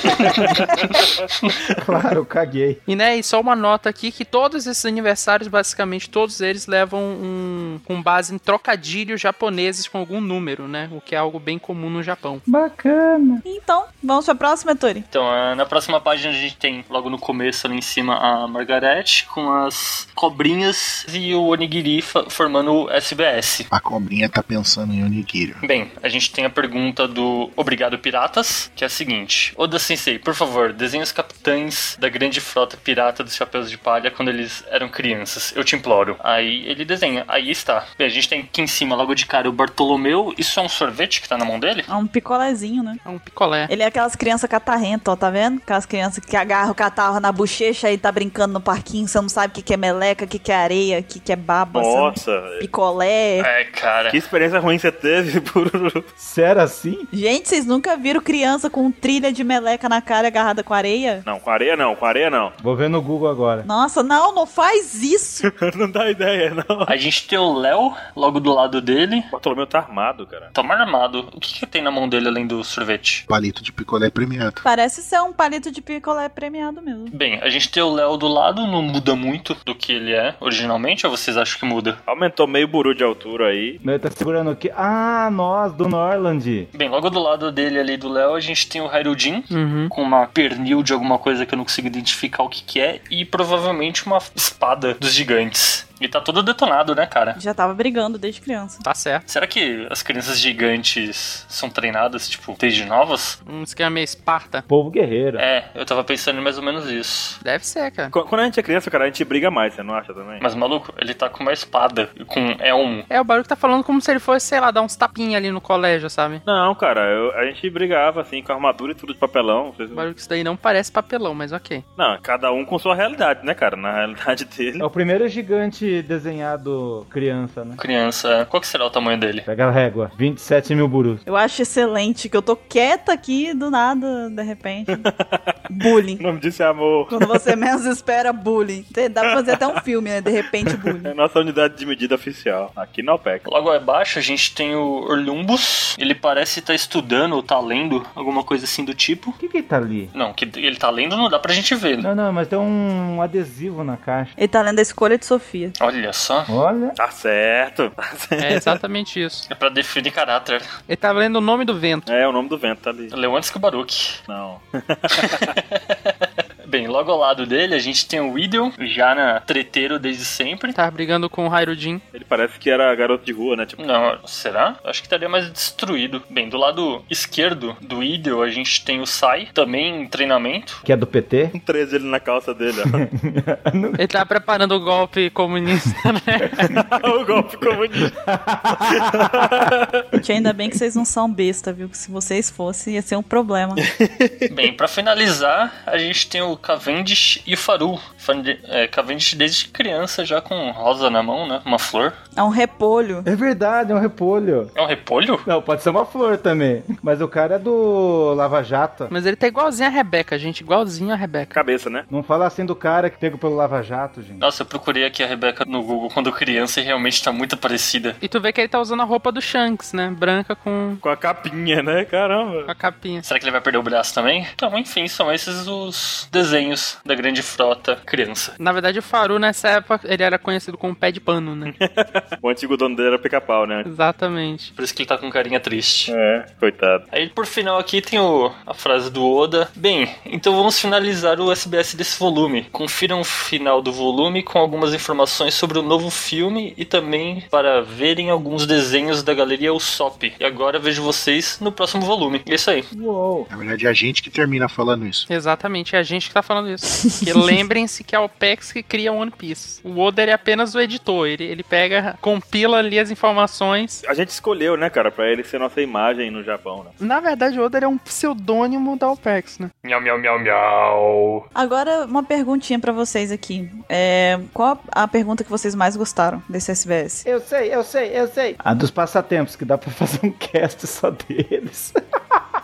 Claro, eu caguei. E, né, e só uma nota aqui que todos esses aniversários, basicamente, todos eles levam com base em trocadilhos japoneses com algum número, né? O que é algo bem comum no Japão. Bacana. Então, vamos pra próxima, Tori. Então, na próxima página a gente tem, logo no começo, ali em cima, a Margarete com as cobrinhas e o Onigiri formando o SBS. A cobrinha tá pensando em onigiri. Bem, a gente tem a pergunta do Obrigado Piratas, que é a seguinte: Oda Sensei, por favor, desenhe os capitães da grande frota pirata dos Chapéus de Palha quando eles eram crianças. Eu te imploro. Aí ele desenha. Aí está. Bem, a gente tem aqui em cima, logo de cara, o Bartolomeu. Isso é um sorvete que tá na mão dele? É um picolézinho, né? É um picolé. Ele é aquelas crianças catarrentas, ó, tá vendo? Aquelas crianças que agarram o catarro na bochecha e tá brincando no parquinho, você não sabe o que é meleca, o que é areia, o que é baba, Nossa, sabe? Picolé. É, cara. que experiência ruim você teve, Bururu. Sério assim? Gente, vocês nunca viram criança com trilha de meleca na cara agarrada com areia? Não, com areia não, com areia não. Vou ver no Google agora. Nossa, não faz isso! Não dá ideia, não. A gente tem o Léo, logo do lado dele. O Bartolomeu tá armado, cara. Tá mais armado. O que tem na mão dele além do sorvete? Palito de picolé premiado. Parece ser um palito de picolé premiado mesmo. Bem, a gente tem o Léo do lado, não muda muito do que ele é originalmente, ou vocês acham que muda? Aumentou meio buru de altura aí. Ele tá segurando aqui. Ah, nós, do Norland. Bem, logo do lado dele ali do Léo, a gente tem o Hairudin, Uhum. com uma pernil de alguma coisa que eu não consigo identificar o que é, e provavelmente uma espada dos gigantes. E tá todo detonado, né, cara? Já tava brigando desde criança. Tá certo. Será que as crianças gigantes são treinadas, tipo, desde novas? Um esquema meio Esparta. Povo guerreiro. É, eu tava pensando em mais ou menos isso. Deve ser, cara. Quando a gente é criança, cara, a gente briga mais, você não acha também? Mas, maluco, ele tá com uma espada, com elmo. É, o Baruch tá falando como se ele fosse, sei lá, dar uns tapinhas ali no colégio, sabe? Não, cara, a gente brigava assim, com armadura e tudo de papelão. O Baruch, isso daí não parece papelão, mas ok. Não, cada um com sua realidade, né, cara? Na realidade dele. É o primeiro gigante desenhado criança, né? Criança, qual que será o tamanho dele? Pega a régua. 27 mil burus. Eu acho excelente que eu tô quieta aqui do nada, de repente. Bullying. O nome disso é amor. Quando você menos espera, bullying. Dá pra fazer até um filme, né? De repente, bullying. É nossa unidade de medida oficial, aqui na OPEC. Logo abaixo a gente tem o Orlumbus. Ele parece estar estudando ou tá lendo, alguma coisa assim do tipo. O que tá ali? Não, que ele tá lendo não dá pra gente ver, né? Não, mas tem um adesivo na caixa. Ele tá lendo a escolha de Sofia. Olha só. Olha. Tá certo. É exatamente isso. É pra definir caráter. Ele tá lendo o nome do vento. É, o nome do vento tá ali. Leu antes que o Baruch. Não. Bem, logo ao lado dele a gente tem o Idel, já na treteiro desde sempre. Tá brigando com o Hairudin. Ele parece que era garoto de rua, né? Tipo, Não, será? Acho que estaria mais destruído. Bem, do lado esquerdo do Idel a gente tem o Sai, também em treinamento. Que é do PT? um 13 ele na calça dele, ó. Ele tá preparando o golpe comunista, né? O golpe comunista. Gente, ainda bem que vocês não são besta, viu? Que se vocês fossem, ia ser um problema. Bem, pra finalizar, a gente tem o Cavendish e o Faru. Cavendish desde criança já com rosa na mão, né? Uma flor. É um repolho. É verdade, é um repolho. É um repolho? Não, pode ser uma flor também. Mas o cara é do Lava Jato. Mas ele tá igualzinho a Rebeca, gente. Igualzinho a Rebeca. Cabeça, né? Não fala assim do cara que pegou pelo Lava Jato, gente. Nossa, eu procurei aqui a Rebeca no Google quando criança e realmente tá muito parecida. E tu vê que ele tá usando a roupa do Shanks, né? Branca com Com a capinha, né? Caramba. a capinha. Será que ele vai perder o braço também? Então, enfim, são esses os desenhos da grande frota criança. Na verdade, o Faru, nessa época, ele era conhecido como pé de pano, né? O antigo dono dele era pica-pau, né? Exatamente. Por isso que ele tá com carinha triste. É, coitado. Aí, por final aqui, tem a frase do Oda. Bem, então vamos finalizar o SBS desse volume. Confiram o final do volume com algumas informações sobre o novo filme e também para verem alguns desenhos da galeria Usopp. E agora vejo vocês no próximo volume. E é isso aí. Uou. Na verdade, é a gente que termina falando isso. Exatamente, é a gente que tá falando isso. Que lembrem-se que é a OPEX que cria One Piece. O Oda ele é apenas o editor. Ele pega, compila ali as informações. A gente escolheu, né, cara, pra ele ser nossa imagem no Japão, né? Na verdade, o Oda ele é um pseudônimo da OPEX, né? Miau, miau, miau, miau. Agora, uma perguntinha pra vocês aqui. Qual a pergunta que vocês mais gostaram desse SBS? Eu sei. A dos passatempos, que dá pra fazer um cast só deles.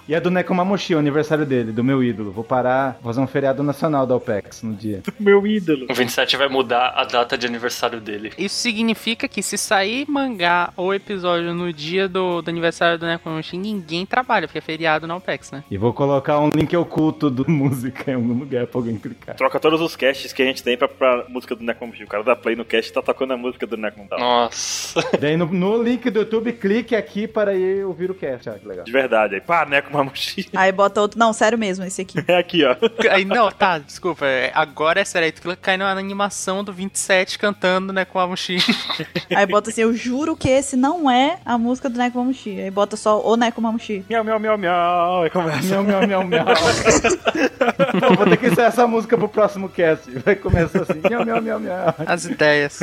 E a do Nekomamushi, o aniversário dele, do meu ídolo. Vou parar, vou fazer um feriado nacional da OPEX no dia. Meu ídolo. O 27 vai mudar a data de aniversário dele. Isso significa que se sair mangá ou episódio no dia do aniversário do Nekomamushi, ninguém trabalha, porque é feriado na OPEX, né? E vou colocar um link oculto do música em algum lugar pra alguém clicar. Troca todos os casts que a gente tem pra música do Nekomamushi. O cara dá play no cast e tá tocando a música do Nekomamushi. Nossa. Daí no link do YouTube, clique aqui para ir ouvir o cast. Ah, que legal. De verdade. Aí, pá, Nekomamushi. Aí bota outro. Não, sério mesmo, esse aqui. É aqui, ó. Aí, não, tá, desculpa. Agora é sério. Aí tu cai na animação do 27 cantando, né, com a Mushi. Aí bota assim, eu juro que esse não é a música do Nekomamushi. Aí bota só o Nekomamushi. Miau, miau, miau, miau. Aí começa. Miau, miau, miau, miau. Pô, vou ter que ensaiar essa música pro próximo cast. Vai começar assim, miau, miau, miau, miau. As ideias.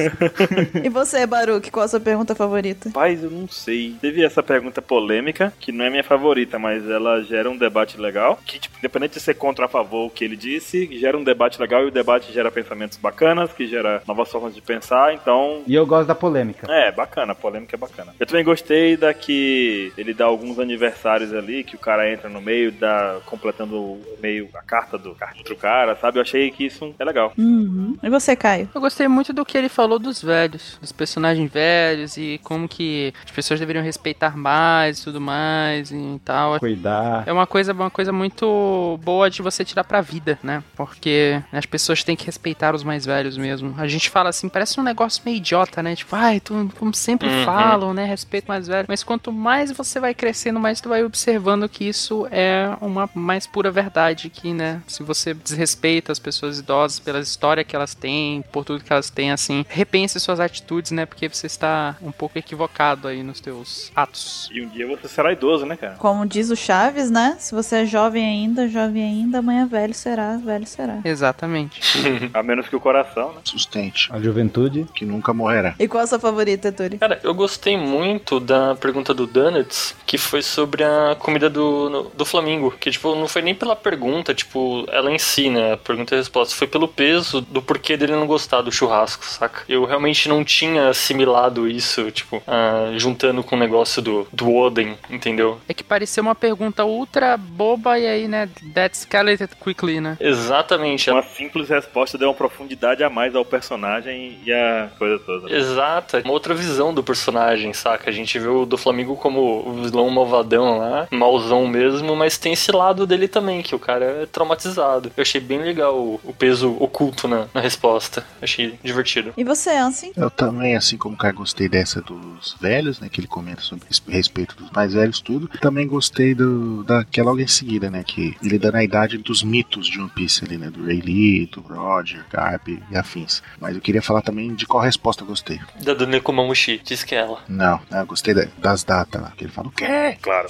E você, Baruch, qual a sua pergunta favorita? Rapaz, eu não sei. Teve essa pergunta polêmica, que não é minha favorita, mas ela gera um debate legal. Que, tipo, independente de ser contra ou a favor o que ele disse, gera um debate legal e o debate gera pensamentos bacanas, que gera novas formas de pensar, então... E eu gosto da polêmica. É, bacana, a polêmica é bacana. Eu também gostei da que ele dá alguns aniversários ali, que o cara entra no meio, completando meio a carta do outro cara, sabe? Eu achei que isso é legal. Uhum. E você, Caio? Eu gostei muito do que ele falou dos velhos, dos personagens velhos e como que as pessoas deveriam respeitar mais e tudo mais e tal. Cuidar. É uma coisa muito boa de você tirar pra vida, né? Porque as pessoas têm que respeitar os mais velhos mesmo. A gente fala assim, parece um negócio meio idiota, né? Tipo, como sempre falam, né? Respeito mais velho. Mas quanto mais você vai crescendo, mais tu vai observando que isso é uma mais pura verdade que, né? Se você desrespeita as pessoas idosas pela história que elas têm, por tudo que elas têm, assim, repense suas atitudes, né? Porque você está um pouco equivocado aí nos teus atos. E um dia você será idoso, né, cara? Como diz o Chaves, né? Se você é jovem ainda, amanhã velho será. Exatamente. A menos que o coração, né? Sustente, A juventude. que nunca morrerá. E qual a sua favorita, Turi? Cara, eu gostei muito da pergunta do Donuts, que foi sobre a comida do Flamingo. Que, tipo, não foi nem pela pergunta, tipo, ela em si, né? A pergunta e a resposta. Foi pelo peso do porquê dele não gostar do churrasco, saca? Eu realmente não tinha assimilado isso, tipo, juntando com o negócio do Oden, entendeu? É que pareceu uma pergunta ultra boba e aí, né? That escalated quickly, né? Exatamente. Uma simples resposta deu uma profundidade a mais ao personagem e a coisa toda. Exato, uma outra visão do personagem, saca? A gente vê o do Flamingo como o vilão malvadão lá, mauzão mesmo, mas tem esse lado dele também, que o cara é traumatizado. Eu achei bem legal o peso oculto na resposta. Achei divertido. E você, Ansem? Eu também, assim como o cara, gostei dessa dos velhos, né? Que ele comenta sobre respeito dos mais velhos, tudo. E também gostei da que é logo em seguida, né? Que ele dá na idade dos mitos de One Piece ali, né? Do Rayleigh, do Roger, Garp e afins. Mas eu queria falar também de qual resposta eu gostei. Da do Nekomamushi, diz que é ela. Não, eu gostei das datas lá. Que ele fala o quê? Claro.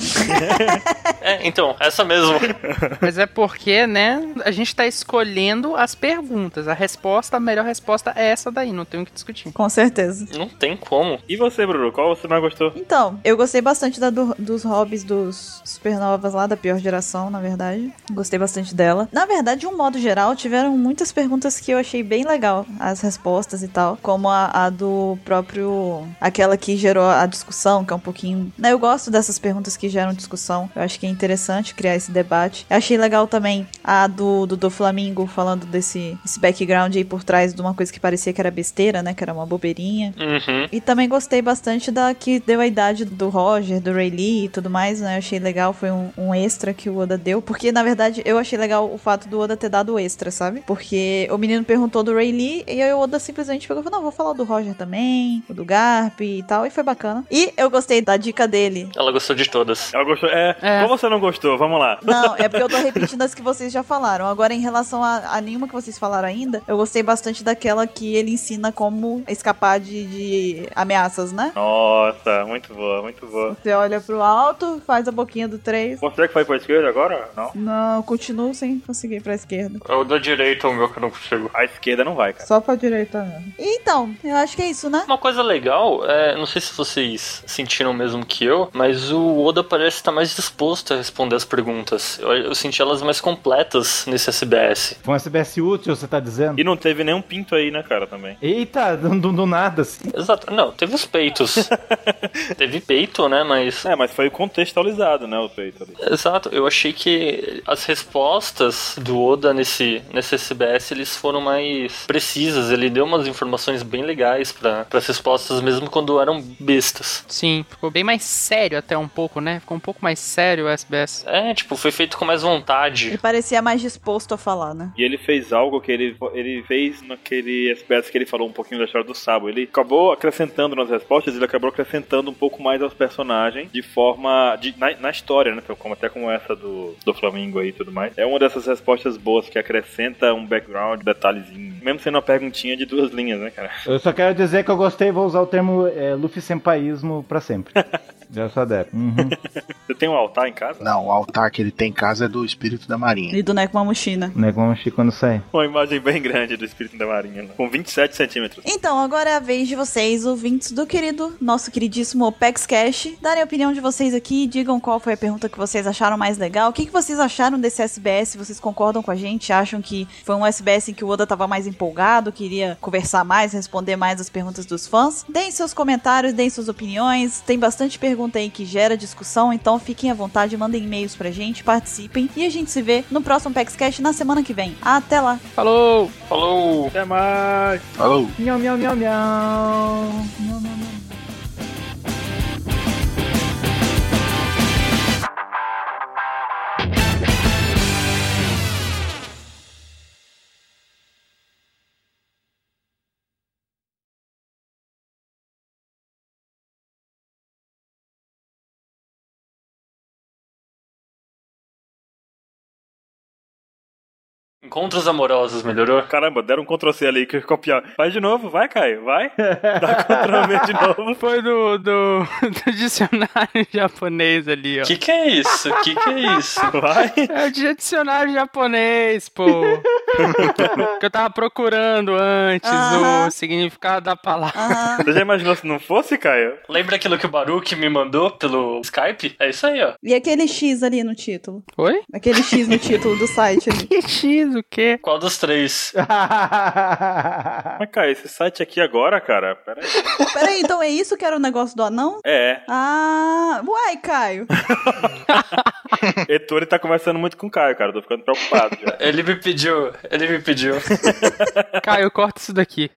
Então, essa mesmo. Mas é porque, né, a gente tá escolhendo as perguntas. A melhor resposta é essa daí, não tem o que discutir. Com certeza. Não tem como. E você, Bruno? Qual você mais gostou? Então, eu gostei bastante dos hobbies dos Supernovas lá, da pior geração, na verdade. Gostei bastante dela. Na verdade, de um modo geral, tiveram muitas perguntas que eu achei bem legal, as respostas e tal. Como a do próprio... Aquela que gerou a discussão, que é um pouquinho... Né, eu gosto dessas perguntas que geram discussão. Eu acho que é interessante criar esse debate. Eu achei legal também a do Flamingo, falando desse background aí por trás de uma coisa que parecia que era besteira, né? Que era uma bobeirinha. Uhum. E também gostei bastante da que deu a idade do Roger, do Rayleigh e tudo mais, né? Eu achei legal, foi um extra que o Oda deu. Porque, na verdade, eu achei legal o fato do Oda ter dado o extra, sabe? Porque o menino perguntou do Rayleigh e aí o Oda simplesmente pegou e falou, não, vou falar do Roger também, o do Garp e tal, e foi bacana. E eu gostei da dica dele. Ela gostou de todas. Ela gostou? Qual você não gostou? Vamos lá. Não, é porque eu tô repetindo as que vocês já falaram. Agora, em relação a nenhuma que vocês falaram ainda, eu gostei bastante daquela que ele ensina como escapar de ameaças, né? Nossa, muito boa, muito boa. Você olha pro alto, faz a boquinha do 3. Você que foi pra esquerda agora? Não. Não, continuo sem conseguir ir pra esquerda. É o da direita, o meu que eu não consigo. A esquerda não vai, cara. Só pra direita mesmo. Então, eu acho que é isso, né? Uma coisa legal, não sei se vocês sentiram mesmo que eu, mas o Oda parece estar mais disposto a responder as perguntas. Eu senti elas mais completas nesse SBS. Foi um SBS útil, você tá dizendo? E não teve nenhum pinto aí, né, cara, também. Eita, do nada, assim. Exato. Não, teve os peitos. Teve peito, né, mas... Mas foi contextualizado, né, feito ali. Exato, eu achei que as respostas do Oda nesse SBS, eles foram mais precisas, ele deu umas informações bem legais para as respostas, mesmo quando eram bestas. Sim, ficou bem mais sério até um pouco, né? Ficou um pouco mais sério o SBS. É, tipo, foi feito com mais vontade. Ele parecia mais disposto a falar, né? E ele fez algo que ele fez naquele SBS que ele falou um pouquinho da história do Sabo. Ele acabou acrescentando nas respostas, ele acabou acrescentando um pouco mais aos personagens de forma... na história, né? Como essa do Flamingo aí e tudo mais. É uma dessas respostas boas que acrescenta um background, detalhezinho. Mesmo sendo uma perguntinha de 2 linhas, né, cara? Eu só quero dizer que eu gostei e vou usar o termo Luffy Senpaísmo pra sempre. Já sou adepto. Você tem um altar em casa? Não, o altar que ele tem em casa é do espírito da marinha. E do Nekomamushi, Não é como quando sai. Uma imagem bem grande do espírito da marinha, né? Com 27 centímetros. Então, agora é a vez de vocês, ouvintes do nosso queridíssimo Opex Cash, darem a opinião de vocês aqui, digam qual foi a pergunta que vocês acharam mais legal, o que vocês acharam desse SBS, vocês concordam com a gente, acham que foi um SBS em que o Oda tava mais empolgado, queria conversar mais, responder mais as perguntas dos fãs? Deem seus comentários, deem suas opiniões, tem bastante pergunta aí que gera discussão, então fiquem à vontade, mandem e-mails pra gente, participem, e a gente se vê no próximo Opex Cash na semana que vem. Até lá! Falou! Falou! Até mais! Falou! Miau, miau, miau, miau. Encontros amorosos, melhorou? Caramba, deram um Ctrl+C ali que eu copiar. Faz de novo, vai, Caio, vai. Dá Ctrl+V de novo. Foi do dicionário japonês ali, ó. Que é isso? Que é isso? Vai. É o dicionário japonês, pô. Que eu tava procurando antes o significado da palavra. Você já imaginou se não fosse, Caio? Lembra aquilo que o Baruch me mandou pelo Skype? É isso aí, ó. E aquele X ali no título? Oi? Aquele X no título do site ali. Que X, o quê? Qual dos 3? Mas, Caio, esse site aqui agora, cara, pera aí. Peraí, então é isso que era o negócio do anão? É. Ah, uai, Caio. Ettore tá conversando muito com o Caio, cara, eu tô ficando preocupado já. Ele me pediu. Caio, corta isso daqui.